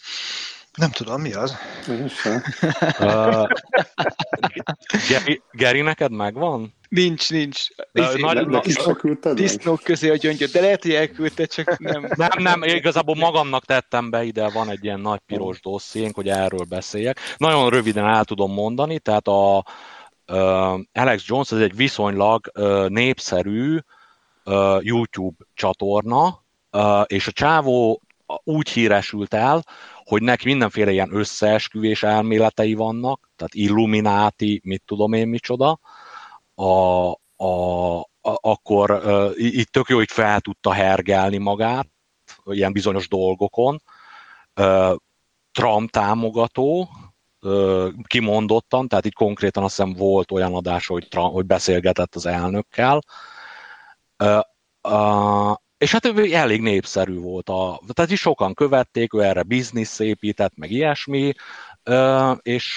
Nem tudom, mi az? uh, Geri, Geri, neked megvan? Nincs, nincs. Disznók közé a gyöngyöt, de lehet, hogy elküldte, csak nem. Nem, nem, igazából magamnak tettem be ide, van egy ilyen nagy piros dossziénk, hogy erről beszéljek. Nagyon röviden el tudom mondani, tehát a uh, Alex Jones ez egy viszonylag uh, népszerű uh, YouTube csatorna, uh, és a csávó úgy híresült el, hogy neki mindenféle ilyen összeesküvés elméletei vannak, tehát illumináti, mit tudom én micsoda, a, a, a, akkor uh, itt tök jó, hogy fel tudta hergelni magát ilyen bizonyos dolgokon. Uh, Trump támogató, uh, kimondottan, tehát itt konkrétan azt hiszem volt olyan adás, hogy, Trump, hogy beszélgetett az elnökkel. Uh, uh, És hát ő elég népszerű volt. A, tehát is sokan követték, ő erre biznisz épített, meg ilyesmi, és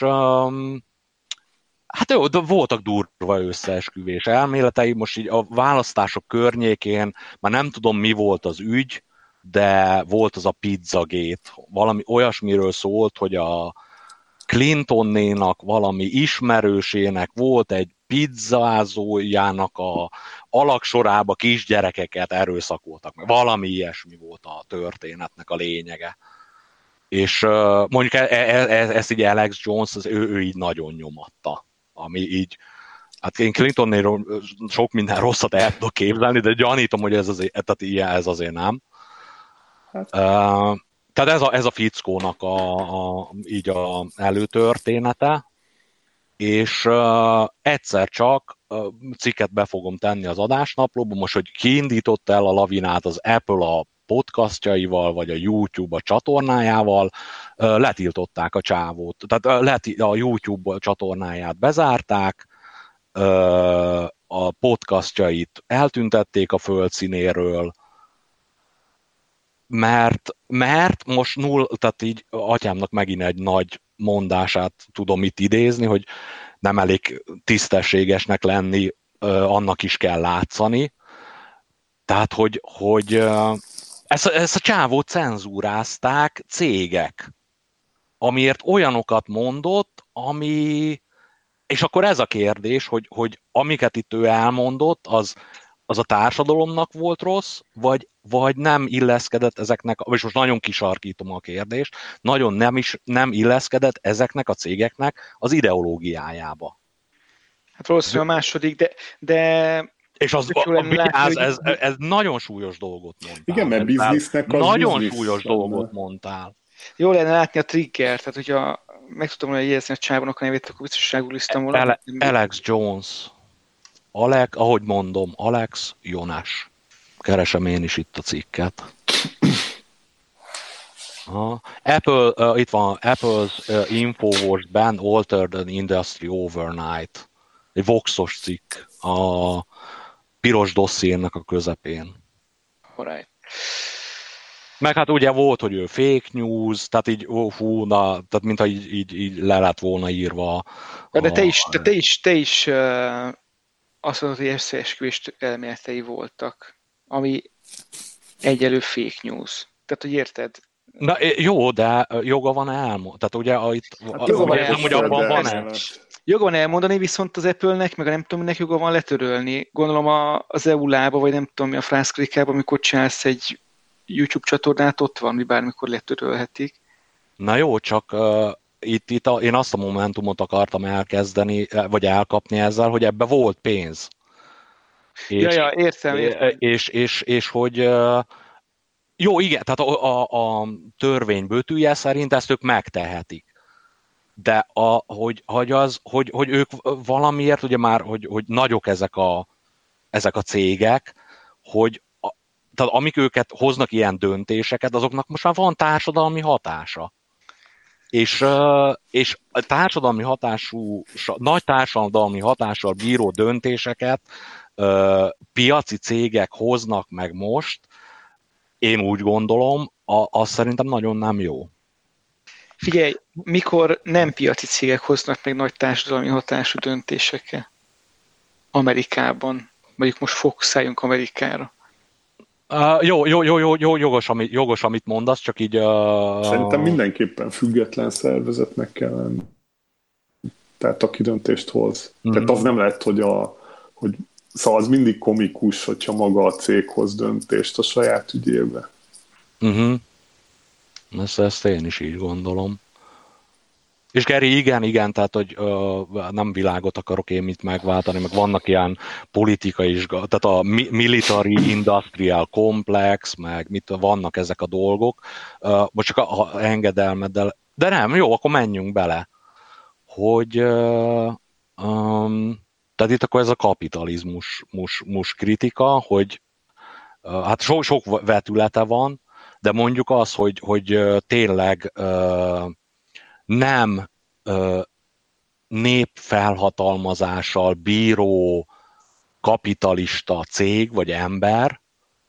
hát jó, voltak durva összeesküvés elméletei, most így a választások környékén, már nem tudom mi volt az ügy, de volt az a Pizzagate, valami olyasmiről szólt, hogy a Clintonnénak valami ismerősének volt egy pizzázójának a alaksorába kisgyerekeket erőszakoltak meg. Valami ilyesmi volt a történetnek a lényege. És uh, mondjuk e- e- e- ezt így Alex Jones, az ő, ő így nagyon nyomatta. ami így, hát én Clintonnél sok minden rosszat el tudok képzelni, de gyanítom, hogy ez azért, tehát ilyen, ez azért nem. Hát. Uh, tehát ez a, ez a fickónak a, a, így a előtörténete, és uh, egyszer csak uh, cikket be fogom tenni az adásnaplóba, most, hogy kiindította el a lavinát az Apple a podcastjaival, vagy a YouTube a csatornájával, uh, letiltották a csávót. Tehát uh, leti- a YouTube csatornáját bezárták, uh, a podcastjait eltüntették a földszínéről, mert, mert most null, tehát így atyámnak megint egy nagy mondását tudom itt idézni, hogy nem elég tisztességesnek lenni, annak is kell látszani. Tehát, hogy, hogy ezt, ezt a csávót cenzúrázták cégek, amiért olyanokat mondott, ami... És akkor ez a kérdés, hogy, hogy amiket itt ő elmondott, az, az a társadalomnak volt rossz, vagy, vagy nem illeszkedett ezeknek, és most nagyon kisarkítom a kérdést, nagyon nem, is, nem illeszkedett ezeknek a cégeknek az ideológiájába. Hát valószínűleg a második, de... de... És az, a, a, látni, ez, ez, ez nagyon súlyos dolgot mondtál. Igen, mert biznisznek az nagyon biznisz súlyos lenne. dolgot mondtál. Jó lenne látni a trigger, tehát hogyha meg tudtam volna jegyezni a csávónak a nevét, akkor biztosságul lisztem volna. Ale- Alex Jones. Alex, ahogy mondom, Alex Jones. Keresem én is itt a cikket. Uh, Apple, uh, itt van, Apple's uh, Infowars ban altered an industry overnight. Egy Voxos cikk a piros dossziénak a közepén. Alright. Meg hát ugye volt, hogy ő fake news, tehát így, ó, hú, na, tehát mintha így, így, így le lett volna írva. Ja, de te is, te, te is, te is uh, azt mondod, hogy összeesküvés elméletei voltak, ami egyelő fake news. Tehát, hogy érted? Na jó, de joga van elmondani. Tehát ugye a, itt, hát joga van elmondani, hogy abban van el. Joga van elmondani, viszont az Apple-nek, meg a nem tudom, minek joga van letörölni. Gondolom a, az e u lába, vagy nem tudom mi a frászklikában, amikor csinálsz egy YouTube csatornát, ott van, mi bármikor letörölhetik. Na jó, csak uh, itt, itt a, én azt a momentumot akartam elkezdeni, vagy elkapni ezzel, hogy ebbe volt pénz. És, ja, ja, értem, értem. És, és, és, és hogy uh, jó, igen, tehát a, a, a törvény bötűje szerint ezt ők megtehetik. De a, hogy, hogy, az, hogy, hogy ők valamiért, ugye már, hogy, hogy nagyok ezek a, ezek a cégek, hogy a, tehát amik őket hoznak ilyen döntéseket, azoknak most már van társadalmi hatása. És, és a társadalmi hatású, nagy társadalmi hatással bíró döntéseket piaci cégek hoznak meg most, én úgy gondolom, az szerintem nagyon nem jó. Figyelj, mikor nem piaci cégek hoznak meg nagy társadalmi hatású döntéseket Amerikában? Mondjuk most fókuszáljunk Amerikára. Uh, jó, jó, jó, jó, jó jogos, amit, jogos, amit mondasz, csak így... Uh, Szerintem mindenképpen független szervezetnek kell lenni. Tehát aki döntést hoz. Mm-hmm. Tehát az nem lehet, hogy a... Hogy, szóval az mindig komikus, hogyha maga a cég hoz döntést a saját ügyébe. Uh-huh. Ezt, ezt én is így gondolom. És Geri, igen, igen, tehát, hogy uh, nem világot akarok én mit megváltani, meg vannak ilyen politikai is, tehát a military industrial complex, meg mit, vannak ezek a dolgok. Uh, most csak a, a engedelmeddel, de nem, jó, akkor menjünk bele. Hogy uh, um, tehát itt akkor ez a kapitalizmus mus, mus kritika, hogy uh, hát so, sok vetülete van, de mondjuk az, hogy, hogy uh, tényleg uh, nem uh, népfelhatalmazással bíró kapitalista cég vagy ember,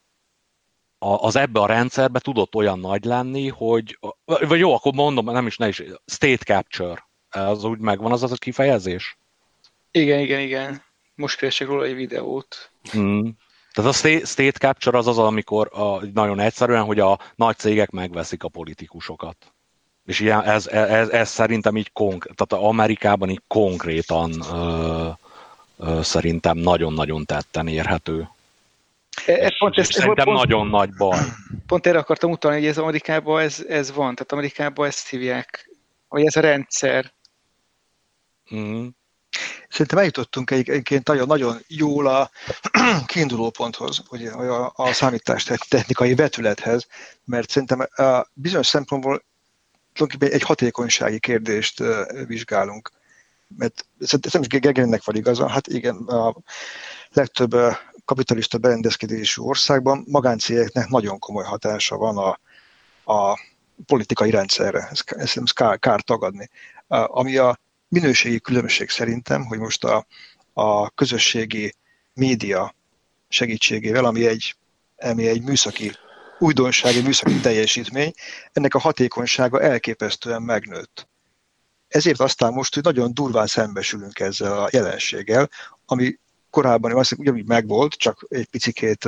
az ebbe a rendszerbe tudott olyan nagy lenni, hogy, vagy jó, akkor mondom, nem is, ne is, state capture, ez úgy megvan az az a kifejezés? Igen, igen, igen. Most keresek róla egy videót. Mm. Tehát a state capture az az, amikor a, nagyon egyszerűen, hogy a nagy cégek megveszik a politikusokat. És ilyen, ez, ez, ez szerintem így konkrét, tehát Amerikában így konkrétan ö, ö, szerintem nagyon-nagyon tetten érhető. E, pont és ezt, szerintem pont, nagyon nagy baj. Pont erre akartam utalni, hogy ez Amerikában ez, ez van, tehát Amerikában ezt hívják, hogy ez a rendszer. Mm. Szerintem eljutottunk egyébként nagyon, nagyon jól a kiinduló ponthoz, hogy a, a számítástechnikai vetülethez, mert szerintem a bizonyos szempontból egy hatékonysági kérdést vizsgálunk. Mert szerintem is Gergelynek van igaza, hát igen, a legtöbb kapitalista berendezkedésű országban magáncégeknek nagyon komoly hatása van a, a politikai rendszerre, ezt, ezt kár, kár tagadni. Ami a minőségi különbség szerintem, hogy most a, a közösségi média segítségével, ami egy, ami egy műszaki újdonsági, műszaki teljesítmény, ennek a hatékonysága elképesztően megnőtt. Ezért aztán most hogy nagyon durván szembesülünk ezzel a jelenséggel, ami korábban azt ugyanúgy megvolt, csak egy picikét,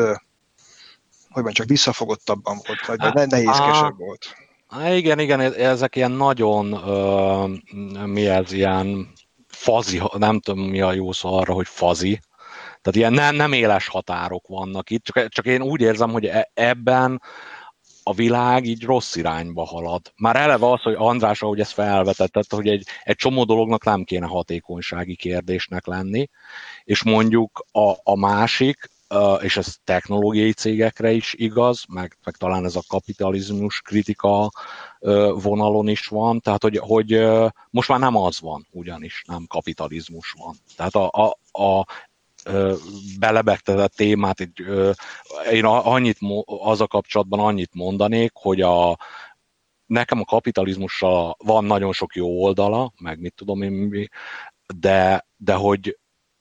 hogy van, csak visszafogottabban volt, vagy ah, nehézkesebb volt. Igen, igen, ezek ilyen nagyon, uh, mi ez, ilyen fazi, nem tudom mi a jó szó arra, hogy fazi. Tehát ilyen nem, nem éles határok vannak itt, csak, csak én úgy érzem, hogy ebben a világ így rossz irányba halad. Már eleve az, hogy András, ahogy ezt felvetett, hogy egy, egy csomó dolognak nem kéne hatékonysági kérdésnek lenni, és mondjuk a, a másik, és ez technológiai cégekre is igaz, meg, meg talán ez a kapitalizmus kritika vonalon is van, tehát hogy, hogy most már nem az van, ugyanis nem kapitalizmus van. Tehát a, a, a belebegtetett témát, én annyit, az a kapcsolatban annyit mondanék, hogy a, nekem a kapitalizmussal van nagyon sok jó oldala, meg mit tudom én, de, de hogy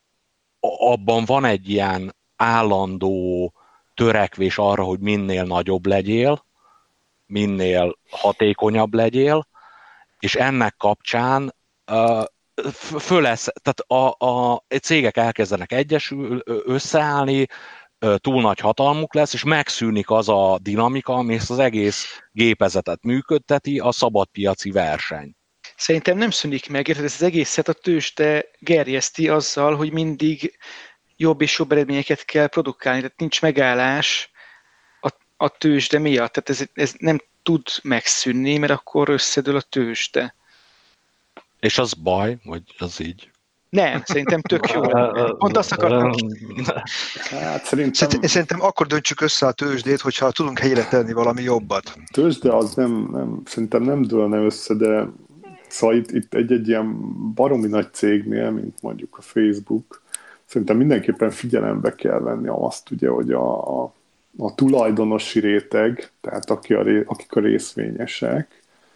abban van egy ilyen állandó törekvés arra, hogy minél nagyobb legyél, minél hatékonyabb legyél, és ennek kapcsán uh, föl lesz, tehát a, a cégek elkezdenek egyesül, összeállni, túl nagy hatalmuk lesz, és megszűnik az a dinamika, ami ezt az egész gépezetet működteti, a szabadpiaci verseny. Szerintem nem szűnik meg, érted, ez az egészet a tőzsde gerjeszti azzal, hogy mindig jobb és jobb eredményeket kell produkálni, tehát nincs megállás a, a tőzsde miatt, tehát ez, ez nem tud megszűnni, mert akkor összedől a tőzsde. És az baj, vagy az így? Nem, szerintem tök jó. Pont azt akartam. Hát szerintem... Szerintem akkor döntsük össze a tőzsdét, hogyha tudunk helyre tenni valami jobbat. A tőzsde az nem, nem, szerintem nem dőlne össze, de szóval itt, itt egy-egy ilyen baromi nagy cégnél, mint mondjuk a Facebook, szerintem mindenképpen figyelembe kell venni azt, ugye, hogy a, a, a tulajdonosi réteg, tehát aki a, akik a részvényesek,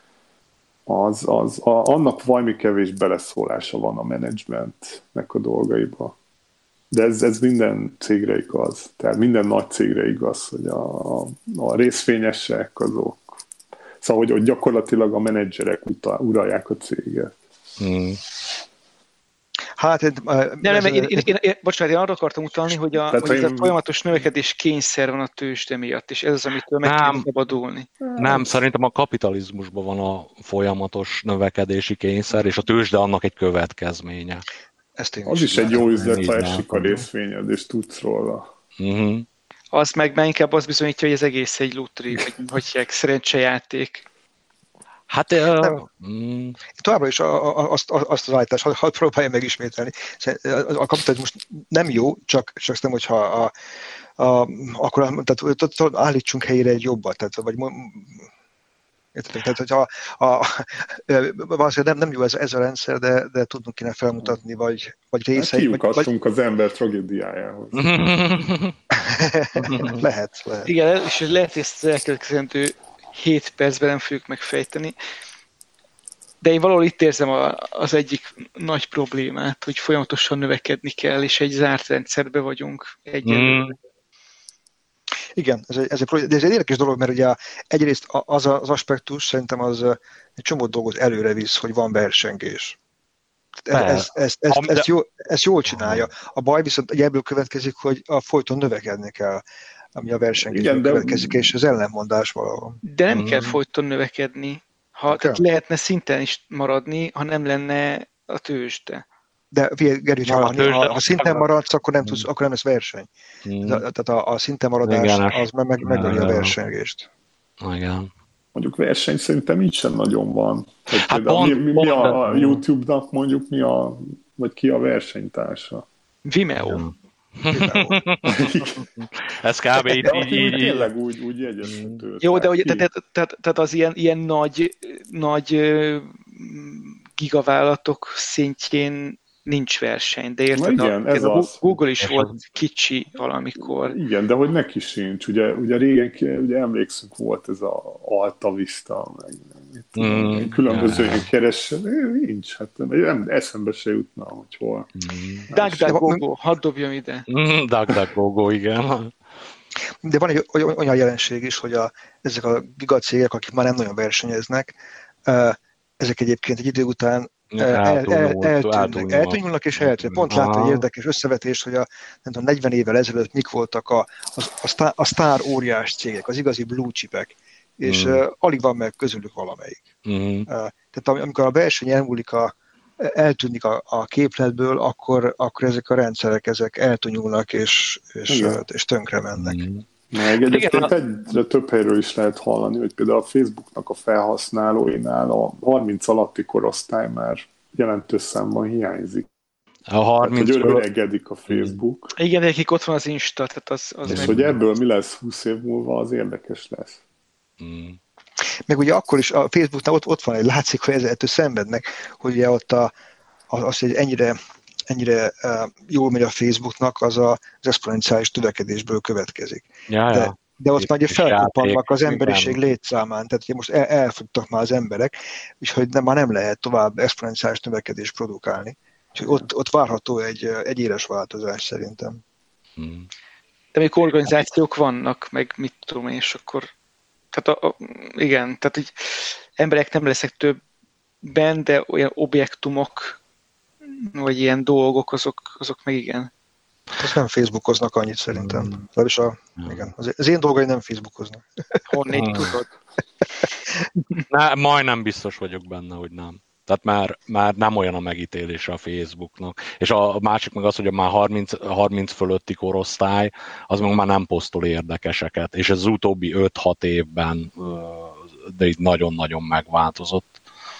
az, az, a, annak valami kevés beleszólása van a menedzsmentnek a dolgaiba. De ez, ez minden cégre igaz. Tehát minden nagy cégre igaz, hogy a, a, a részvényesek azok. Szóval, hogy, hogy gyakorlatilag a menedzserek utal, uralják a céget. Hmm. Hát, ez, nem, nem, én, én, én, én, bocsánat, én arra akartam utalni, hogy, a, hogy ez én... a folyamatos növekedés kényszer van a tőzsde miatt, és ez az, amitől meg kell szabadulni. Nem, szerintem a kapitalizmusban van a folyamatos növekedési kényszer, és a tőzsde annak egy következménye. Ezt én az is, is egy jó üzlet, ha esik a részvényed, és tudsz róla. Uh-huh. Az meg már inkább az bizonyítja, hogy ez egész egy lutri, vagy hogy hívják, szerencsejáték. Hát uh, mm. továbbra is a, a, azt, azt az állítást, hadd had próbálja megismételni. A kapitalizmus nem jó, csak, csak nem, hogyha a, a, akkor tehát, állítsunk helyére egy jobbat. Tehát, vagy, tehát, hogyha a, a, valószínűleg nem, nem jó ez, ez a rendszer, de, de tudnunk kéne felmutatni, vagy, vagy részei. Kiukasztunk vagy, az ember tragédiájához. lehet, lehet. Igen, és lehet ezt elkövetkezendő hét percben nem fogjuk megfejteni. De én valahol itt érzem a, az egyik nagy problémát, hogy folyamatosan növekedni kell, és egy zárt rendszerbe vagyunk egyelőre. Mm. Igen, ez egy, ez, egy, de ez egy érdekes dolog, mert ugye egyrészt az az aspektus szerintem az egy csomó dolgot előre visz, hogy van versengés. Ez, ez, ez, ez, ezt, jó, ezt jól csinálja. A baj viszont ebből következik, hogy a folyton növekedni kell, ami a versengésből következik, és az ellenmondás valahol. De nem mm. kell folyton növekedni. Ha, tehát lehetne szinten is maradni, ha nem lenne a tőzsde. De Gergő, ha, ha, ha szinten maradsz, akkor nem, tudsz, akkor nem lesz verseny. Mm. Tehát a, a szinten maradás igen, az meg, meg, megöli a versengést. Igen. Mondjuk verseny szerintem így sem nagyon van. Hát pont, mi, mi, mi a, a YouTube-nak mondjuk mi a vagy ki a versenytársa? Vimeo. Ez kb. így, így, így, tényleg úgy, úgy jegyezhető. Jó, de ugye, tehát, tehát, tehát az ilyen, ilyen nagy, nagy gigavállalatok szintjén nincs verseny, de érted, igen, ez a az. Google is volt kicsi valamikor. Igen, de hogy neki sincs. Ugye, ugye régen, ugye emlékszünk, volt ez a Alta Vista, meg mm, különböző ilyen keres, nincs, hát nem, eszembe se jutna, hogy hol. Mm. DuckDuckGo, hadd dobjam ide. Mm, DuckDuckGo, igen. De van egy olyan jelenség is, hogy a, ezek a gigacégek, akik már nem nagyon versenyeznek, ezek egyébként egy idő után El, el, eltűnnek, eltűnnek és eltűnnek. Pont láttam egy érdekes összevetés, hogy a nem tudom, negyven évvel ezelőtt mik voltak a, a, sztár, a sztár óriás cégek, az igazi blue chipek, és mm. uh, alig van meg közülük valamelyik. Mm. Uh, tehát amikor a verseny elmúlik, a, eltűnik a, a képletből, akkor, akkor ezek a rendszerek ezek eltúnyulnak és, és, uh, és tönkre mennek. Mm. Meg egyébként egyre több helyről is lehet hallani, hogy például a Facebooknak a felhasználóinál a harminc alatti korosztály már jelentős számban hiányzik. A harminc tehát, hogy öregedik a Facebook. Igen, de akik ott van az Insta, tehát az... az és meg... hogy ebből mi lesz húsz év múlva, az érdekes lesz. Mm. Meg ugye akkor is a Facebooknál ott, ott van, hogy látszik, hogy ettől szenvednek, hogy ugye ott a, az, hogy ennyire ennyire uh, jól megy a Facebooknak, az a, az exponenciális növekedésből következik. Ja, de, ja. de ott már felkoppannak az emberiség minden. létszámán, tehát ugye most el, elfogytak már az emberek, és hogy nem, már nem lehet tovább exponenciális növekedést produkálni. Úgyhogy ott, ott várható egy, egy éles változás szerintem. Hmm. De még organizációk vannak, meg mit tudom én, és akkor tehát a, a, igen, tehát így emberek nem lesznek többen, de olyan objektumok vagy ilyen dolgok, azok, azok meg igen. Azt nem Facebookoznak annyit szerintem. Mm. A, igen. Az, az én dolgai nem Facebookoznak. Honnét tudod? Na, majdnem biztos vagyok benne, hogy nem. Tehát már, már nem olyan a megítélése a Facebooknak. És a másik meg az, hogy a már harminc, harminc fölötti korosztály, az meg már nem posztol érdekeseket. És ez az utóbbi öt-hat évben de így nagyon-nagyon megváltozott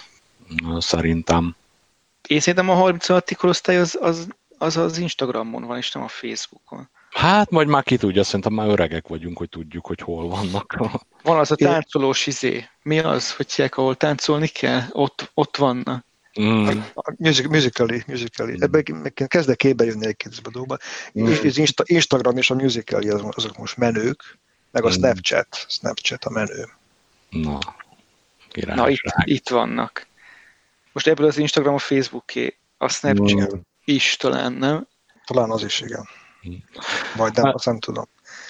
szerintem. Én szerintem a harminc alatti korosztály az, az, az az Instagramon van, és nem a Facebookon. Hát majd már ki tudja, szerintem már öregek vagyunk, hogy tudjuk, hogy hol vannak. Van az a táncolós izé. Mi az, hogy hívják, ahol táncolni kell? Ott, ott vannak. Mm. A music, musically, musically. Mm. Ebben kezdek képbe jönni egy kézbedóba. Mm. Az Insta, Instagram és a musically azok most menők, meg a mm. Snapchat. Snapchat a menő. Na, Na itt, itt vannak. Most ebből az Instagram a Facebooké, a Snapchat mm. is talán, nem? Talán az is, igen. Vagy nem, azt nem tudom.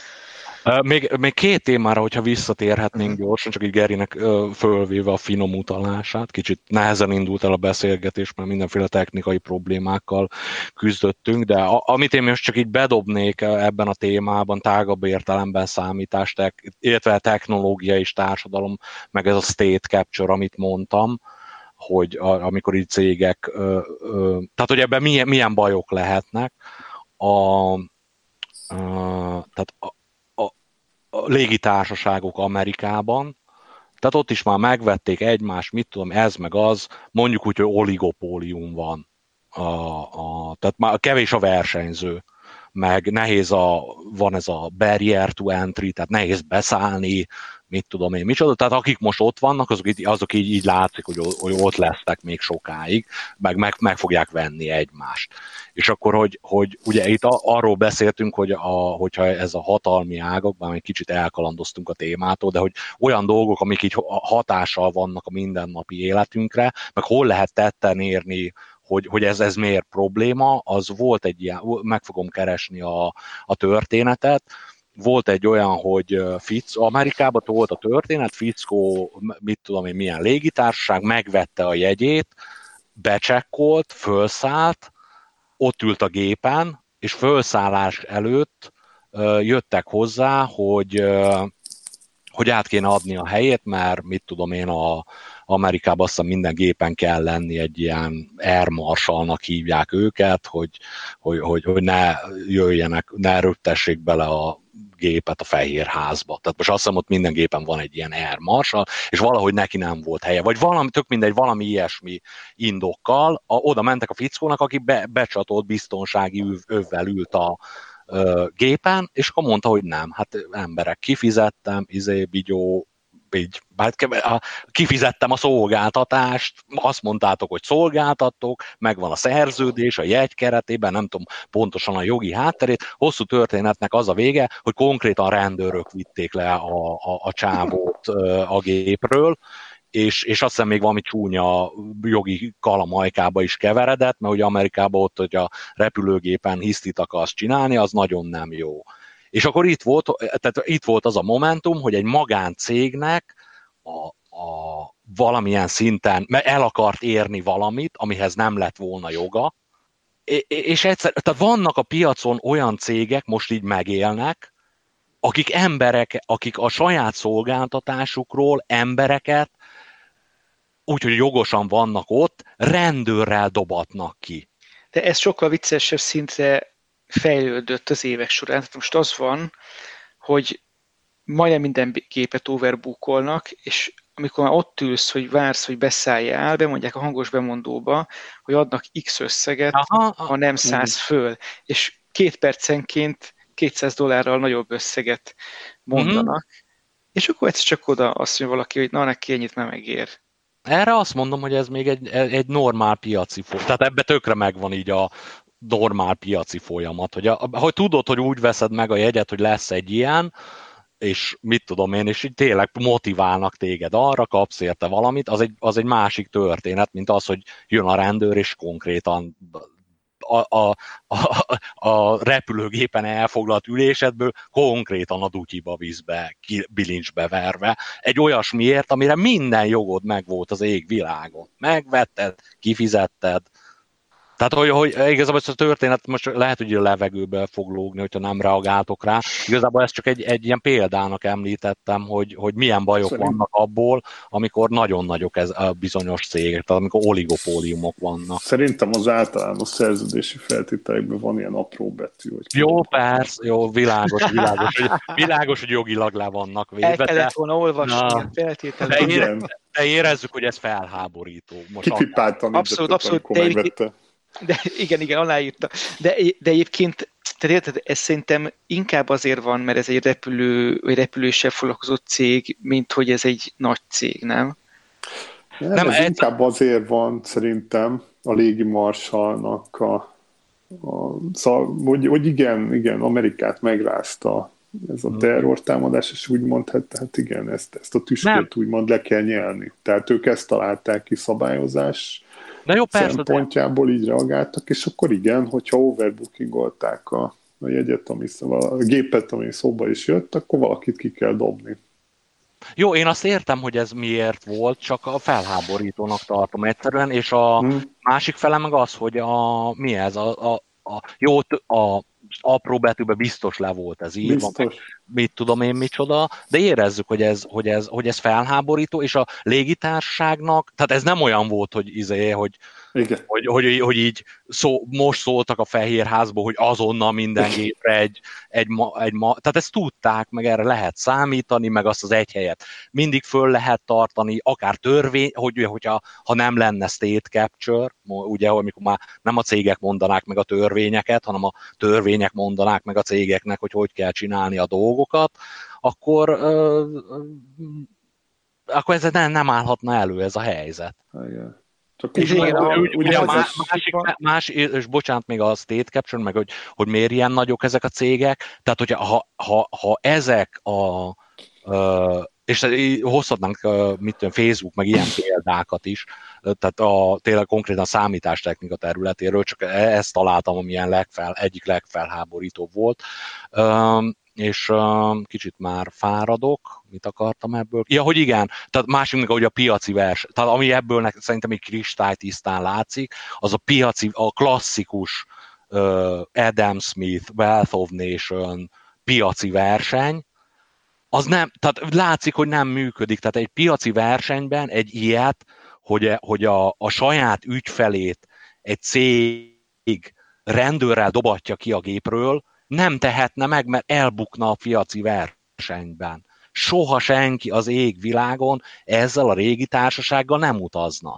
Még, még két témára, hogyha visszatérhetnénk gyorsan, csak így Gerinek fölvéve a finom utalását. Kicsit nehezen indult el a beszélgetés, mert mindenféle technikai problémákkal küzdöttünk, de a, amit én most csak így bedobnék ebben a témában, tágabb értelemben számítás, illetve technológia és társadalom, meg ez a state capture, amit mondtam, hogy a, amikor így cégek, ö, ö, tehát hogy ebben milyen, milyen bajok lehetnek, a, a, tehát a, a, a légitársaságok Amerikában, tehát ott is már megvették egymást, mit tudom, ez meg az, mondjuk úgy, hogy oligopólium van, a, a, tehát már kevés a versenyző, meg nehéz a, van ez a barrier to entry, tehát nehéz beszállni, mit tudom én, micsoda, tehát akik most ott vannak, azok, azok így, így látszik, hogy, hogy ott lesznek még sokáig, meg, meg, meg fogják venni egymást. És akkor, hogy, hogy ugye itt arról beszéltünk, hogy a, hogyha ez a hatalmi ágak, bár egy kicsit elkalandoztunk a témától, de hogy olyan dolgok, amik így hatással vannak a mindennapi életünkre, meg hol lehet tetten érni, hogy, hogy ez, ez miért probléma, az volt egy ilyen, meg fogom keresni a, a történetet, volt egy olyan, hogy Fico, Amerikában volt a történet, Fico, mit tudom én, milyen légitársaság, megvette a jegyét, becsekkolt, fölszállt, ott ült a gépen, és fölszállás előtt jöttek hozzá, hogy, hogy át kéne adni a helyét, mert mit tudom én, a Amerikában azt hiszem minden gépen kell lenni egy ilyen air marshalnak hívják őket, hogy, hogy, hogy, hogy ne jöjjenek, ne röptessék bele a gépet a Fehér Házba. Tehát most azt hiszem, ott minden gépen van egy ilyen Air Marshal, és valahogy neki nem volt helye. Vagy valami, tök mindegy, valami ilyesmi indokkal, a, oda mentek a fickónak, aki be, becsatolt biztonsági öv, övvel ült a ö, gépen, és akkor mondta, hogy nem. Hát emberek, kifizettem, izé, bigyó, így, kifizettem a szolgáltatást, azt mondtátok, hogy szolgáltattok, megvan a szerződés, a jegy keretében, nem tudom pontosan a jogi hátterét, hosszú történetnek az a vége, hogy konkrétan rendőrök vitték le a, a, a csávót a gépről, és, és azt hiszem még valami csúnya jogi kalamajkába is keveredett, mert ugye Amerikában ott, hogy a repülőgépen hisztit akarsz csinálni, az nagyon nem jó. És akkor itt volt, tehát itt volt az a momentum, hogy egy magáncégnek a, a valamilyen szinten el akart érni valamit, amihez nem lett volna joga, és egyszer, tehát vannak a piacon olyan cégek, most így megélnek, akik emberek, akik a saját szolgáltatásukról embereket, úgyhogy jogosan vannak ott, rendőrrel dobatnak ki. De ez sokkal viccesebb szintre fejlődött az évek során. Tehát most az van, hogy majdnem minden gépet overbookolnak, és amikor már ott ülsz, hogy vársz, hogy beszálljál, bemondják a hangos bemondóba, hogy adnak X összeget, aha, ha nem száz föl, és két percenként kétszáz dollárral nagyobb összeget mondanak, mm. és akkor egyszer csak oda azt mondja valaki, hogy na, neki ennyit már megér. Erre azt mondom, hogy ez még egy, egy normál piaci folyamat. Tehát ebbe tökre megvan így a normál piaci folyamat, hogy, a, hogy tudod, hogy úgy veszed meg a jegyet, hogy lesz egy ilyen, és mit tudom én, és így tényleg motiválnak téged arra, kapsz érte valamit, az egy, az egy másik történet, mint az, hogy jön a rendőr, és konkrétan a, a, a, a repülőgépen elfoglalt ülésedből konkrétan a dutyiba vízbe, bilincsbe verve. Egy olyasmiért, amire minden jogod megvolt az égvilágon. Megvetted, kifizetted. Tehát, hogy, hogy igazából ez a történet most lehet, hogy a levegőbe fog lógni, hogyha nem reagáltok rá. Igazából ezt csak egy, egy ilyen példának említettem, hogy, hogy milyen bajok Szerint... vannak abból, amikor nagyon nagyok ez a bizonyos cégek, tehát amikor oligopóliumok vannak. Szerintem az általános szerződési feltételekben van ilyen apró betű. Hogy jó, persze, jó, világos, világos, hogy, világos, hogy jogilag le vannak véve. El kellett volna olvasni a feltételeket. De, ére, de érezzük, hogy ez felháborító. Kipipáltan abszolút, abszolút, megvette. De igen, igen, aláírta. De, de egyébként, tehát érted, ez szerintem inkább azért van, mert ez egy repülő, vagy repüléssel foglalkozó cég, mint hogy ez egy nagy cég, nem? Nem, nem ez, ez inkább azért van, szerintem, a légimarsalnak a, a szóval, hogy, hogy igen, igen, Amerikát megrázta ez a terrortámadás, és úgymond, hát, hát igen, ezt, ezt a tüsköt úgymond le kell nyelni. Tehát ők ezt találták ki szabályozás Na jó, persze, szempontjából, így reagáltak, és akkor igen, hogyha overbookingolták a, a jegyet, ami, a gépet, ami szóba is jött, akkor valakit ki kell dobni. Jó, én azt értem, hogy ez miért volt, csak a felháborítónak tartom egyszerűen, és a hmm. másik fele meg az, hogy a, mi ez, a, a, a jó, a apró betűben biztos le volt ez írva, mit tudom én micsoda, de érezzük, hogy ez, hogy, ez, hogy ez felháborító, és a légitársaságnak, tehát ez nem olyan volt, hogy, izé, hogy, hogy, hogy, hogy így szó, most szóltak a Fehér Házból, hogy azonnal minden gépre egy, egy, ma, egy ma, tehát ezt tudták, meg erre lehet számítani, meg azt az egy helyet mindig föl lehet tartani, akár törvény, hogy, hogyha ha nem lenne state capture, ugye, amikor már nem a cégek mondanák meg a törvényeket, hanem a törvények mondanák meg a cégeknek, hogy hogy kell csinálni a dolgokat, akkor, ö, ö, akkor ez nem, nem állhatna elő ez a helyzet. Igen. Csak és igen, a, ugye, ugye a más, másik, más, és bocsánat, még a state capture, meg hogy, hogy miért ilyen nagyok ezek a cégek, tehát hogyha ha, ha, ha ezek a ö, és hozhatnánk, mit tudom, Facebook, meg ilyen példákat is, tehát a, tényleg konkrétan a számítástechnika területéről, csak ezt találtam, ami ilyen legfel, egyik legfelháborítóbb volt, um, és um, kicsit már fáradok, mit akartam ebből? Ja, hogy igen, tehát másiknak, hogy a piaci vers, tehát ami ebből szerintem egy kristálytisztán látszik, az a piaci, a klasszikus uh, Adam Smith, Wealth of Nation piaci verseny, az nem, tehát látszik, hogy nem működik. Tehát egy piaci versenyben egy ilyet, hogy, hogy a, a saját ügyfelét egy cég rendőrrel dobatja ki a gépről, Nem tehetne meg, mert elbukna a piaci versenyben. Soha senki az égvilágon ezzel a régi társasággal nem utazna.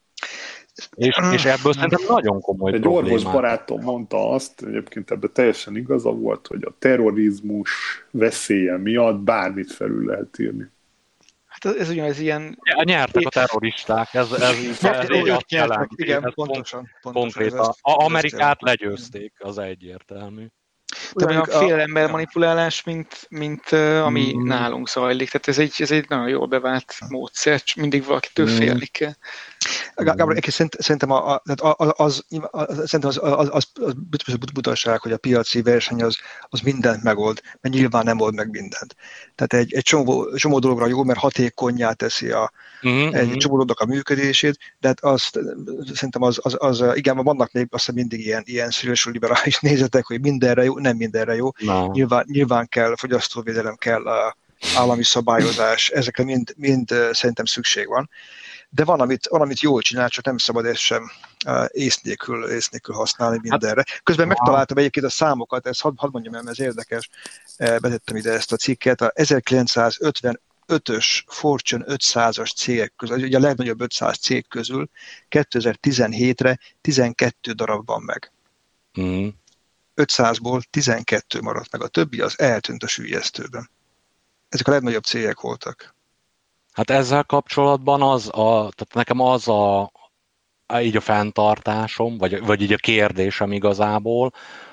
És, és ebből szerintem nagyon komoly Egy problémák. orvos barátom mondta azt, egyébként ebben teljesen igaza volt, hogy a terrorizmus veszélye miatt bármit felül lehet írni. Hát ez ugyanaz ilyen... Ja, nyertek a terroristák, ez, ez, ez, ez így azt jelenti. Igen, ez pontosan. Konkrétan. A Amerikát legyőzték, az egyértelmű. Olyan félelemmel manipulálás, mint, mint uh, ami mm. nálunk zajlik. Tehát ez egy, ez egy nagyon jól bevált módszer, mindig valakitől mm. félni kell. Gábor, szerintem az, az, az, az, az, az, az butaság, hogy a piaci verseny az, az mindent megold, mert nyilván nem old meg mindent. Tehát egy, egy csomó, csomó dologra jó, mert hatékonnyá teszi a, mm-hmm. egy csomó dolognak a működését, de hát azt, szerintem az, az, az, igen, vannak még azt mindig ilyen, ilyen szélső liberális nézetek, hogy mindenre jó, nem mindenre jó. No. Nyilván, nyilván kell fogyasztóvédelem, kell a állami szabályozás, ezekre mind, mind szerintem szükség van. De van amit, van, amit jól csinál, csak nem szabad ezt sem uh, ész nélkül, ész nélkül használni mindenre. Közben megtaláltam egyébként a számokat, ezt hadd had mondjam el, ez érdekes, uh, betettem ide ezt a cikket, a ezerkilencszázötvenötös Fortune ötszázas cégek közül, ugye a legnagyobb ötszáz cég közül kétezer-tizenhétre tizenkét darab van meg. Mm. ötszázból tizenkettő maradt meg, a többi az eltűnt a süllyesztőben. Ezek a legnagyobb cégek voltak. Hát ezzel kapcsolatban az a, tehát nekem az a, így a fenntartásom, vagy, vagy így a kérdésem igazából,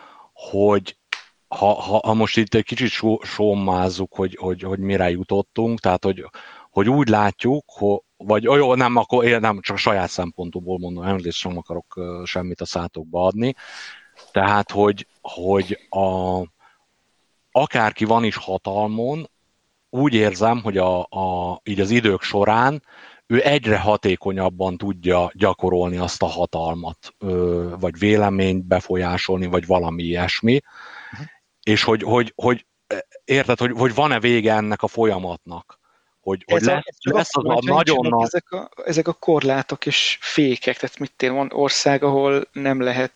hogy ha, ha, ha most itt egy kicsit sommázzuk, hogy, hogy, hogy mire jutottunk, tehát hogy, hogy úgy látjuk, hogy, vagy jó, nem, akkor én nem csak a saját szempontomból mondom, említést sem akarok semmit a szátokba adni, tehát hogy, hogy a, akárki van is hatalmon, úgy érzem, hogy a, a, így az idők során ő egyre hatékonyabban tudja gyakorolni azt a hatalmat, vagy véleményt befolyásolni, vagy valami ilyesmi, uh-huh. és hogy, hogy, hogy érted, hogy, hogy van-e vége ennek a folyamatnak? Hogy, hogy lesz, a, lesz az a nagyon nagy... Ezek a, ezek a korlátok és fékek, tehát mit tél, van ország, ahol nem lehet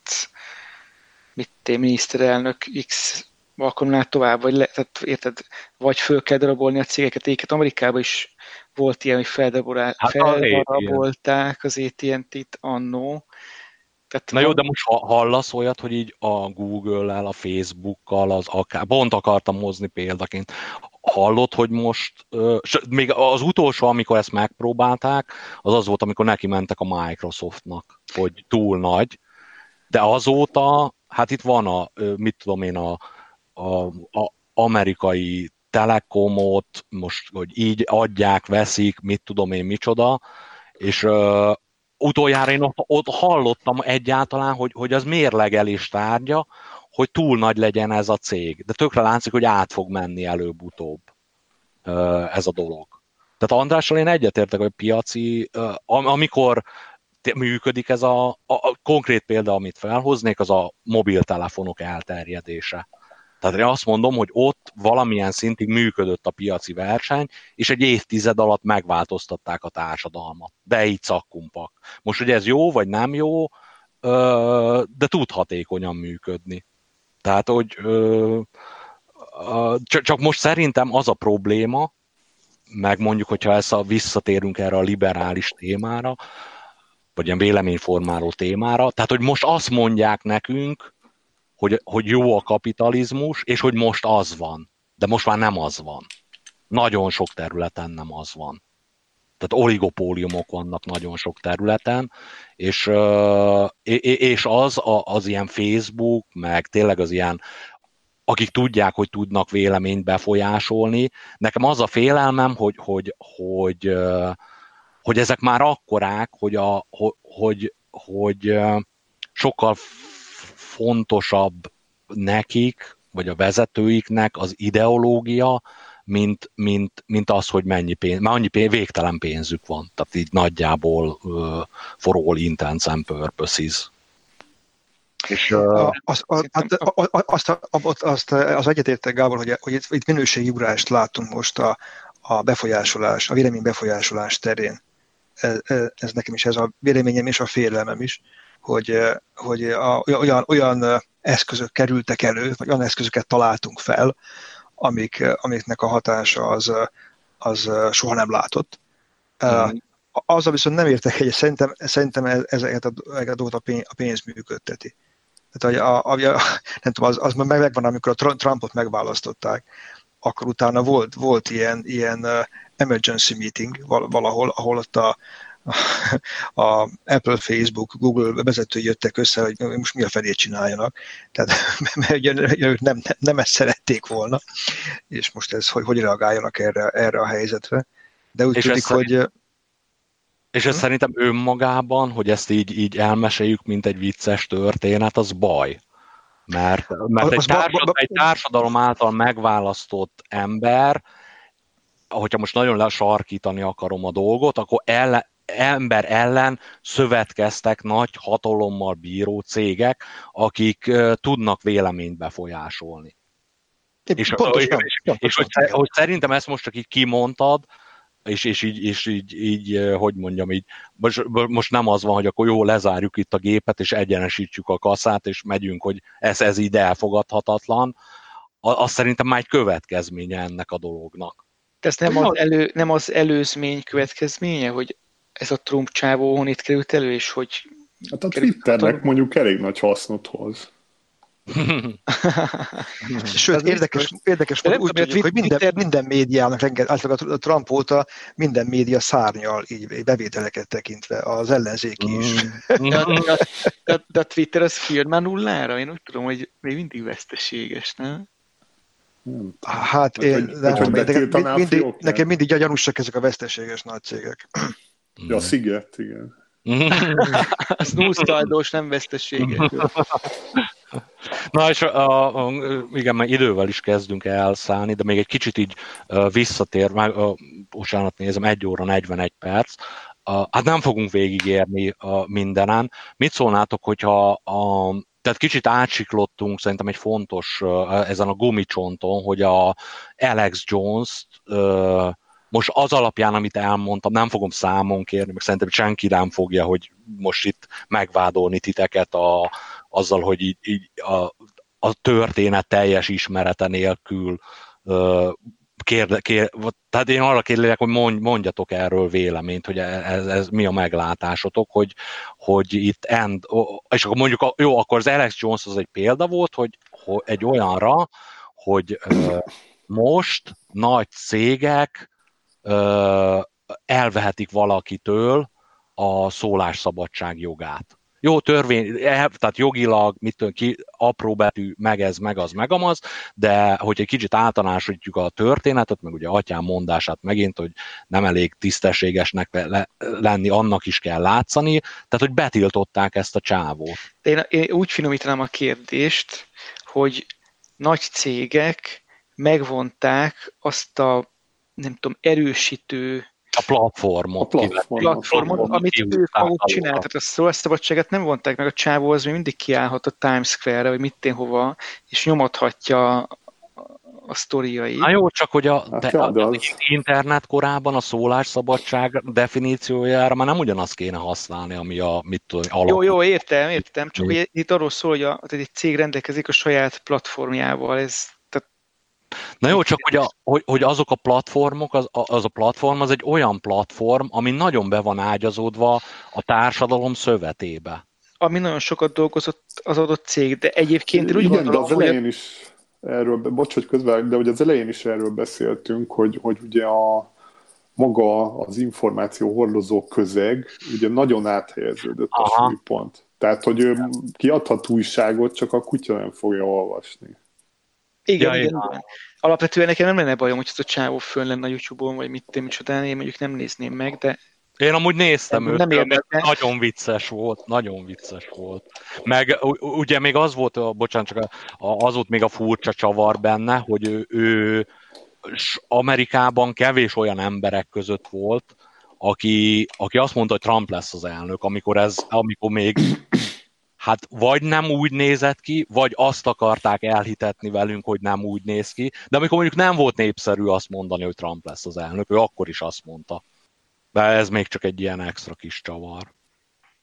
mit tél, miniszterelnök X alkalomnál tovább, vagy, le, tehát, érted, vagy föl kell darabolni a cégeket. Éket Amerikában is volt ilyen, hogy feldarabol, hát feldarabolták az á té and té-t annó. Tehát na van... jó, de most hallasz olyat, hogy így a Google-lel, a Facebookkal, az akár, pont akartam hozni példaként, hallod, hogy most, még az utolsó, amikor ezt megpróbálták, az az volt, amikor neki mentek a Microsoftnak, hogy túl nagy, de azóta, hát itt van a, mit tudom én, a A, a amerikai telekomot most, hogy így adják, veszik, mit tudom én, micsoda, és uh, utoljára én ott, ott hallottam egyáltalán, hogy, hogy az mérlegelés tárgya, hogy túl nagy legyen ez a cég. De tökre látszik, hogy át fog menni előbb-utóbb uh, ez a dolog. Tehát Andrással én egyetértek, hogy piaci, uh, amikor működik ez a, a, a konkrét példa, amit felhoznék, az a mobiltelefonok elterjedése. Tehát én azt mondom, hogy ott valamilyen szintig működött a piaci verseny, és egy évtized alatt megváltoztatták a társadalmat. De így szakkumpak. Most, hogy ez jó, vagy nem jó, de tud hatékonyan működni. Tehát, hogy csak most szerintem az a probléma, meg mondjuk, hogyha ezt a, visszatérünk erre a liberális témára, vagy ilyen véleményformáló témára, tehát, hogy most azt mondják nekünk, Hogy, hogy jó a kapitalizmus, és hogy most az van. De most már nem az van. Nagyon sok területen nem az van. Tehát oligopóliumok vannak nagyon sok területen, és, és az, az ilyen Facebook, meg tényleg az ilyen, akik tudják, hogy tudnak véleményt befolyásolni. Nekem az a félelmem, hogy, hogy, hogy, hogy ezek már akkorák, hogy, a, hogy, hogy sokkal fontosabb nekik, vagy a vezetőiknek az ideológia, mint, mint, mint az, hogy mennyi pénz, már annyi pénz, végtelen pénzük van. Tehát így nagyjából uh, for all intents and purposes. És, uh, azt, azt, azt, azt, azt az egyetértek, Gábor, hogy, hogy itt, itt minőségi ugrást látunk most a, a befolyásolás, a vélemény befolyásolás terén. Ez, ez nekem is ez a véleményem és a félelmem is, hogy, hogy a, olyan, olyan eszközök kerültek elő, vagy olyan eszközöket találtunk fel, amik, amiknek a hatása az, az soha nem látott. Mm. Azzal viszont nem értek egyet, szerintem, szerintem ezeket a, a dolgot a pénz működteti. Tehát, a, a, a, nem tudom, az, az megvan, amikor a Trumpot megválasztották, akkor utána volt, volt ilyen, ilyen emergency meeting valahol, ahol ott a, a Apple, Facebook, Google vezetői jöttek össze, hogy most mi a felét csináljanak. Tehát mert ők nem, nem ezt szerették volna, és most ez, hogy, hogy reagáljanak erre, erre a helyzetre. De úgy és tűnik, hogy... Szerint, és ez hm? szerintem önmagában, hogy ezt így, így elmeséljük, mint egy vicces történet, az baj. Mert, mert egy, társad, egy társadalom által megválasztott ember, hogyha most nagyon lesarkítani akarom a dolgot, akkor ellen, ember ellen szövetkeztek nagy hatalommal bíró cégek, akik uh, tudnak véleményt befolyásolni. É, és, pontosan, és, pontosan. és hogy, hogy szerintem ezt most csak így kimondtad, és, és, így, és így, így, hogy mondjam, így, most, most nem az van, hogy akkor jó, lezárjuk itt a gépet, és egyenesítjük a kasszát, és megyünk, hogy ez, ez így elfogadhatatlan. Az szerintem már egy következménye ennek a dolognak. De ez nem az, elő, nem az előzmény következménye, hogy ez a Trump csávó honnét került elő, és hogy... Hát a Twitternek mondjuk elég nagy hasznot hoz. Sőt, érdekes, érdekes volt, úgy tudjuk, hogy minden, minden médiának, általában a Trump óta minden média szárnyal így bevételeket tekintve, az ellenzéki is. de, de, de, de a Twitter az föl már nullára? Én úgy tudom, hogy még mindig veszteséges, nem? Hát én nem tudom, nekem mindig, nekem mindig gyanúsak ezek a veszteséges nagy cégek. Ja, a Sziget, igen. Az nusztaldós, nem veszteséges. Na és a, a, igen, már idővel is kezdünk elszállni, de még egy kicsit így uh, visszatér, már, uh, bocsánat, nézem, egy óra negyvenegy perc, uh, hát nem fogunk végigérni uh, mindenen. Mit szólnátok, hogyha a, tehát kicsit átsiklottunk szerintem egy fontos uh, ezen a gumicsonton, hogy a Alex Jones-t uh, most az alapján, amit elmondtam, nem fogom számon kérni, meg szerintem senki nem fogja, hogy most itt megvádolni titeket a, azzal, hogy így, így a, a történet teljes ismerete nélkül uh, kérde, kér, tehát én arra kérlek, hogy mondj, mondjatok erről véleményt, hogy ez, ez mi a meglátásotok, hogy, hogy itt end, és akkor mondjuk, jó, akkor az Alex Jones az egy példa volt, hogy, hogy egy olyanra, hogy uh, most nagy cégek uh, elvehetik valakitől a szólásszabadság jogát. Jó törvény, tehát jogilag, mit tudom, ki, apró betű, meg ez, meg az, meg amaz, de hogy egy kicsit általánosítjuk a történetet, meg ugye atyám mondását megint, hogy nem elég tisztességesnek le, lenni, annak is kell látszani, tehát hogy betiltották ezt a csávót. Én, én úgy finomítanám a kérdést, hogy nagy cégek megvonták azt a, nem tudom, erősítő A platformot. A platformot, platformot amit ők maguk csináltak. A szólásszabadságot nem vonták meg, a csávó az még mindig kiállhat a Times Square-re, vagy mit hova, és nyomathatja a sztoriait. Na jó, csak hogy a, de, hát, de az az internet korában a szólásszabadság definíciójára már nem ugyanazt kéne használni, ami a, mit tudom, alap. Jó, jó, értem, értem, csak hogy itt arról szól, hogy a, egy cég rendelkezik a saját platformjával, ez Na jó, csak hogy, a, hogy, hogy azok a platformok, az, az a platform az egy olyan platform, ami nagyon be van ágyazódva a társadalom szövetébe. Ami nagyon sokat dolgozott az adott cég, de egyébként én úgy Igen, gondolom, de az elején is erről, bocs, hogy közben, de hogy az elején is erről beszéltünk, hogy, hogy ugye a maga az információ hordozó közeg ugye nagyon áthelyeződött a súlypont. Tehát, hogy ő kiadhat újságot, csak a kutya nem fogja olvasni. Igen, ja, igen, igen. Alapvetően nekem nem lenne bajom, hogy ez a csávó fönn lenne a YouTube-on, vagy mit én micsodán, én mondjuk nem nézném meg, de... Én amúgy néztem őt, nem érdekel. Nagyon vicces volt, nagyon vicces volt. Meg ugye még az volt, bocsánat, csak az volt még a furcsa csavar benne, hogy ő, ő Amerikában kevés olyan emberek között volt, aki, aki azt mondta, hogy Trump lesz az elnök, amikor, ez, amikor még... Hát vagy nem úgy nézett ki, vagy azt akarták elhitetni velünk, hogy nem úgy néz ki, de amikor mondjuk nem volt népszerű azt mondani, hogy Trump lesz az elnök, ő akkor is azt mondta. De ez még csak egy ilyen extra kis csavar.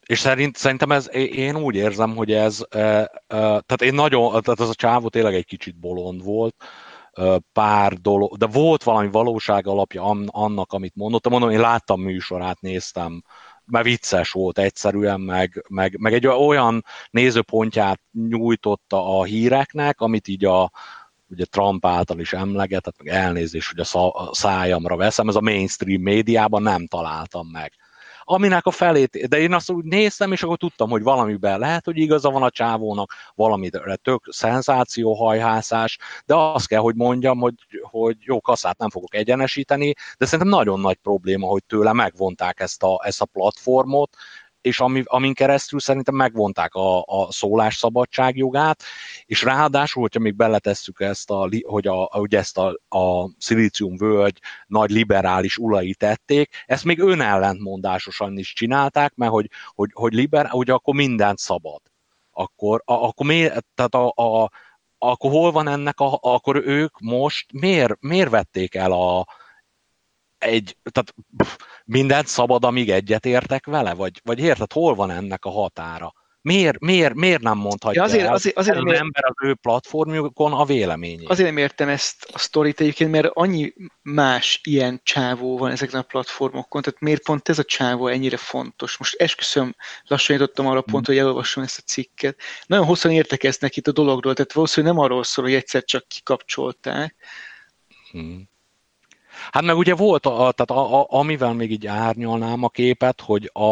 És szerint, szerintem ez, én úgy érzem, hogy ez, tehát én nagyon, tehát az a csávó tényleg egy kicsit bolond volt, pár dolog, de volt valami valóság alapja annak, amit mondott. Mondom, én láttam műsorát, néztem, mert vicces volt egyszerűen, meg, meg, meg egy olyan nézőpontját nyújtotta a híreknek, amit így a ugye Trump által is emlegetett, meg elnézést, hogy a szájamra veszem, ez a mainstream médiában nem találtam meg. Aminek a felét, de én azt úgy néztem, és akkor tudtam, hogy valamiben lehet, hogy igaza van a csávónak, valamire tök szenzációhajhászás, de azt kell, hogy mondjam, hogy, hogy jó, kasszát nem fogok egyenesíteni, de szerintem nagyon nagy probléma, hogy tőle megvonták ezt a, ezt a platformot, és ami, amin keresztül szerintem megvonták a, a szólásszabadság jogát, és ráadásul, hogyha még beletesszük ezt, a, hogy, a, hogy ezt a, a szilíciumvölgy nagy liberális ulai tették, ezt még önellentmondásosan is csinálták, mert hogy, hogy, hogy, liber, hogy akkor mindent szabad. Akkor, a, akkor, miért, tehát a, a, akkor hol van ennek, a, akkor ők most miért, miért vették el a egy, tehát pff, mindent szabad, amíg egyetértek vele? Vagy, vagy érted, hol van ennek a határa? Miért, miért, miért nem mondhatja azért, el azért, azért, az azért, ember az ő platformjukon a véleményét? Azért nem értem ezt a sztorit egyébként, mert annyi más ilyen csávó van ezeken a platformokon, tehát miért pont ez a csávó ennyire fontos? Most esküszöm, lassan jutottam arra pont, hogy elolvasom ezt a cikket. Nagyon hosszan értekeznek itt a dologról, tehát valószínűleg nem arról szól, hogy egyszer csak kikapcsolták. Hmm. Hát meg ugye volt, a, tehát a, a, amivel még így árnyalnám a képet, hogy a,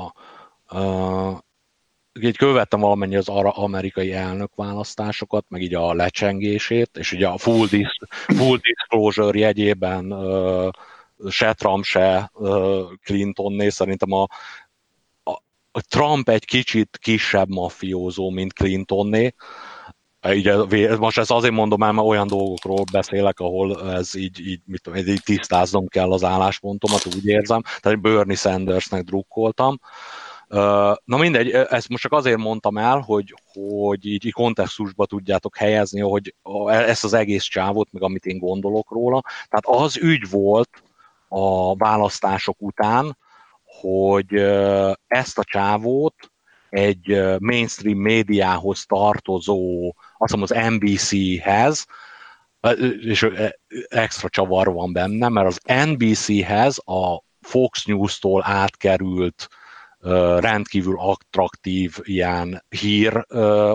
a így követtem valamennyi az amerikai elnökválasztásokat, meg így a lecsengését, és ugye a full, dis, full disclosure jegyében uh, se Trump, se uh, Clintonné szerintem a, a, a Trump egy kicsit kisebb mafiózó, mint Clintonné. Így, most ezt azért mondom el, mert olyan dolgokról beszélek, ahol ez így, így, mit tudom, így tisztáznom kell az álláspontomat, úgy érzem. Tehát Bernie Sandersnek drukkoltam. Na mindegy, ezt most csak azért mondtam el, hogy, hogy így kontextusba tudjátok helyezni, hogy ezt az egész csávot, meg amit én gondolok róla. Tehát az ügy volt a választások után, hogy ezt a csávót egy mainstream médiához tartozó, azt mondom az en bé cé-hez, és extra csavar van benne, mert az en bé cé-hez a Fox News-tól átkerült rendkívül attraktív ilyen hír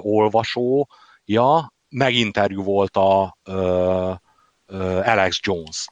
olvasója, meginterjú volt a Alex Jones-t.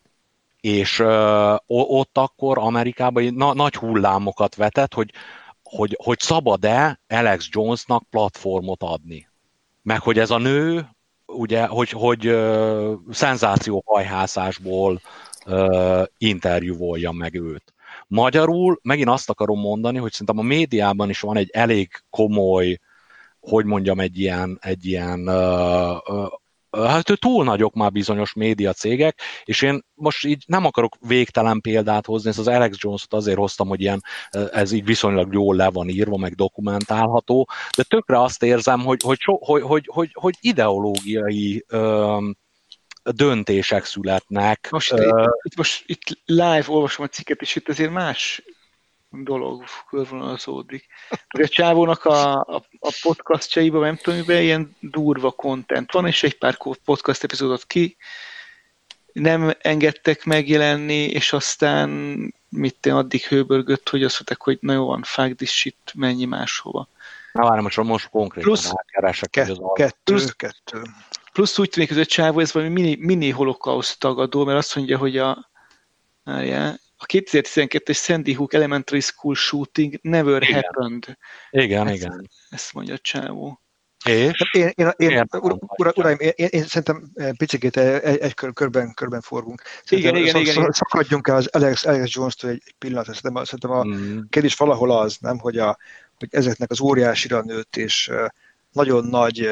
És ott akkor Amerikában na, nagy hullámokat vetett, hogy Hogy, hogy szabad-e Alex Jonesnak platformot adni. Meg hogy ez a nő, ugye, hogy, hogy uh, szenzációhajhászásból uh, interjúvolja meg őt. Magyarul megint azt akarom mondani, hogy szerintem a médiában is van egy elég komoly, hogy mondjam, egy ilyen, egy ilyen uh, uh, hát túl nagyok már bizonyos médiacégek, és én most így nem akarok végtelen példát hozni, ezt az Alex Jones-ot azért hoztam, hogy ilyen, ez így viszonylag jól le van írva, meg dokumentálható, de tökre azt érzem, hogy, hogy, hogy, hogy, hogy, hogy ideológiai öm, döntések születnek. Most, uh, itt, most itt live olvasom a cikket, és itt azért más dolog körvonalazódik. A csávónak a, a, a podcastjaiban, nem tudom, miben ilyen durva content van, és egy pár podcast epizódot ki nem engedtek megjelenni, és aztán mit addig hőbörgött, hogy azt mondták, hogy na jó van, fuck this shit, menj máshova. Na várj, most, most konkrétan plusz, rákeresek. Kettő, kettő, plusz, kettő. Plusz úgy tűnik, hogy a csávó ez valami mini, mini holokauszt tagadó, mert azt mondja, hogy a várjál, a kétezer-tizenkettes Sandy Hook Elementary School shooting never igen. happened. Igen, ezt, igen. Ezt mondja a csávó. És? Én, én, én, ura, ura, uraim, én, én, én szerintem picikét egy, egy kör, körben, körben forgunk. Igen, igen, igen, igen. Szakadjunk el az Alex, Alex Jones-tól egy, egy pillanat. Szerintem, szerintem a mm. kérdés valahol az, nem, hogy, a, hogy ezeknek az óriásira nőtt és nagyon nagy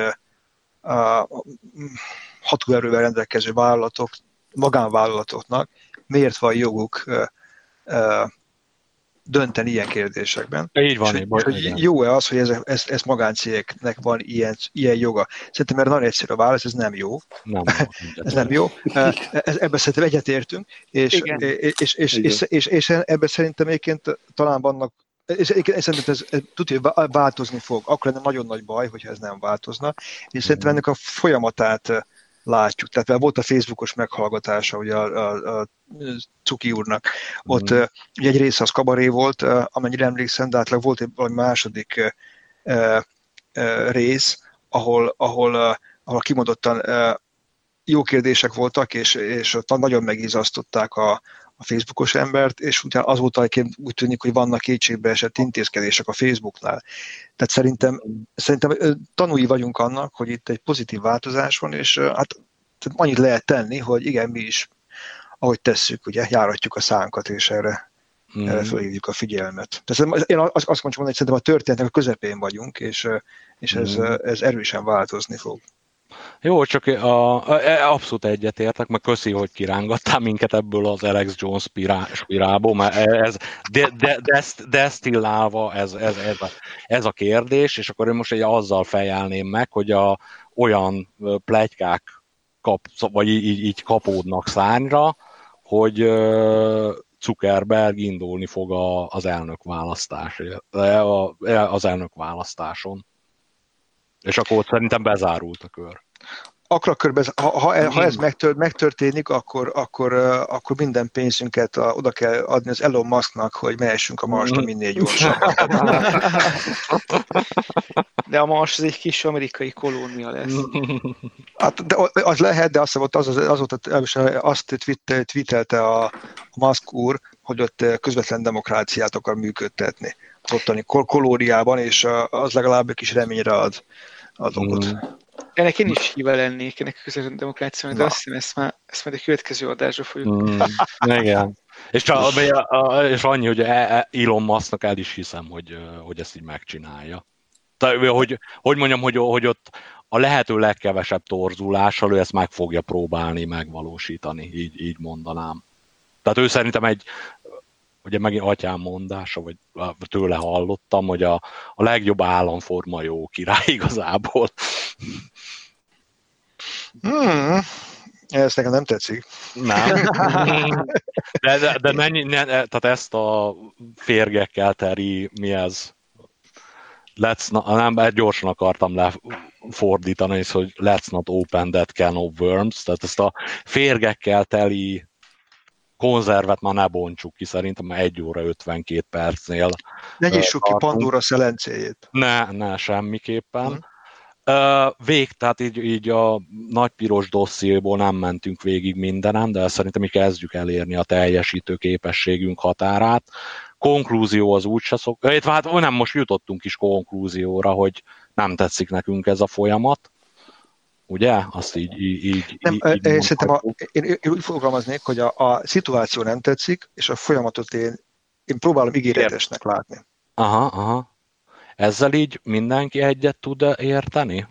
a, hatóerővel rendelkező vállalatok, magánvállalatoknak miért van joguk uh, uh, dönteni ilyen kérdésekben. Így van, és, így, és, hogy jó-e az, hogy ez, ez, ez magáncégeknek van ilyen, ilyen joga. Szerintem erre nagyon egyszerű a válasz, ez nem jó. Nem, ez nem jó. Ebben szerintem egyetértünk, és, és, és, és, és, és, és ebben szerintem egyébként talán vannak És szerintem ez, ez tudja, változni fog. Akkor lenne nagyon nagy baj, hogyha ez nem változna. És szerintem ennek a folyamatát látjuk. Tehát volt a Facebookos meghallgatása ugye a, a, a Cuki úrnak. Ott mm. ugye egy rész az kabaré volt, amennyire emlékszem, de átlag volt egy valami második uh, uh, rész, ahol, ahol, uh, ahol kimondottan uh, jó kérdések voltak, és, és nagyon megizasztották a, a Facebookos embert, és utána azóta úgy tűnik, hogy vannak kétségbe esett intézkedések a Facebooknál. Tehát szerintem, szerintem tanúi vagyunk annak, hogy itt egy pozitív változás van, és hát annyit lehet tenni, hogy igen, mi is, ahogy tesszük, ugye, járatjuk a szánkat, és erre, mm. erre felhívjuk a figyelmet. Tehát én azt mondom, hogy szerintem a történetnek a közepén vagyunk, és, és ez, mm. ez erősen változni fog. Jó, csak a, a, abszolút egyetértek, meg köszi, hogy kirángattál minket ebből az Alex Jones spirálból, mert ez de, de, de, desztillálva ez, ez, ez, a, ez a kérdés, és akkor én most egy azzal fejelném meg, hogy a, olyan pletykák kap, vagy így, így kapódnak szárnyra, hogy Zuckerberg indulni fog a, az elnök választás, az elnök választáson. És akkor ott szerintem bezárult a kör. Akkor a körbe, ha, ha, ha ez megtört, megtörténik, akkor, akkor, akkor minden pénzünket oda kell adni az Elon Musknak, hogy mehessünk a Marsra minél gyorsabban. De a Mars az egy kis amerikai kolónia lesz. Hát, de az lehet, de azt volt, az, az, az volt, azt tweetelte a, a Musk úr, hogy ott közvetlen demokráciát akar működtetni az ottani kolóriában, és az legalább egy kis reményre ad, ad okot. Mm. Ennek én is híve lennék, ennek a közvetlen demokráciának, de azt hiszem, ezt már, ezt már a következő adásra fogjuk. Mm. Igen. És, csak, és annyi, hogy Elon Musknak el is hiszem, hogy, hogy ezt így megcsinálja. Tehát, hogy, hogy mondjam, hogy, hogy ott a lehető legkevesebb torzulással ő ezt meg fogja próbálni megvalósítani, így, így mondanám. Tehát ő szerintem egy, ugye megint atyám mondása, vagy tőle hallottam, hogy a, a legjobb államforma jó király igazából. Hmm, ez nekem nem tetszik. Nem. De, de, de mennyi, ne, tehát ezt a férgekkel teri, mi ez? Let's not, nem, gyorsan akartam lefordítani, hogy let's not open that can of worms, tehát ezt a férgekkel teli konzervet már ne bontsuk ki, szerintem egy óra ötvenkét percnél. Ne nyissuk ki Pandora szelencéjét. Ne, ne, semmiképpen. Hmm. Uh, vég, tehát így, így a nagy piros dossziéból nem mentünk végig mindenem, de szerintem mi kezdjük elérni a teljesítő képességünk határát. Konklúzió az úgyse szok... Hát nem, most jutottunk is konklúzióra, hogy nem tetszik nekünk ez a folyamat. Ugye? Azt így, így, így, nem, így én, szerintem a, én, én úgy fogalmaznék, hogy a, a szituáció nem tetszik, és a folyamatot én, én próbálom ígéretesnek látni. Aha, aha. Ezzel így mindenki egyet tud érteni?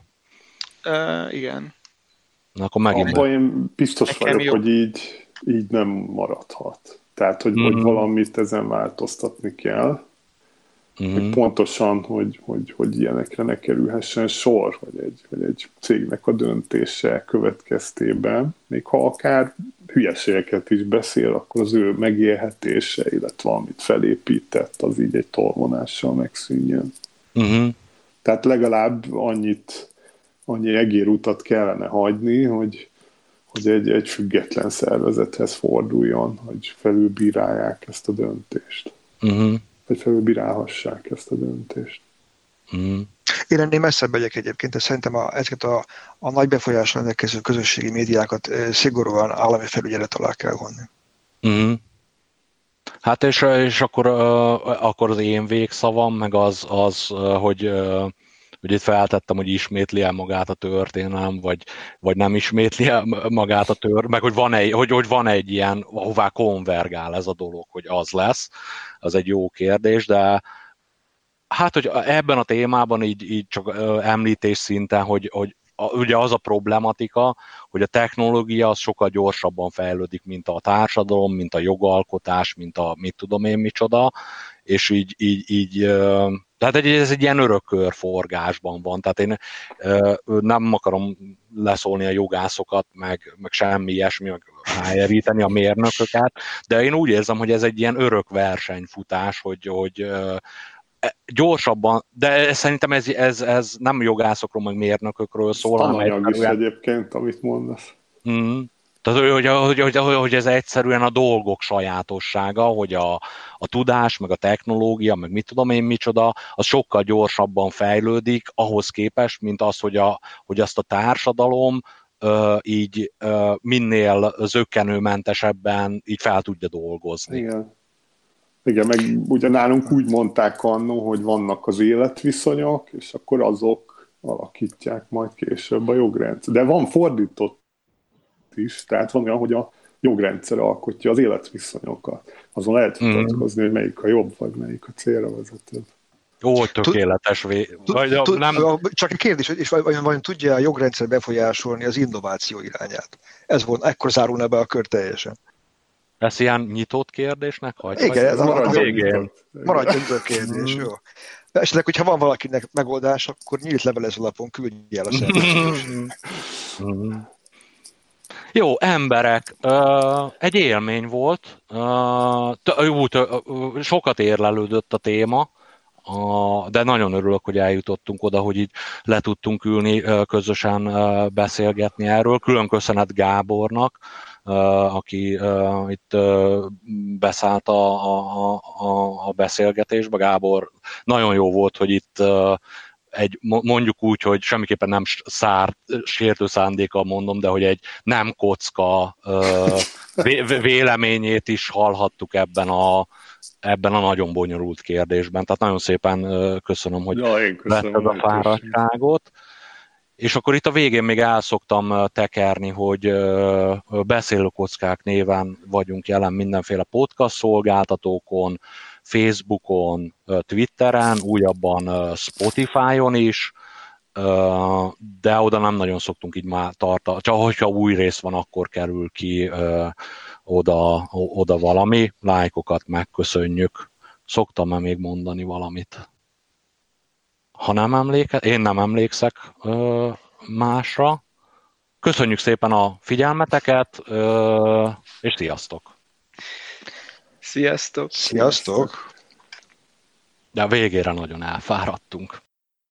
Uh, igen. Na, akkor megint... Abban én biztos Nekem vagyok, jó. hogy így, így nem maradhat. Tehát, hogy, mm-hmm. hogy valamit ezen változtatni kell. Mm-hmm. Hogy pontosan, hogy, hogy, hogy ilyenekre ne kerülhessen sor, hogy egy, hogy egy cégnek a döntése következtében, még ha akár hülyeségeket is beszél, akkor az ő megélhetése, illetve amit felépített, az így egy tolvonással megszűnjön. Mm-hmm. Tehát legalább annyit, annyi egérutat kellene hagyni, hogy, hogy egy, egy független szervezethez forduljon, hogy felülbírálják ezt a döntést. Mm-hmm. Hogy felülbírálhassák ezt a döntést. Mm. Én ennél messzebb megyek egyébként, de szerintem a, ezeket a, a nagy befolyásra rendelkező közösségi médiákat szigorúan állami felügyelet alá kell vonni. Mm. Hát és, és akkor, akkor az én végszavam, meg az, az hogy, hogy itt feltettem, hogy ismétli el magát a történelem, vagy, vagy nem ismétli el magát a történelem, meg hogy van, egy, hogy, hogy van egy ilyen, ahová konvergál ez a dolog, hogy az lesz, az egy jó kérdés, de hát, hogy ebben a témában így, így csak említés szinten, hogy, hogy ugye az a problematika, hogy a technológia az sokkal gyorsabban fejlődik, mint a társadalom, mint a jogalkotás, mint a mit tudom én micsoda, és így, így, így tehát ez egy ilyen örök körforgásban van, tehát én nem akarom leszólni a jogászokat, meg, meg semmi ilyesmi, meg ráeríteni a mérnököket, de én úgy érzem, hogy ez egy ilyen örök versenyfutás, hogy, hogy gyorsabban, de szerintem ez, ez, ez nem jogászokról, meg mérnökökről szól, hanem egyszerűen... is egyébként, amit mondasz. Mm. Tehát, hogy, hogy, hogy, hogy ez egyszerűen a dolgok sajátossága, hogy a, a tudás, meg a technológia, meg mit tudom én micsoda, az sokkal gyorsabban fejlődik ahhoz képest, mint az, hogy, a, hogy azt a társadalom uh, így uh, minél zökkenőmentesebben így fel tudja dolgozni. Igen. Igen, meg ugye nálunk úgy mondták annó, hogy vannak az életviszonyok, és akkor azok alakítják majd később a jogrendszer. De van fordított is, tehát van olyan, hogy a jogrendszer alkotja az életviszonyokat. Azon lehet vitatkozni, mm. hogy melyik a jobb, vagy melyik a célra vezető. Ó, tökéletes vé... Vagy tud, nem... Csak egy kérdés, és vajon, vajon tudja a jogrendszer befolyásolni az innováció irányát? Ez volt, ekkor zárulna be a kör teljesen. Ez ilyen nyitott kérdésnek? Hagy, igen, ez maradjon a végén. Maradjon nyitott kérdés, jó. Esetleg, hogyha van valakinek megoldás, akkor nyílt levelez alapon küldj el a szerződést. Jó, emberek, egy élmény volt, sokat érlelődött a téma, de nagyon örülök, hogy eljutottunk oda, hogy így le tudtunk ülni, közösen beszélgetni erről. Külön köszönet Gábornak, aki itt beszállt a, a, a, a beszélgetésbe. Gábor, nagyon jó volt, hogy itt egy, mondjuk úgy, hogy semmiképpen nem szárt, sértő szándékkal mondom, de hogy egy nem kocka véleményét is hallhattuk ebben a, ebben a nagyon bonyolult kérdésben. Tehát nagyon szépen köszönöm, hogy ja, vetted a fáradtságot. És akkor itt a végén még el szoktam tekerni, hogy Beszélőkockák néven vagyunk jelen mindenféle podcast szolgáltatókon, Facebookon, Twitteren, újabban Spotify-on is, de oda nem nagyon szoktunk így már tartani. Csak hogyha új rész van, akkor kerül ki oda, oda valami. Lájkokat megköszönjük. Szoktam-e még mondani valamit? Ha nem emléke, én nem emlékszek másra. Köszönjük szépen a figyelmeteket, és sziasztok! Sziasztok! Sziasztok! De a végére nagyon elfáradtunk.